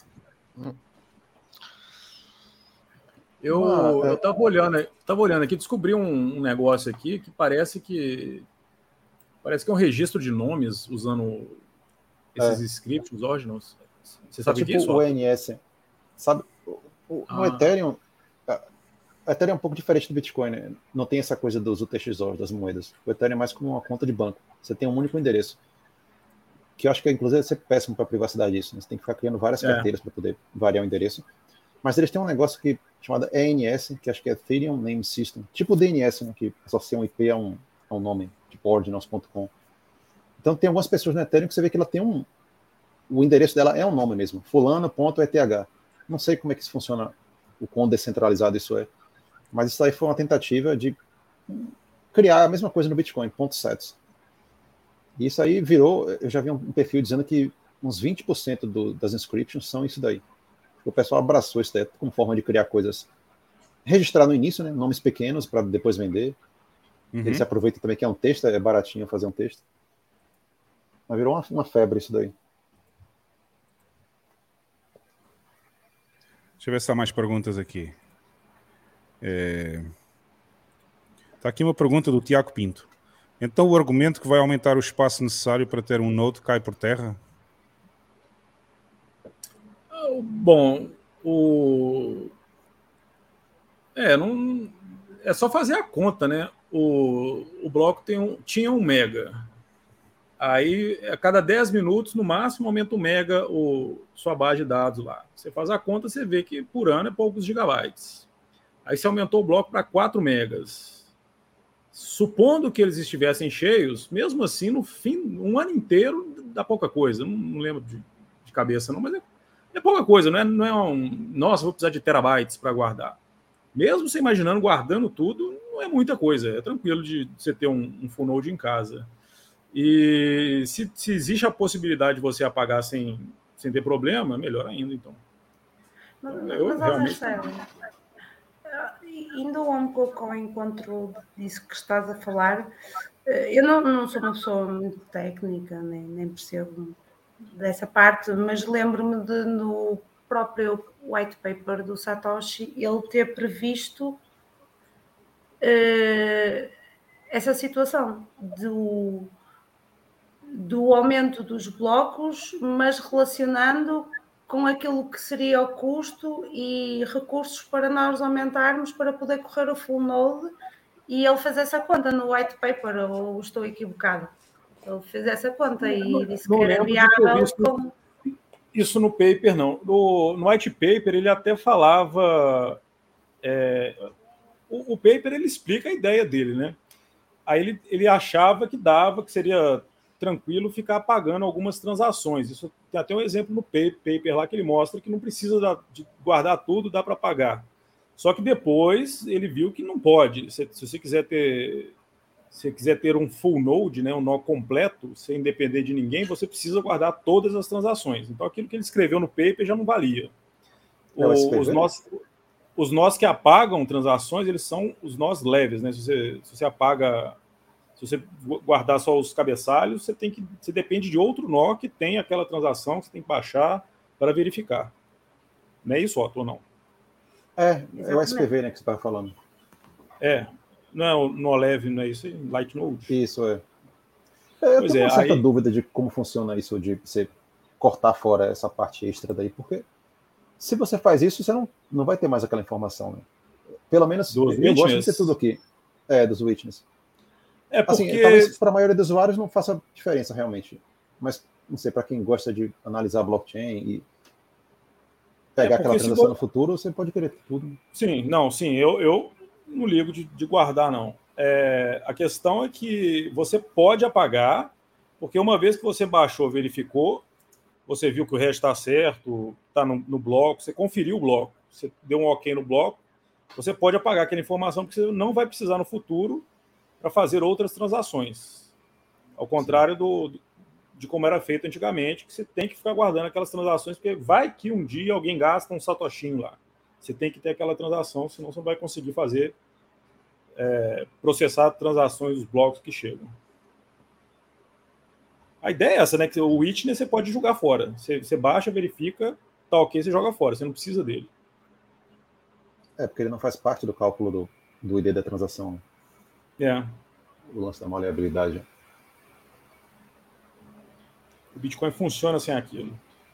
Speaker 6: Eu eu estava olhando, tava olhando aqui, descobri um, um negócio aqui que parece que parece que é um registro de nomes usando esses
Speaker 7: É.
Speaker 6: scripts, os ordinals. Você
Speaker 7: É
Speaker 6: sabe
Speaker 7: tipo
Speaker 6: disso?
Speaker 7: o E N S. Sabe? O, o- no
Speaker 6: Ah.
Speaker 7: Ethereum, a- o Ethereum é um pouco diferente do Bitcoin, né? Não tem essa coisa dos U T X O, das moedas. O Ethereum é mais como uma conta de banco. Você tem um único endereço. Que eu acho que, inclusive, deve ser péssimo para a privacidade isso. Né? Você tem que ficar criando várias
Speaker 6: É.
Speaker 7: carteiras para poder variar o endereço. Mas eles têm um negócio que, chamado E N S, que acho que é Ethereum Name System. Tipo o D N S, né? Que associa um I P a um, a um nome, tipo ordinals ponto com. Então tem algumas pessoas no Ethereum que você vê que ela tem um... O endereço dela é um nome mesmo. fulano ponto E T H. Não sei como é que isso funciona, o quão descentralizado isso é. Mas isso aí foi uma tentativa de criar a mesma coisa no Bitcoin, ponto sets. E isso aí virou, eu já vi um perfil dizendo que uns vinte por cento do, das inscriptions são isso daí. O pessoal abraçou isso daí como forma de criar coisas. Registrar no início, né, nomes pequenos para depois vender.
Speaker 2: Uhum.
Speaker 7: Eles aproveitam também que é um texto, é baratinho fazer um texto. Mas virou uma, uma febre isso daí.
Speaker 2: Deixa eu ver se há mais perguntas aqui. É... Está aqui uma pergunta do Tiago Pinto. Então o argumento que vai aumentar o espaço necessário para ter um node cai por terra?
Speaker 6: Bom, o... É, não... é só fazer a conta, né? O, o bloco tem um... tinha um mega. Aí, a cada dez minutos, no máximo, aumenta um mega o... sua base de dados lá. Você faz a conta, você vê que por ano é poucos gigabytes. Aí você aumentou o bloco para quatro megas. Supondo que eles estivessem cheios, mesmo assim, no fim, um ano inteiro dá pouca coisa. Não, não lembro de, de cabeça, não, mas é, é pouca coisa. Não é, não é um. Nossa, vou precisar de terabytes para guardar. Mesmo você imaginando guardando tudo, não é muita coisa. É tranquilo de você ter um, um full node em casa. E se, se existe a possibilidade de você apagar sem, sem ter problema, melhor ainda, então.
Speaker 4: Mas,
Speaker 6: Eu
Speaker 4: mas
Speaker 6: realmente...
Speaker 4: Marcelo, indo um pouco ao encontro disso que estás a falar, eu não, não sou uma pessoa muito técnica, nem, nem percebo dessa parte, mas lembro-me de no próprio white paper do Satoshi ele ter previsto uh, essa situação do, do aumento dos blocos, mas relacionando com aquilo que seria o custo e recursos para nós aumentarmos para poder correr o full node, e ele fez essa conta no white paper, ou estou equivocado? Ele fez essa conta e disse
Speaker 6: não
Speaker 4: que era viável.
Speaker 6: Isso,
Speaker 4: com...
Speaker 6: isso no paper, não. No, no white paper, ele até falava... É, o, o paper, ele explica a ideia dele, né? Aí ele, ele achava que dava, que seria... tranquilo ficar pagando algumas transações. Isso tem até um exemplo no paper lá que ele mostra que não precisa de guardar tudo, dá para pagar. Só que depois ele viu que não pode. Se, se você quiser ter, se quiser ter um full node, né, um nó completo, sem depender de ninguém, você precisa guardar todas as transações. Então aquilo que ele escreveu no paper já não valia. O, os, nós, os nós que apagam transações, eles são os nós leves, né? Se você, se você apaga Se você guardar só os cabeçalhos, você tem que, você depende de outro nó que tem aquela transação que você tem que baixar para verificar. Não é isso, Otto, ou não?
Speaker 7: É, é o S P V, né, que você estava falando.
Speaker 6: É, não é o nó leve, não é isso? Light Node.
Speaker 7: Isso, é. Eu
Speaker 6: pois
Speaker 7: tenho
Speaker 6: é,
Speaker 7: uma certa
Speaker 6: aí...
Speaker 7: dúvida de como funciona isso, de você cortar fora essa parte extra daí, porque se você faz isso, você não, não vai ter mais aquela informação, né? Pelo menos,
Speaker 6: dos
Speaker 7: eu
Speaker 6: witness.
Speaker 7: gosto de ter tudo aqui. É, dos witness.
Speaker 6: É porque...
Speaker 7: Assim, talvez para a maioria dos usuários não faça diferença realmente, mas não sei, para quem gosta de analisar blockchain e pegar é aquela transação no futuro, você pode querer tudo.
Speaker 6: Sim, não, sim, eu, eu não ligo de, de guardar, não. É, a questão é que você pode apagar, porque uma vez que você baixou, verificou, você viu que o resto está certo, está no, no bloco, você conferiu o bloco, você deu um ok no bloco, você pode apagar aquela informação que você não vai precisar no futuro para fazer outras transações. Ao contrário do, de como era feito antigamente, que você tem que ficar guardando aquelas transações, porque vai que um dia alguém gasta um satoshinho lá. Você tem que ter aquela transação, senão você não vai conseguir fazer é, processar transações dos blocos que chegam. A ideia é essa, né? Que o witness você pode jogar fora. Você, você baixa, verifica, tá ok, você joga fora. Você não precisa dele.
Speaker 7: É, porque ele não faz parte do cálculo do, do I D da transação.
Speaker 6: É.
Speaker 7: O lance da maleabilidade.
Speaker 6: O Bitcoin funciona sem aquilo.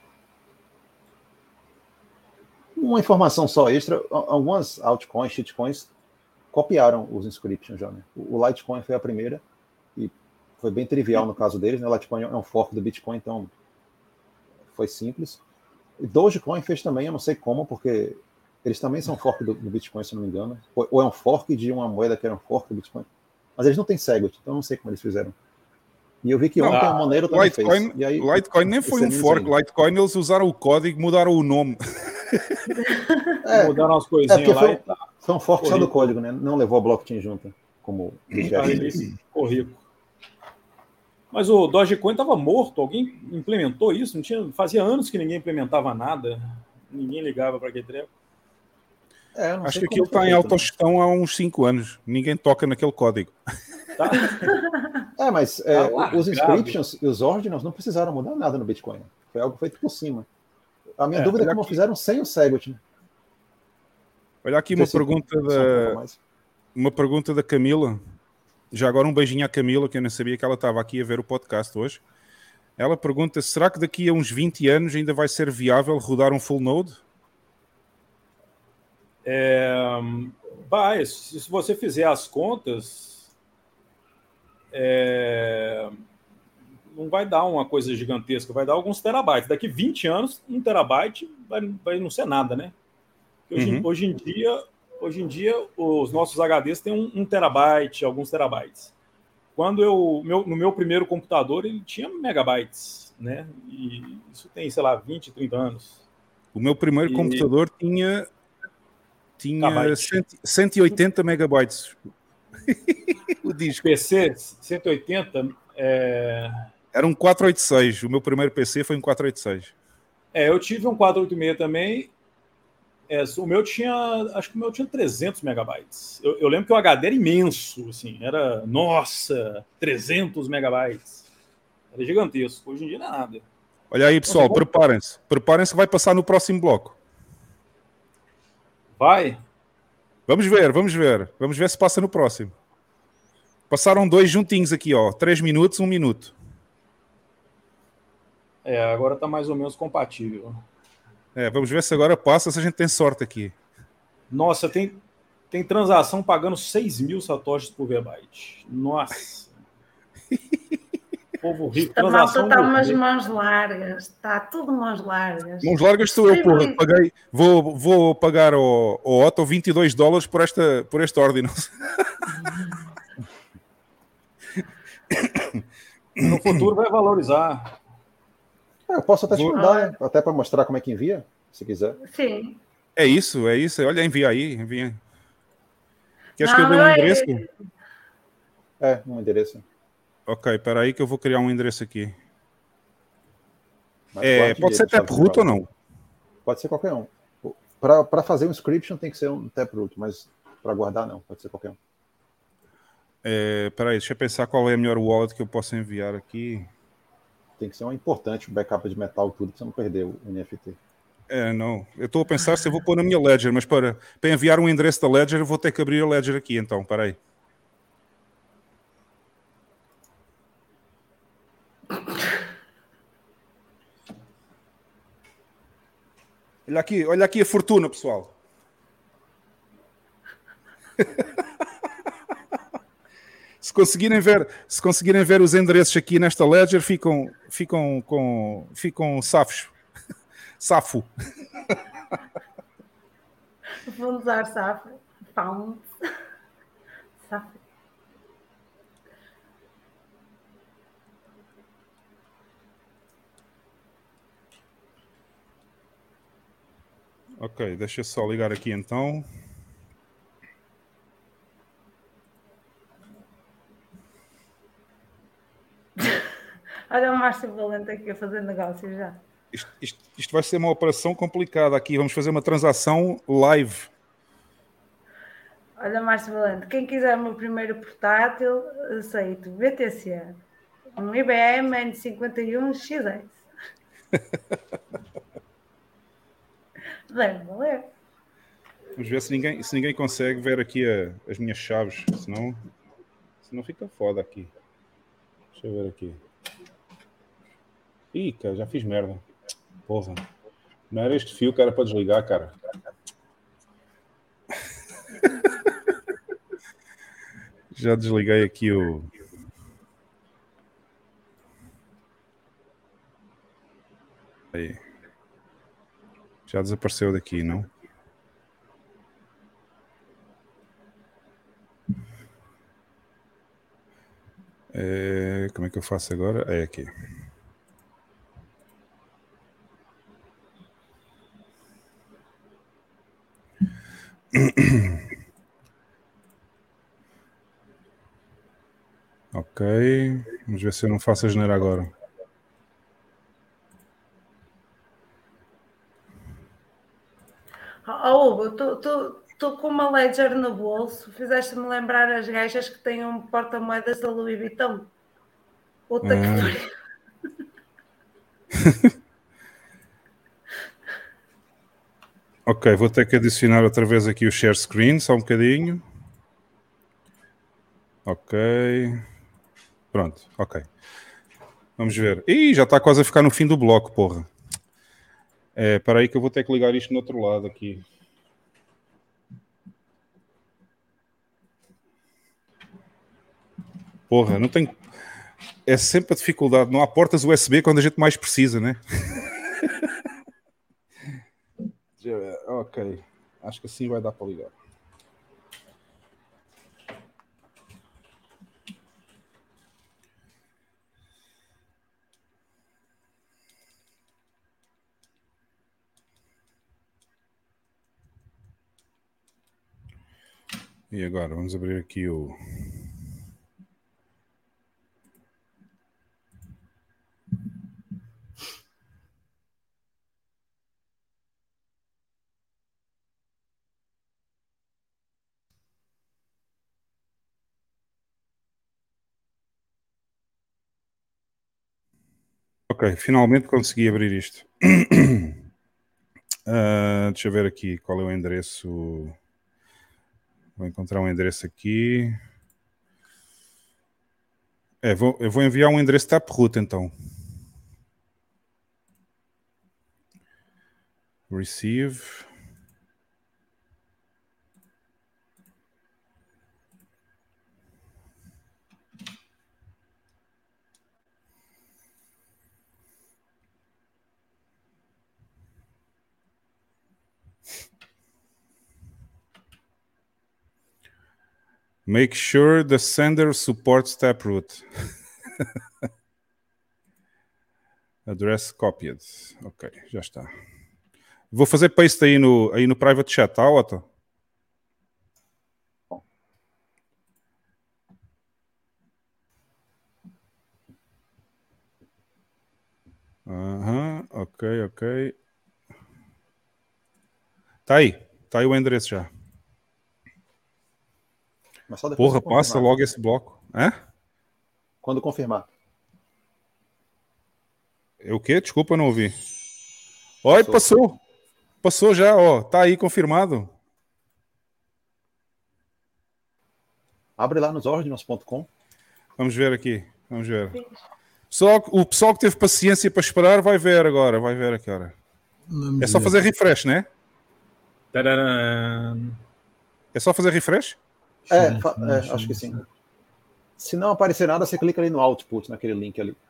Speaker 7: Uma informação só extra, algumas altcoins, shitcoins, copiaram os inscriptions já, né? O Litecoin foi a primeira, e foi bem trivial no caso deles, né? O Litecoin é um fork do Bitcoin, então foi simples. E Dogecoin fez também, eu não sei como, porque eles também são fork do, do Bitcoin, se não me engano. Ou é um fork de uma moeda que era um fork do Bitcoin. Mas eles não têm Segwit, então eu não sei como eles fizeram. E eu vi que ontem
Speaker 2: ah,
Speaker 7: o Monero também
Speaker 2: Litecoin,
Speaker 7: fez. E aí,
Speaker 2: Litecoin nem foi um fork, ainda. Litecoin eles usaram o código, mudaram o nome.
Speaker 7: É,
Speaker 6: mudaram as coisinhas
Speaker 7: é
Speaker 6: lá
Speaker 7: foi,
Speaker 6: e tá.
Speaker 7: Foi um fork só do código, né? Não levou a blockchain junto, como
Speaker 6: ficou rico. Mas o Dogecoin estava morto, alguém implementou isso? Não tinha, fazia anos que ninguém implementava nada, ninguém ligava para aquele treco.
Speaker 7: É,
Speaker 2: Acho que aquilo está em autogestão né? há uns cinco anos. Ninguém toca naquele código.
Speaker 6: Tá.
Speaker 7: É, mas é, tá os inscriptions e os ordinals não precisaram mudar nada no Bitcoin. Foi algo feito por cima. A minha é, dúvida é como aqui. fizeram sem o Segwit. Né?
Speaker 2: Olha aqui uma pergunta, da, uma pergunta da Camila. Já agora um beijinho à Camila, que eu não sabia que ela estava aqui a ver o podcast hoje. Ela pergunta, será que daqui a uns vinte anos ainda vai ser viável rodar um full node?
Speaker 6: É, vai, se você fizer as contas, é, não vai dar uma coisa gigantesca, vai dar alguns terabytes. Daqui vinte anos, um terabyte vai, vai não ser nada, né? Hoje, uhum. hoje, em dia, hoje em dia, os nossos H Ds têm um, um terabyte, alguns terabytes. Quando eu, meu, no meu primeiro computador, ele tinha megabytes, né? E isso tem, sei lá, vinte, trinta anos.
Speaker 2: O meu primeiro e... computador tinha... Tinha cento e oitenta megabytes. O disco.
Speaker 6: P C cento e oitenta. É...
Speaker 2: Era um quatrocentos e oitenta e seis. O meu primeiro P C foi um quatrocentos e oitenta e seis.
Speaker 6: É, eu tive um quatrocentos e oitenta e seis também. É, o meu tinha. Acho que o meu tinha trezentos megabytes. Eu, eu lembro que o H D era imenso. Assim, era. Nossa, trezentos megabytes. Era gigantesco. Hoje em dia não é nada.
Speaker 2: Olha aí, pessoal, então, preparem-se. Preparem-se que vai passar no próximo bloco.
Speaker 6: Vai.
Speaker 2: Vamos ver, vamos ver. Vamos ver se passa no próximo. Passaram dois juntinhos aqui, ó. Três minutos, um minuto.
Speaker 6: É, agora tá mais ou menos compatível.
Speaker 2: É, vamos ver se agora passa, se a gente tem sorte aqui.
Speaker 6: Nossa, tem, tem transação pagando seis mil satoshis por V-byte. Nossa. Povo rico.
Speaker 4: A malta está umas mãos largas. Está tudo mãos largas.
Speaker 2: Mãos largas sou eu, porra. Paguei, vou, vou pagar ao, ao Otto vinte e dois dólares por, esta, por este ordinal.
Speaker 6: No futuro vai valorizar.
Speaker 7: É, eu posso até te mandar, né? Até para mostrar como é que envia, se quiser.
Speaker 4: Sim.
Speaker 2: É isso, é isso. Olha, envia aí, envia. Queres que eu dê um endereço?
Speaker 7: É, um endereço.
Speaker 2: Ok, espera aí que eu vou criar um endereço aqui. É, pode ser Taproot ou não?
Speaker 7: Pode ser qualquer um. Para fazer um inscription tem que ser um Taproot, mas para guardar não, pode ser qualquer um.
Speaker 2: É, espera aí, deixa eu pensar qual é a melhor wallet que eu posso enviar aqui.
Speaker 7: Tem que ser um importante, um backup de metal, tudo, para você não perder o N F T.
Speaker 2: É, não. Eu estou a pensar se eu vou pôr na minha Ledger, mas para, para enviar um endereço da Ledger eu vou ter que abrir a Ledger aqui, então, espera aí. Olha aqui, olha aqui a fortuna, pessoal. Se conseguirem ver, se conseguirem ver os endereços aqui nesta Ledger, ficam, ficam com, ficam safos. Safo.
Speaker 4: Vamos usar safo. Pound. Safo.
Speaker 2: Ok, deixa eu só ligar aqui então.
Speaker 4: Olha o Márcio Valente aqui a fazer negócio já.
Speaker 2: Isto, isto, isto vai ser uma operação complicada aqui. Vamos fazer uma transação live.
Speaker 4: Olha, Márcio Valente, quem quiser o meu primeiro portátil, aceito B T C, um I B M N cinquenta e um X S. Deve valer.
Speaker 2: Vamos ver se ninguém, se ninguém consegue ver aqui a, as minhas chaves, senão, senão fica foda aqui. Deixa eu ver aqui. Ih, cara, já fiz merda. Porra. Não era este fio que era para desligar, cara. Já desliguei aqui o... Aí. Já desapareceu daqui, não? É... Como é que eu faço agora? É aqui. Ok. Vamos ver se eu não faço a geneira agora.
Speaker 4: Oh, Hugo, estou com uma Ledger no bolso. Fizeste-me lembrar as gajas que têm um porta-moedas da Louis Vuitton. Puta que pariu.
Speaker 2: Ok, vou ter que adicionar outra vez aqui o share screen, só um bocadinho. Ok. Pronto, ok. Vamos ver. Ih, já está quase a ficar no fim do bloco, porra. É, para aí que eu vou ter que ligar isto no outro lado aqui. Porra, não tem... É sempre a dificuldade. Não há portas U S B quando a gente mais precisa, né? Ok. Acho que assim vai dar para ligar. E agora, vamos abrir aqui o... Ok, finalmente consegui abrir isto. Uh, deixa eu ver aqui qual é o endereço. Vou encontrar um endereço aqui. É, vou, eu vou enviar um endereço Taproot então. Receive. Make sure the sender supports Taproot. Address copied. Ok, já está. Vou fazer paste aí no, aí no private chat, tá, Otto? Aham, uhum, ok, ok. Tá aí, tá aí o endereço já.
Speaker 7: Mas só depois
Speaker 2: Porra, passa logo esse bloco. É?
Speaker 7: Quando confirmar.
Speaker 2: É o quê? Desculpa, não ouvi. Oi, passou. passou. Passou já, ó. Tá aí confirmado.
Speaker 7: Abre lá nos ordinals ponto com.
Speaker 2: Vamos ver aqui. Vamos ver. Pessoal, o pessoal que teve paciência para esperar vai ver agora. Vai ver aqui, hora. É só fazer refresh, né?
Speaker 6: Tadadam.
Speaker 2: É só fazer refresh?
Speaker 7: É, é, acho que sim. Se não aparecer nada, você clica ali no output, naquele link ali.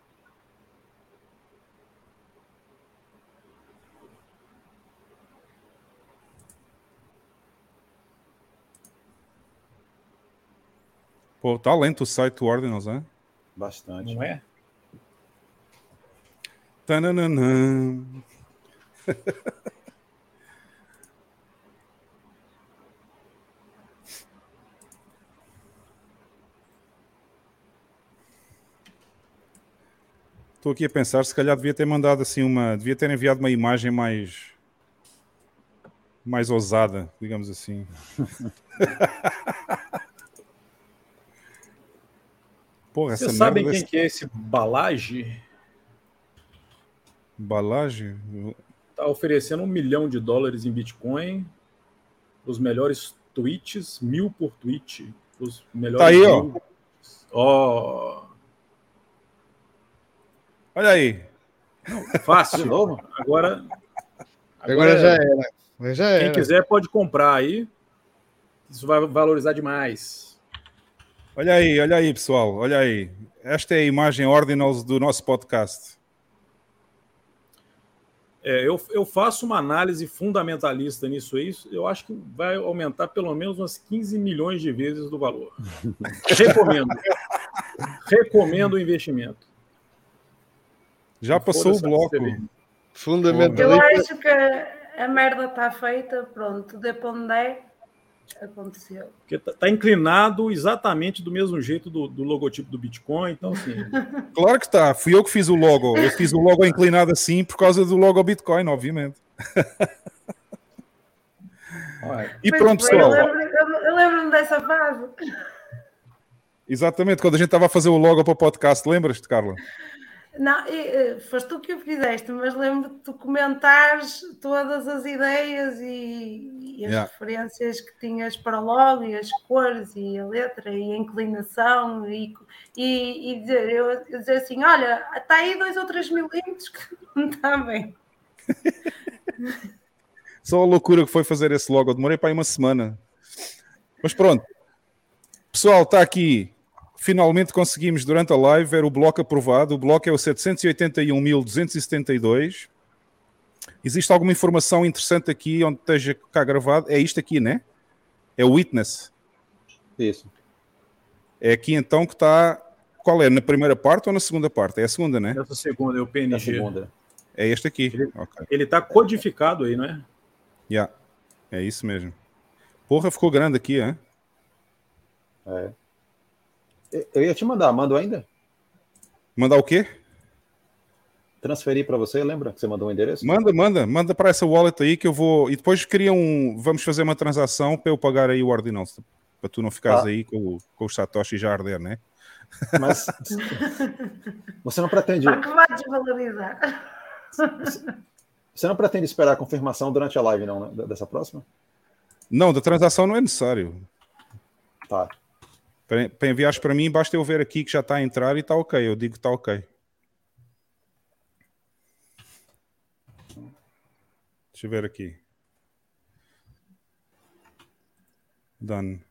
Speaker 2: Pô, tá lento o site do Ordinals, né?
Speaker 7: Bastante.
Speaker 6: Não é?
Speaker 2: Tananana. Estou aqui a pensar, se calhar devia ter mandado assim uma... Devia ter enviado uma imagem mais... mais ousada, digamos assim. Porra,
Speaker 6: Vocês
Speaker 2: essa
Speaker 6: sabem
Speaker 2: merda
Speaker 6: quem
Speaker 2: desse...
Speaker 6: que é esse Balage?
Speaker 2: Balage?
Speaker 6: Tá oferecendo um milhão de dólares em Bitcoin. Os melhores tweets, mil por tweet. Os melhores
Speaker 2: Tá aí,
Speaker 6: mil.
Speaker 2: ó.
Speaker 6: Ó.
Speaker 2: Olha aí.
Speaker 6: Não, fácil.
Speaker 7: De novo?
Speaker 6: Agora,
Speaker 3: Agora já era. Mas já
Speaker 6: quem
Speaker 3: era.
Speaker 6: quiser pode comprar aí. Isso vai valorizar demais.
Speaker 2: Olha aí, olha aí, pessoal. Olha aí. Esta é a imagem Ordinals do nosso podcast.
Speaker 6: É, eu, eu faço uma análise fundamentalista nisso aí. Eu acho que vai aumentar pelo menos umas quinze milhões de vezes do valor. Recomendo. Recomendo o investimento.
Speaker 2: Já passou o bloco.
Speaker 3: Fundamentalista.
Speaker 4: Eu acho que a merda está feita, pronto, de onde der, aconteceu.
Speaker 6: Porque tá, tá inclinado exatamente do mesmo jeito do, do logotipo do Bitcoin, então assim...
Speaker 2: Claro que está. Fui eu que fiz o logo. Eu fiz o logo inclinado assim por causa do logo Bitcoin, obviamente. E
Speaker 4: Pois
Speaker 2: pronto,
Speaker 4: foi,
Speaker 2: pessoal.
Speaker 4: Eu lembro- eu- eu lembro-me dessa fase.
Speaker 2: Exatamente, quando a gente estava a fazer o logo para o podcast, lembras-te, Carla?
Speaker 4: Não, e, eh, foste tu que o fizeste, mas lembro-te de tu comentares todas as ideias e, e as
Speaker 2: Yeah.
Speaker 4: referências que tinhas para o logo, e as cores, e a letra, e a inclinação, e, e, e dizer, eu, eu dizer assim, olha, está aí dois ou três milímetros que não está bem.
Speaker 2: Só a loucura que foi fazer esse logo. Eu demorei para aí uma semana. Mas pronto. Pessoal, está aqui. Finalmente conseguimos, durante a live, ver o bloco aprovado. O bloco é o setecentos e oitenta e um mil duzentos e setenta e dois. Existe alguma informação interessante aqui onde esteja cá gravado? É isto aqui, né? É o Witness.
Speaker 7: Isso.
Speaker 2: É aqui então que está... Qual é? Na primeira parte ou na segunda parte? É a segunda, né?
Speaker 6: Essa segunda é o P N G.
Speaker 7: É a segunda.
Speaker 2: É este aqui.
Speaker 6: Ele,
Speaker 2: Ok.
Speaker 6: ele tá codificado aí, não é?
Speaker 2: Yeah. É isso mesmo. Porra, ficou grande aqui, hein?
Speaker 7: É. Eu ia te mandar, mando ainda?
Speaker 2: Mandar o quê?
Speaker 7: Transferir para você, lembra que você mandou o endereço?
Speaker 2: Manda, manda, manda para essa wallet aí que eu vou. E depois cria um. Vamos fazer uma transação para eu pagar aí o Ordinal. Para tu não ficares
Speaker 7: Tá.
Speaker 2: aí com, o- com os Satoshi já a arder, né?
Speaker 7: Mas você não pretende,
Speaker 4: Para que vai desvalorizar.
Speaker 7: você não pretende esperar a confirmação durante a live, não, né? Dessa próxima?
Speaker 2: Não, da transação não é necessário.
Speaker 7: Tá.
Speaker 2: Para, para enviares para mim, basta eu ver aqui que já está a entrar e está ok. Eu digo que está ok. Deixa eu ver aqui. Done.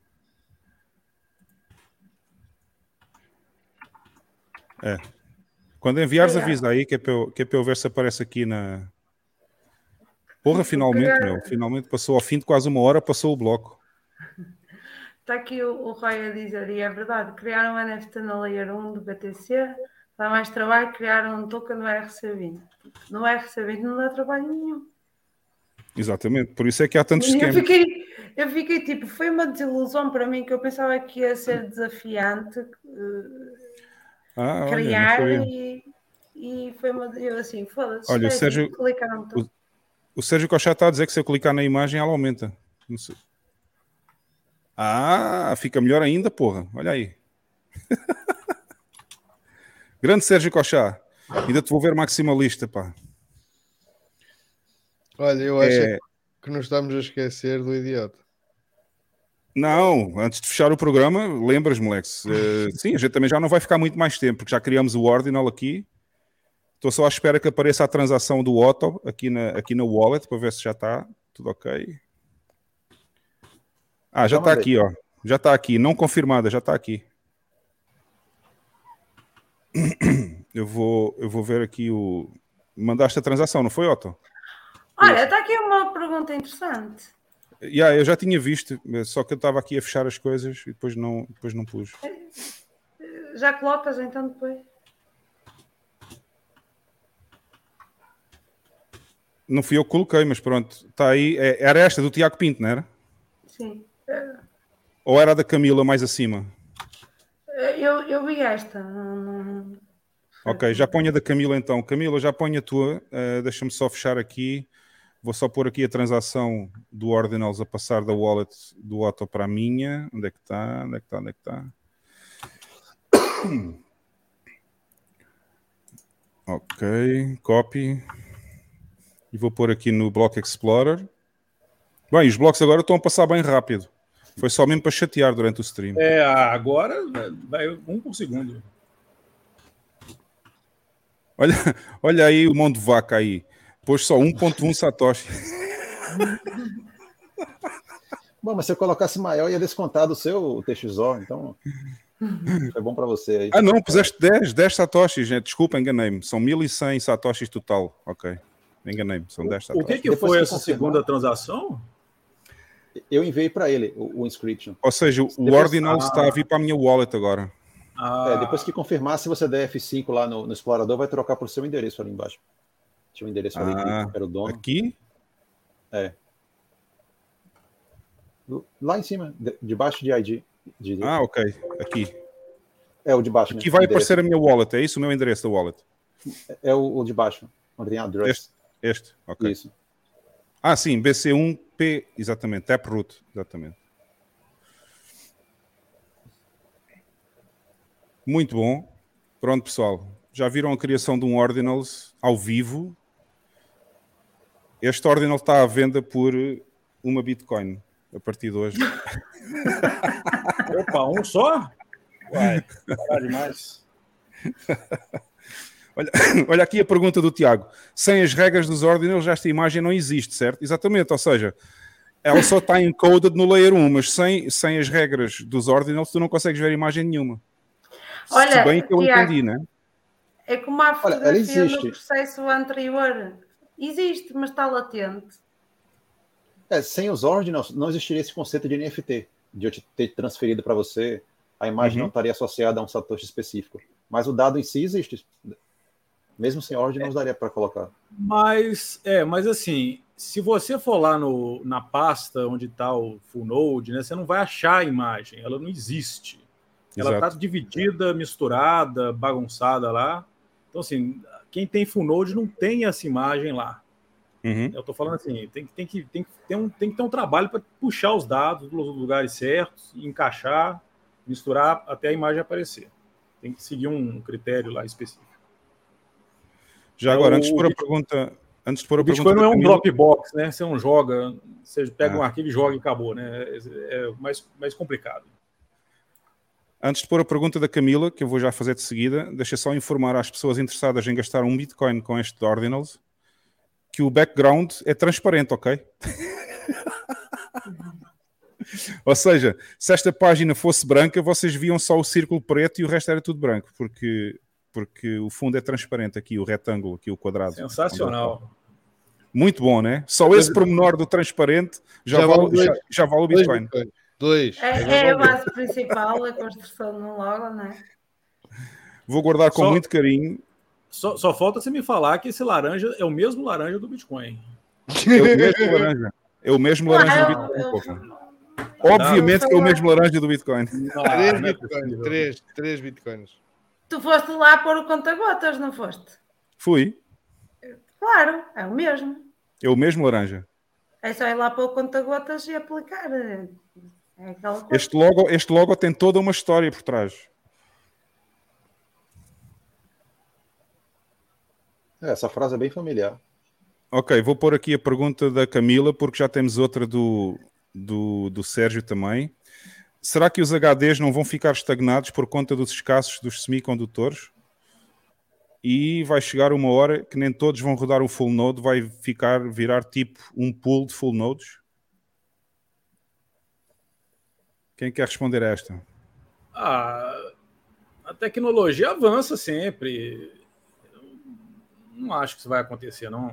Speaker 2: É. Quando enviares, avisa aí que é, para eu, que é para eu ver se aparece aqui na. Porra, finalmente, meu. Finalmente passou ao fim de quase uma hora, passou o bloco.
Speaker 4: Está aqui o, o Roy a dizer, e é verdade, criaram um N F T na Layer um do B T C, dá mais trabalho, criaram um token no R C vinte. No R C vinte não dá trabalho nenhum.
Speaker 2: Exatamente, por isso é que há tantos
Speaker 4: Eu
Speaker 2: esquemas.
Speaker 4: fiquei, eu fiquei tipo, foi uma desilusão para mim, que eu pensava que ia ser desafiante uh,
Speaker 2: Ah, olha, não
Speaker 4: criar
Speaker 2: sabia.
Speaker 4: e, e foi uma. Eu assim, foda-se,
Speaker 2: Olha, o
Speaker 4: esquece,
Speaker 2: Sérgio-
Speaker 4: clicaram tudo.
Speaker 2: O Sérgio Cochá está a dizer que se eu clicar na imagem, ela aumenta. Não sei. Ah, fica melhor ainda, porra. Olha aí. Grande Sérgio Cochá. Ainda te vou ver maximalista, pá.
Speaker 3: Olha, eu acho
Speaker 2: É.
Speaker 3: que nos estamos a esquecer do idiota.
Speaker 2: Não, antes de fechar o programa, lembras, moleques? Eh, sim, a gente também já não vai ficar muito mais tempo, porque já criamos o Ordinal aqui. Estou só à espera que apareça a transação do Otto aqui na, aqui na wallet, para ver se já está tudo ok. Ah, já
Speaker 7: Já
Speaker 2: está
Speaker 7: mandei.
Speaker 2: aqui, ó. Já está aqui, não confirmada, já está aqui. Eu vou, eu vou ver aqui o... Mandaste a transação, não foi, Otto?
Speaker 4: Olha, está aqui uma pergunta interessante.
Speaker 2: Yeah, eu já tinha visto, só que eu estava aqui a fechar as coisas e depois não, depois não pus.
Speaker 4: Já colocas então depois?
Speaker 2: Não fui eu que coloquei, mas pronto, está aí. É- Era esta do Tiago Pinto, não era?
Speaker 4: Sim. Eh,
Speaker 2: Ou era a da Camila mais acima?
Speaker 4: Eu, eu vi esta. não- não-
Speaker 2: Ok, já ponho a da Camila então. Camila, já ponho a tua. Uh, Deixa-me só fechar aqui. Vou só pôr aqui a transação do Ordinals a passar da wallet do Otto para a minha. Onde é que está? Onde é que está? Onde é que está? Ok, copy. E vou pôr aqui no Block Explorer. Bem, os blocos agora estão a passar bem rápido. Foi só mesmo para chatear durante o stream.
Speaker 6: É, agora vai um por segundo.
Speaker 2: Olha, olha aí o mão de vaca aí. Pôs só um ponto um Satoshi.
Speaker 7: Bom, mas se eu colocasse maior, ia descontar do seu T X O, então foi bom para você aí.
Speaker 2: Ah, não, puseste dez, dez Satoshis, gente. Desculpa, enganei-me. São mil e cem Satoshis total. Ok, enganei-me. São dez Satoshis.
Speaker 6: O que, que foi essa segunda transação?
Speaker 7: Eu enviei para ele o, o inscription.
Speaker 2: Ou seja, o
Speaker 7: depois...
Speaker 2: Ordinal
Speaker 7: ah.
Speaker 2: está a vir para a minha wallet agora.
Speaker 6: Ah.
Speaker 7: É, depois que confirmar, se você der F cinco lá no, no explorador, vai trocar por seu endereço ali embaixo. Tinha um endereço ali
Speaker 2: ah,
Speaker 7: que era o dono.
Speaker 2: Aqui?
Speaker 7: É. Lá em cima, de, debaixo de I D. De...
Speaker 2: Ah, ok. Aqui.
Speaker 7: É o de baixo.
Speaker 2: Aqui
Speaker 7: né?
Speaker 2: vai aparecer a minha wallet, é isso o meu endereço da wallet?
Speaker 7: É o, o de baixo, onde tem a address.
Speaker 2: Este, este, ok.
Speaker 7: Isso.
Speaker 2: Ah, sim, B C um P, exatamente, Taproot, exatamente. Muito bom. Pronto, pessoal. Já viram a criação de um Ordinals ao vivo? Este Ordinal está à venda por uma Bitcoin a partir de hoje.
Speaker 6: Opa, um só? Uai, parar demais.
Speaker 2: Olha, olha aqui a pergunta do Tiago. Sem as regras dos Ordinals, esta imagem não existe, certo? Exatamente, ou seja, ela só está encoded no Layer um, mas sem, sem as regras dos Ordinals tu não consegues ver imagem nenhuma.
Speaker 4: Olha,
Speaker 2: se bem que eu
Speaker 4: Tiago,
Speaker 2: entendi, né?
Speaker 4: É como a
Speaker 7: Olha, ela
Speaker 4: fotografia
Speaker 7: existe.
Speaker 4: no processo anterior. Existe, mas está latente.
Speaker 7: É, sem os ordinals, não existiria esse conceito de N F T, de eu te ter transferido para você, a imagem
Speaker 2: Uhum.
Speaker 7: não estaria associada a um Satoshi específico. Mas o dado em si existe. Mesmo sem ordinals, daria para colocar.
Speaker 6: Mas, é, mas assim, se você for lá no, na pasta onde está o full node, né, você não vai achar a imagem, ela não existe. Ela está dividida, misturada, bagunçada lá. Então, assim, quem tem full node não tem essa imagem lá.
Speaker 2: Uhum.
Speaker 6: Eu estou falando assim, tem, tem, que, tem, que ter um, tem que ter um trabalho para puxar os dados dos lugares certos, encaixar, misturar até a imagem aparecer. Tem que seguir um critério lá específico.
Speaker 2: Já agora, antes de pôr a pergunta... Antes de pôr a
Speaker 6: o Bitcoin
Speaker 2: pergunta
Speaker 6: não é um
Speaker 2: Camila...
Speaker 6: Dropbox, né? Você não joga, você pega
Speaker 2: Ah.
Speaker 6: um arquivo e joga e acabou, né? É, é mais, mais complicado.
Speaker 2: Antes de pôr a pergunta da Camila, que eu vou já fazer de seguida, deixa só informar às pessoas interessadas em gastar um Bitcoin com este Ordinals que o background é transparente, ok? Ou seja, se esta página fosse branca, vocês viam só o círculo preto e o resto era tudo branco, porque, porque o fundo é transparente aqui, o retângulo, aqui o quadrado.
Speaker 6: Sensacional.
Speaker 2: Muito bom, né? Só esse pormenor do transparente já,
Speaker 3: Já
Speaker 2: vale,
Speaker 3: vale dois-
Speaker 2: já, já vale o
Speaker 3: dois
Speaker 2: Bitcoin.
Speaker 3: Bitcoin. Dois.
Speaker 4: É, é a base principal, a construção de um logo, não é?
Speaker 2: Vou guardar com
Speaker 6: Só-
Speaker 2: muito carinho.
Speaker 6: Só, só falta você me falar que esse laranja é o mesmo laranja do Bitcoin.
Speaker 2: É o mesmo laranja. É o mesmo laranja do
Speaker 4: Ah,
Speaker 2: Bitcoin.
Speaker 4: eu-
Speaker 2: Pô. Obviamente que é o mesmo laranja do Bitcoin.
Speaker 3: Três
Speaker 6: não é
Speaker 3: bitcoins.
Speaker 6: possível.
Speaker 3: Três, três bitcoins.
Speaker 4: Tu foste lá pôr o conta-gotas, não foste?
Speaker 2: Fui.
Speaker 4: Claro, é o mesmo.
Speaker 2: É o mesmo laranja.
Speaker 4: É só ir lá pôr o conta-gotas e aplicar. É aquela coisa.
Speaker 2: Este logo, este logo tem toda uma história por trás.
Speaker 7: É, essa frase é bem familiar.
Speaker 2: Ok, vou pôr aqui a pergunta da Camila, porque já temos outra do, do, do Sérgio também. Será que os H Ds não vão ficar estagnados por conta dos escassos dos semicondutores? E vai chegar uma hora que nem todos vão rodar um full node, vai ficar, virar tipo um pool de full nodes? Quem quer responder a esta?
Speaker 6: Ah, a tecnologia avança sempre. Não acho que isso vai acontecer, não.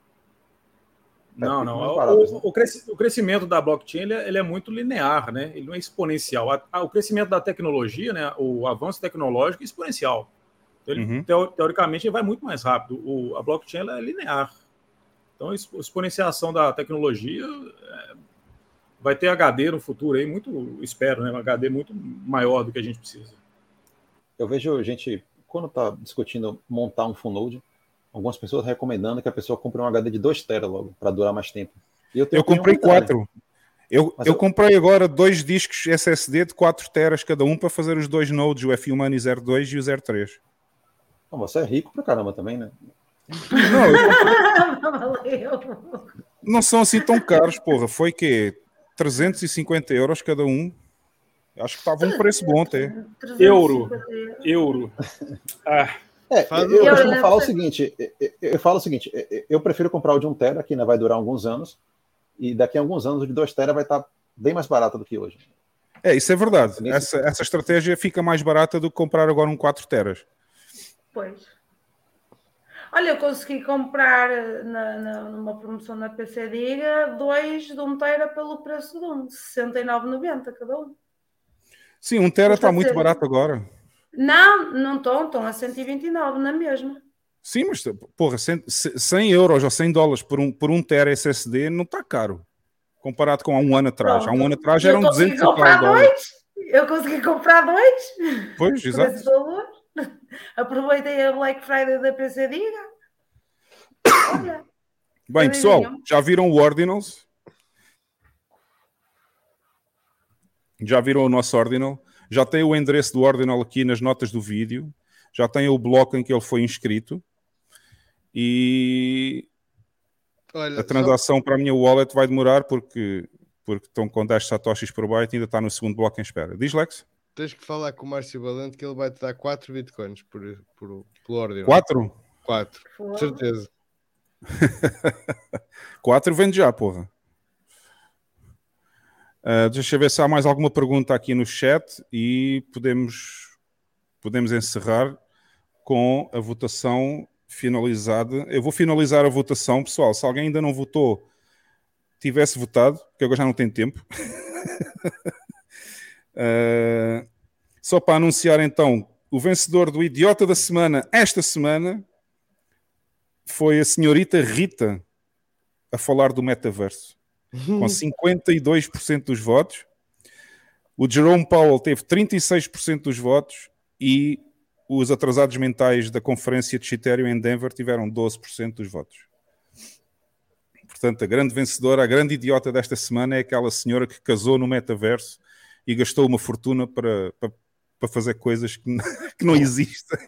Speaker 6: Não, não. O, o, cresc- o crescimento da blockchain ele é, ele é muito linear, né? Ele não é exponencial. A- a- o crescimento da tecnologia, né? O avanço tecnológico é exponencial. Então, ele,
Speaker 2: Uhum.
Speaker 6: teo- teoricamente, ele vai muito mais rápido. O, a blockchain ela é linear. Então, a expo- exponenciação da tecnologia é, vai ter H D no futuro aí, muito, espero, né? Um H D muito maior do que a gente precisa.
Speaker 7: Eu vejo gente, quando está discutindo montar um full node, algumas pessoas recomendando que a pessoa compre um H D de dois terabytes logo, para durar mais tempo. E eu, tenho
Speaker 2: eu comprei
Speaker 7: um
Speaker 2: quatro. Eu, eu,
Speaker 7: eu
Speaker 2: comprei agora dois discos S S D de quatro teras cada um para fazer os dois nodes, o F U Money zero dois e o zero três.
Speaker 7: Não, você é rico pra caramba também, né?
Speaker 2: Não, eu comprei... Não são assim tão caros, porra. Foi que trezentos e cinquenta euros cada um. Acho que estava um preço bom até.
Speaker 6: Euro. Euro. Ah.
Speaker 7: É, eu, eu costumo falar o seguinte, eu, eu falo o seguinte, eu prefiro comprar o de um tera, que ainda vai durar alguns anos, e daqui a alguns anos o de dois tera vai estar bem mais barato do que hoje.
Speaker 2: É, isso é verdade. Essa, essa estratégia fica mais barata do que comprar agora um quatro teras.
Speaker 4: Pois. Olha, eu consegui comprar na, na, numa promoção na P C Diga dois de um tera pelo preço de um, sessenta e nove reais e noventa centavos cada um.
Speaker 2: Sim, um tera está muito barato agora.
Speaker 4: Não, não estão, estão a cento e vinte e nove na mesma.
Speaker 2: Sim, mas porra, cem euros ou cem dólares por um, por um tera S S D não está caro. Comparado com há um ano atrás. Pronto. Há um ano atrás eram duzentos e tal dólares.
Speaker 4: Eu consegui comprar dois.
Speaker 2: Pois, exato.
Speaker 4: Esse valor. Aproveitei a Black Friday da P C Diga. Olha.
Speaker 2: Bem, pessoal, já viram o Ordinals? Já viram o nosso Ordinal? Já tem o endereço do Ordinal aqui nas notas do vídeo. Já tem o bloco em que ele foi inscrito. E Olha, a transação só... para a minha wallet vai demorar porque, porque estão com dez satoshis por byte e ainda está no segundo bloco em espera. Diz, Lex?
Speaker 3: Tens que falar com o Márcio Valente que ele vai te dar quatro bitcoins por, por, por Ordinal.
Speaker 2: quatro?
Speaker 3: quatro, certeza.
Speaker 2: quatro vende já, porra. Uh, deixa eu ver se há mais alguma pergunta aqui no chat e podemos, podemos encerrar com a votação finalizada. Eu vou finalizar a votação, pessoal. Se alguém ainda não votou, tivesse votado, porque agora já não tem tempo. uh, só para anunciar então, o vencedor do Idiota da Semana esta semana foi a senhorita Rita a falar do metaverso. Com cinquenta e dois por cento dos votos. O Jerome Powell teve trinta e seis por cento dos votos e os atrasados mentais da conferência de Ethereum em Denver tiveram doze por cento dos votos. Portanto, a grande vencedora, a grande idiota desta semana é aquela senhora que casou no metaverso e gastou uma fortuna para, para, para fazer coisas que, que não existem.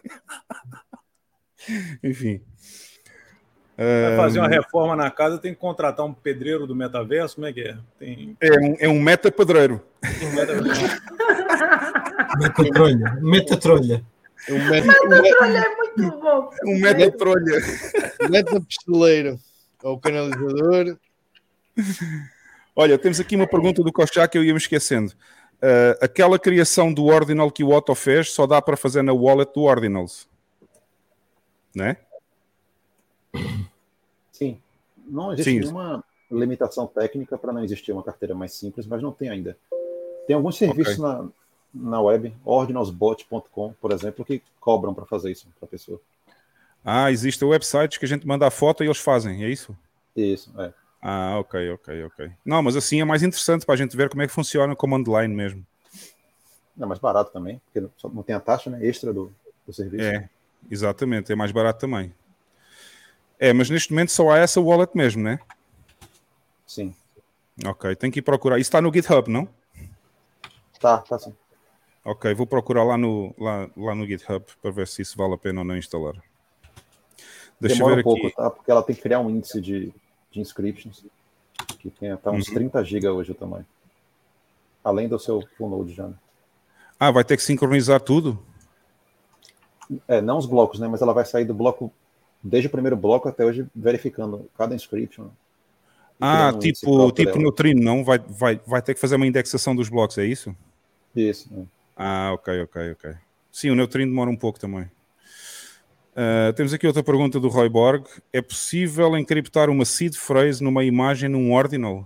Speaker 2: Enfim.
Speaker 6: Vai fazer uma reforma na casa, tem que contratar um pedreiro do metaverso, como é que é? Tem...
Speaker 2: É, um, é um meta-pedreiro.
Speaker 5: Meta-trolha. Meta-trolha.
Speaker 4: Um meta-trolha é muito bom.
Speaker 2: Um meta-trolha.
Speaker 3: Meta-pistoleiro. Ou canalizador.
Speaker 2: Olha, temos aqui uma pergunta do Kochak que eu ia me esquecendo. Uh, aquela criação do Ordinal que o Otto fez só dá para fazer na wallet do Ordinals. Não é?
Speaker 7: Sim. Não existe Sim. nenhuma limitação técnica para não existir uma carteira mais simples, mas não tem ainda. Tem alguns serviços okay. na, na web, ordinalsbot ponto com, por exemplo, que cobram para fazer isso para a pessoa.
Speaker 2: Ah, existem websites que a gente manda a foto e eles fazem, é isso?
Speaker 7: Isso, é.
Speaker 2: Ah, ok, ok, ok. Não, mas assim é mais interessante para a gente ver como é que funciona o command line mesmo.
Speaker 7: É mais barato também, porque não tem a taxa, né, extra do, do serviço.
Speaker 2: É, exatamente, é mais barato também. É, mas neste momento só há essa wallet mesmo, né?
Speaker 7: Sim.
Speaker 2: Ok, tem que ir procurar. Isso está no GitHub, não?
Speaker 7: Tá, tá sim.
Speaker 2: Ok, vou procurar lá no, lá, lá no GitHub para ver se isso vale a pena ou não instalar.
Speaker 7: Deixa Demora eu ver um pouco, aqui. Tá? Porque ela tem que criar um índice de, de inscriptions que tem até uns uhum. trinta gigas hoje o tamanho. Além do seu full node já. Né?
Speaker 2: Ah, vai ter que sincronizar tudo?
Speaker 7: É, não os blocos, né? Mas ela vai sair do bloco desde o primeiro bloco até hoje, verificando cada inscription.
Speaker 2: Ah, tipo, tipo Neutrino, não? Vai, vai, vai ter que fazer uma indexação dos blocos, é isso?
Speaker 7: Isso. É.
Speaker 2: Ah, ok, ok, ok. Sim, o Neutrino demora um pouco também. Uh, temos aqui outra pergunta do Roy Borg. É possível encriptar uma seed phrase numa imagem num ordinal?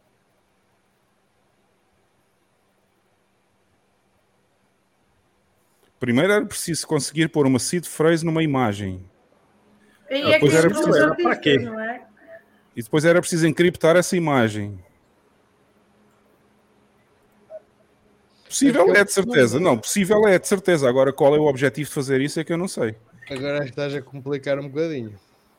Speaker 2: Primeiro era preciso conseguir pôr uma seed phrase numa imagem.
Speaker 4: E ah, depois era preciso... era para quê? Não é?
Speaker 2: E depois era preciso encriptar essa imagem. Possível é de certeza. Não, possível é de certeza. Agora, qual é o objetivo de fazer isso é que eu não sei.
Speaker 3: Agora estás a complicar um bocadinho.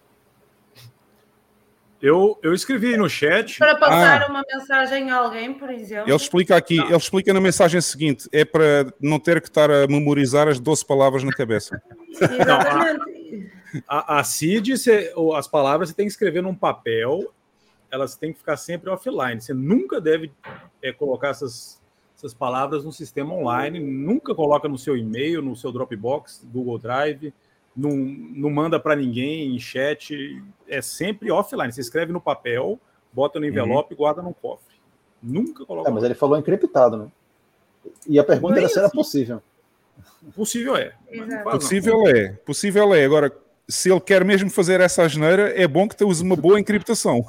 Speaker 6: Eu, eu escrevi no chat.
Speaker 4: Para passar
Speaker 2: Ah.
Speaker 4: uma mensagem a alguém, por exemplo.
Speaker 2: Ele explica aqui, ele explica na mensagem seguinte: é para não ter que estar a memorizar as doze palavras na cabeça.
Speaker 4: Exatamente.
Speaker 6: A, a C I D, você, as palavras você tem que escrever num papel, elas têm que ficar sempre offline. Você nunca deve é, colocar essas, essas palavras no sistema online, nunca coloca no seu e-mail, no seu Dropbox, Google Drive, não, não manda para ninguém em chat, é sempre offline. Você escreve no papel, bota no envelope e
Speaker 2: Uhum.
Speaker 6: guarda no cofre. Nunca coloca.
Speaker 7: É, mas ele falou encriptado, né? E a pergunta
Speaker 6: Bem,
Speaker 7: era se era
Speaker 6: assim,
Speaker 7: possível.
Speaker 6: Possível é.
Speaker 4: Exato.
Speaker 2: Possível é, possível é. Agora, se ele quer mesmo fazer essa asneira, é bom que tu use uma boa encriptação.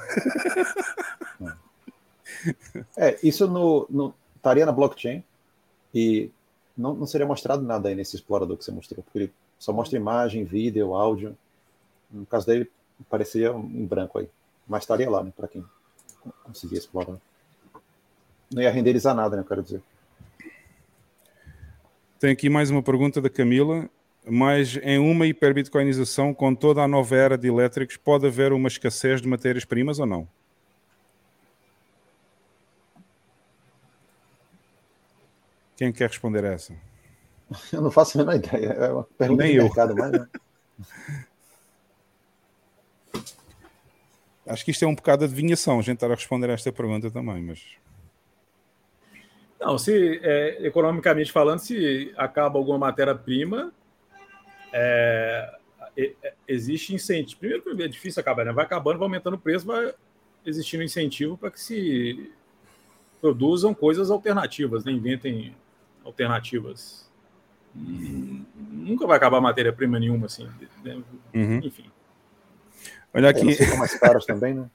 Speaker 7: É, isso no, no, estaria na blockchain e não, não seria mostrado nada aí nesse explorador que você mostrou, porque ele só mostra imagem, vídeo, áudio. No caso dele, parecia em branco aí. Mas estaria lá, né, para quem conseguir explorar. Não ia renderizar nada, né, eu quero dizer.
Speaker 2: Tem aqui mais uma pergunta da Camila. Mas em uma hiperbitcoinização com toda a nova era de elétricos, pode haver uma escassez de matérias-primas ou não? Quem quer responder a essa?
Speaker 7: Eu não faço a menor ideia. É uma pergunta
Speaker 2: Nem
Speaker 7: de
Speaker 2: eu.
Speaker 7: mercado, mais, né?
Speaker 2: Acho que isto é um bocado de adivinhação, a gente estar a responder a esta pergunta também, mas...
Speaker 6: Não, se é, economicamente falando, se acaba alguma matéria-prima, é, é, existe incentivo. Primeiro que é difícil acabar, né? Vai acabando, vai aumentando o preço, vai existindo incentivo para que se produzam coisas alternativas, né? Inventem alternativas. Hum, nunca vai acabar matéria-prima nenhuma, assim. Né?
Speaker 2: Uhum.
Speaker 6: Enfim.
Speaker 2: Olha aqui.
Speaker 7: Elas ficam mais caras também, né?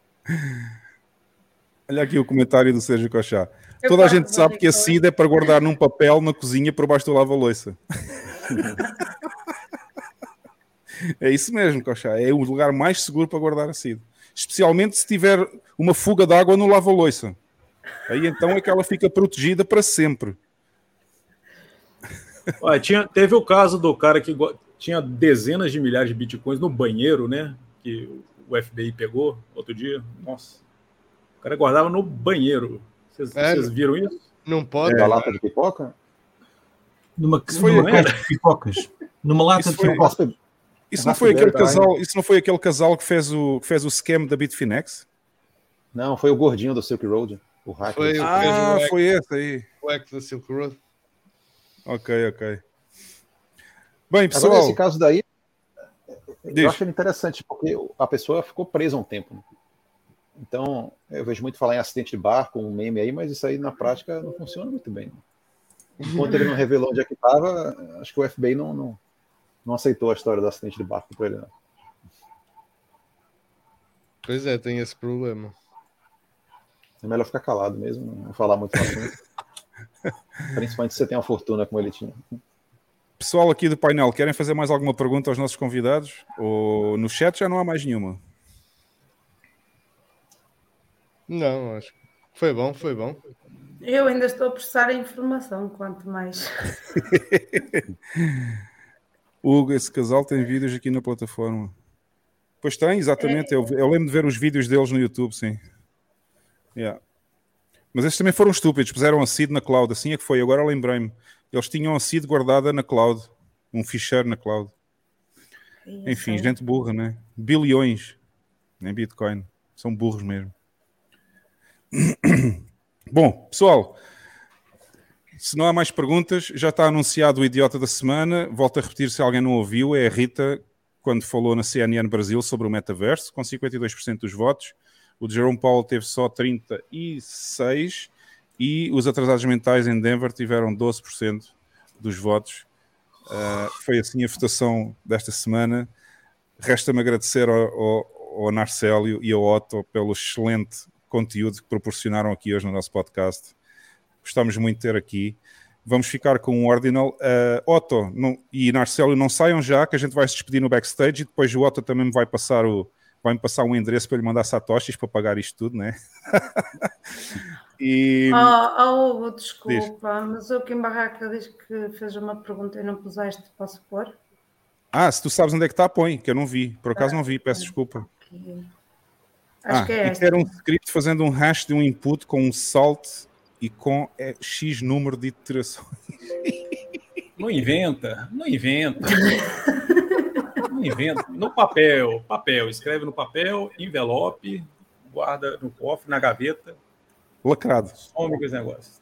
Speaker 2: Olha aqui o comentário do Sérgio Cochá.
Speaker 4: Eu
Speaker 2: Toda a
Speaker 4: faço
Speaker 2: gente sabe que a
Speaker 4: barriga.
Speaker 2: C I D é para guardar num papel na cozinha por baixo do lava-loiça. É isso mesmo, Cochá. É o lugar mais seguro para guardar a C I D. Especialmente se tiver uma fuga de água no lava-loiça. Aí então é que ela fica protegida para sempre.
Speaker 6: Olha, tinha, teve o caso do cara que go- tinha dezenas de milhares de bitcoins no banheiro, né? Que o F B I pegou outro dia. Nossa. O cara guardava no banheiro. Vocês
Speaker 3: É,
Speaker 6: vocês viram isso?
Speaker 3: Não pode.
Speaker 7: Da lata de pipoca?
Speaker 5: Numa,
Speaker 2: Isso foi-
Speaker 5: numa caixa de pipocas. Numa lata
Speaker 2: Isso
Speaker 5: de
Speaker 2: foi-
Speaker 5: pipocas.
Speaker 2: Isso não, foi
Speaker 7: Raspberry
Speaker 2: aquele
Speaker 7: Pi.
Speaker 2: casal, isso não foi aquele casal que fez o, que fez o scam da Bitfinex?
Speaker 7: Não, foi o gordinho do Silk Road. O hacker.
Speaker 3: Foi
Speaker 7: do
Speaker 3: o
Speaker 7: Silk
Speaker 3: que fez
Speaker 2: Ah,
Speaker 3: o hack-
Speaker 2: foi esse aí.
Speaker 3: o hack da Silk Road.
Speaker 2: Ok, ok. Bem,
Speaker 7: Agora,
Speaker 2: pessoal,
Speaker 7: nesse caso daí,
Speaker 2: Diz.
Speaker 7: eu acho ele interessante, porque a pessoa ficou presa um tempo. Né? Então, eu vejo muito falar em acidente de barco, um meme aí, mas isso aí na prática não funciona muito bem. Né? Enquanto ele não revelou onde é que estava, acho que o F B I não, não, não aceitou a história do acidente de barco para ele. Não.
Speaker 3: Pois é, tem esse problema.
Speaker 7: É melhor ficar calado mesmo, não falar muito no assunto. Principalmente se você tem uma fortuna como ele tinha.
Speaker 2: pessoal aqui do painel, querem fazer mais alguma pergunta aos nossos convidados? Ou no chat já não há mais nenhuma?
Speaker 3: Não, acho que foi bom, foi bom.
Speaker 4: Eu ainda estou a processar a informação, quanto mais.
Speaker 2: Hugo, esse casal tem vídeos aqui na plataforma. Pois tem, exatamente. Eu, eu lembro de ver os vídeos deles no YouTube, sim. Yeah. Mas esses também foram estúpidos. Puseram a seed na cloud. Assim é que foi. Agora lembrei-me. Eles tinham a seed guardada na cloud. Um ficheiro na cloud. Enfim, gente burra, né? Bilhões em Bitcoin. São burros mesmo. Bom, pessoal, se não há mais perguntas, já está anunciado o idiota da semana. Volto a repetir se alguém não ouviu. É a Rita, quando falou na C N N Brasil sobre o metaverso, com cinquenta e dois por cento dos votos. O Jerome Powell teve só trinta e seis por cento e os atrasados mentais em Denver tiveram doze por cento dos votos. Uh, foi assim a votação desta semana. Resta-me agradecer ao, ao, ao Narcélio e ao Otto pelo excelente conteúdo que proporcionaram aqui hoje no nosso podcast. Gostamos muito de ter aqui. Vamos ficar com o Ordinal. Uh, Otto não, e Narcélio, não saiam já, que a gente vai se despedir no backstage e depois o Otto também me vai passar o vai-me passar um endereço para lhe mandar satoshis para pagar isto tudo, né? e...
Speaker 4: Oh, oh, Hugo, desculpa, diz. Mas o Kim Barraca diz que fez uma pergunta e não puseste, posso pôr?
Speaker 2: Ah, se tu sabes onde é que está, põe, que eu não vi. Por acaso não vi, peço desculpa.
Speaker 4: Acho
Speaker 2: ah,
Speaker 4: que é
Speaker 2: e quer um script fazendo um hash de um input com um salt e com é, X número de iterações.
Speaker 6: Não inventa, não inventa. Não inventa. No papel, papel. Escreve no papel, envelope, guarda no cofre, na gaveta.
Speaker 2: Lacrado.
Speaker 6: Some com esse negócio.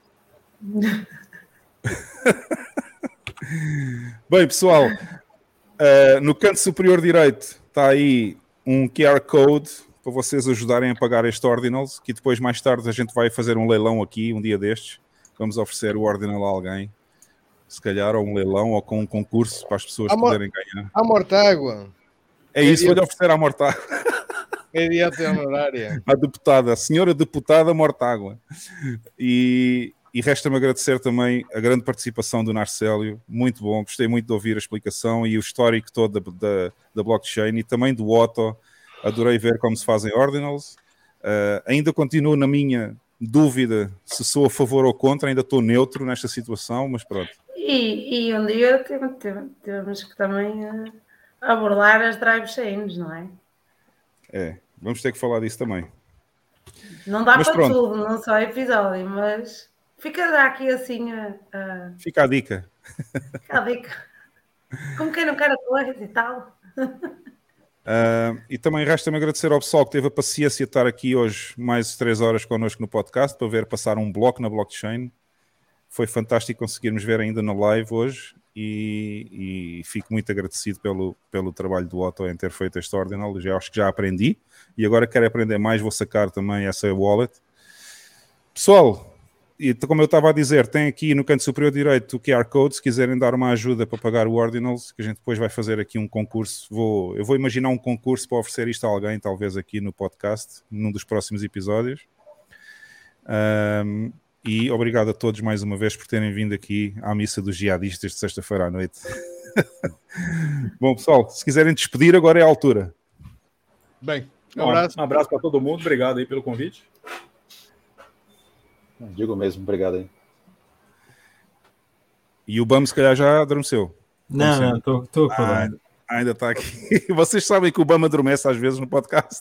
Speaker 2: Bem, pessoal, uh, no canto superior direito está aí um Q R Code para vocês ajudarem a pagar este Ordinals, que depois, mais tarde, a gente vai fazer um leilão aqui, um dia destes. Vamos oferecer o Ordinal a alguém. Se calhar, ou um leilão, ou com um concurso para as pessoas
Speaker 3: a
Speaker 2: poderem ganhar.
Speaker 3: A Mortágua.
Speaker 2: É isso, vou-lhe oferecer à Mortágua.
Speaker 3: É dieta honorária.
Speaker 2: A deputada, a senhora deputada Mortágua. E, e resta-me agradecer também a grande participação do Narcélio. Muito bom, gostei muito de ouvir a explicação e o histórico todo da, da, da blockchain e também do Otto. Adorei ver como se fazem Ordinals. Uh, ainda continuo na minha dúvida se sou a favor ou contra, ainda estou neutro nesta situação, mas pronto.
Speaker 4: E, e um dia temos, temos que também uh, abordar as drive chains, não é?
Speaker 2: É, vamos ter que falar disso também.
Speaker 4: Não dá
Speaker 2: mas
Speaker 4: para
Speaker 2: pronto.
Speaker 4: tudo, não só episódio, mas fica aqui assim a... Uh,
Speaker 2: fica a dica.
Speaker 4: Fica a dica. Como quem não quer a coisa e tal.
Speaker 2: Uh, e também resta-me agradecer ao pessoal que teve a paciência de estar aqui hoje mais três horas connosco no podcast para ver passar um bloco na blockchain. Foi fantástico conseguirmos ver ainda na live hoje e, e fico muito agradecido pelo, pelo trabalho do Otto em ter feito este Ordinal. Já acho que já aprendi e agora quero aprender mais, vou sacar também essa wallet. Pessoal, e como eu estava a dizer, tem aqui no canto superior direito o Q R Code, se quiserem dar uma ajuda para pagar o Ordinals, que a gente depois vai fazer aqui um concurso. Vou, eu vou imaginar um concurso para oferecer isto a alguém, talvez aqui no podcast, num dos próximos episódios. Um, e obrigado a todos mais uma vez por terem vindo aqui à missa dos jihadistas de sexta-feira à noite. Bom, pessoal, se quiserem despedir, agora é a altura.
Speaker 3: Bem, um abraço.
Speaker 6: Um abraço para todo mundo, obrigado aí pelo convite.
Speaker 7: Digo mesmo, obrigado aí.
Speaker 2: E o Bam se calhar já adormeceu.
Speaker 5: Não, não, estou acordado.
Speaker 2: Ah, ainda está aqui. Vocês sabem que o Bam adormece às vezes no podcast.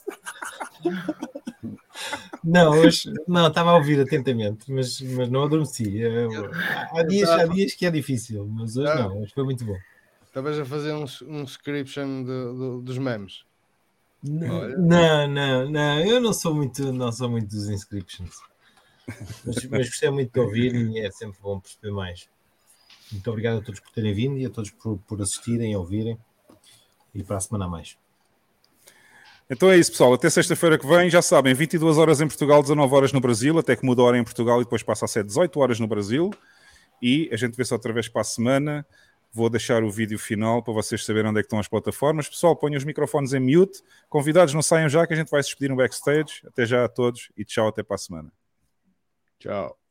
Speaker 5: Não, hoje, não, estava a ouvir atentamente, mas, mas não adormeci. Há dias, há dias que é difícil, mas hoje não, hoje foi muito bom.
Speaker 3: Estavas a fazer um, um description de, de, dos memes.
Speaker 5: Não, não, não, não, eu não sou muito, não sou muito dos inscriptions. Mas, mas gostei muito de ouvir e é sempre bom perceber mais. Muito obrigado a todos por terem vindo e a todos por, por assistirem e ouvirem. E para a semana a mais.
Speaker 2: Então é isso, pessoal. Até sexta-feira que vem, já sabem, vinte e duas horas em Portugal, dezanove horas no Brasil, até que muda a hora em Portugal e depois passa a ser dezoito horas no Brasil. E a gente vê-se outra vez para a semana. Vou deixar o vídeo final para vocês saberem onde é que estão as plataformas. Pessoal, ponham os microfones em mute. Convidados, não saiam já que a gente vai se despedir no backstage. Até já a todos e tchau, até para a semana.
Speaker 3: Tchau.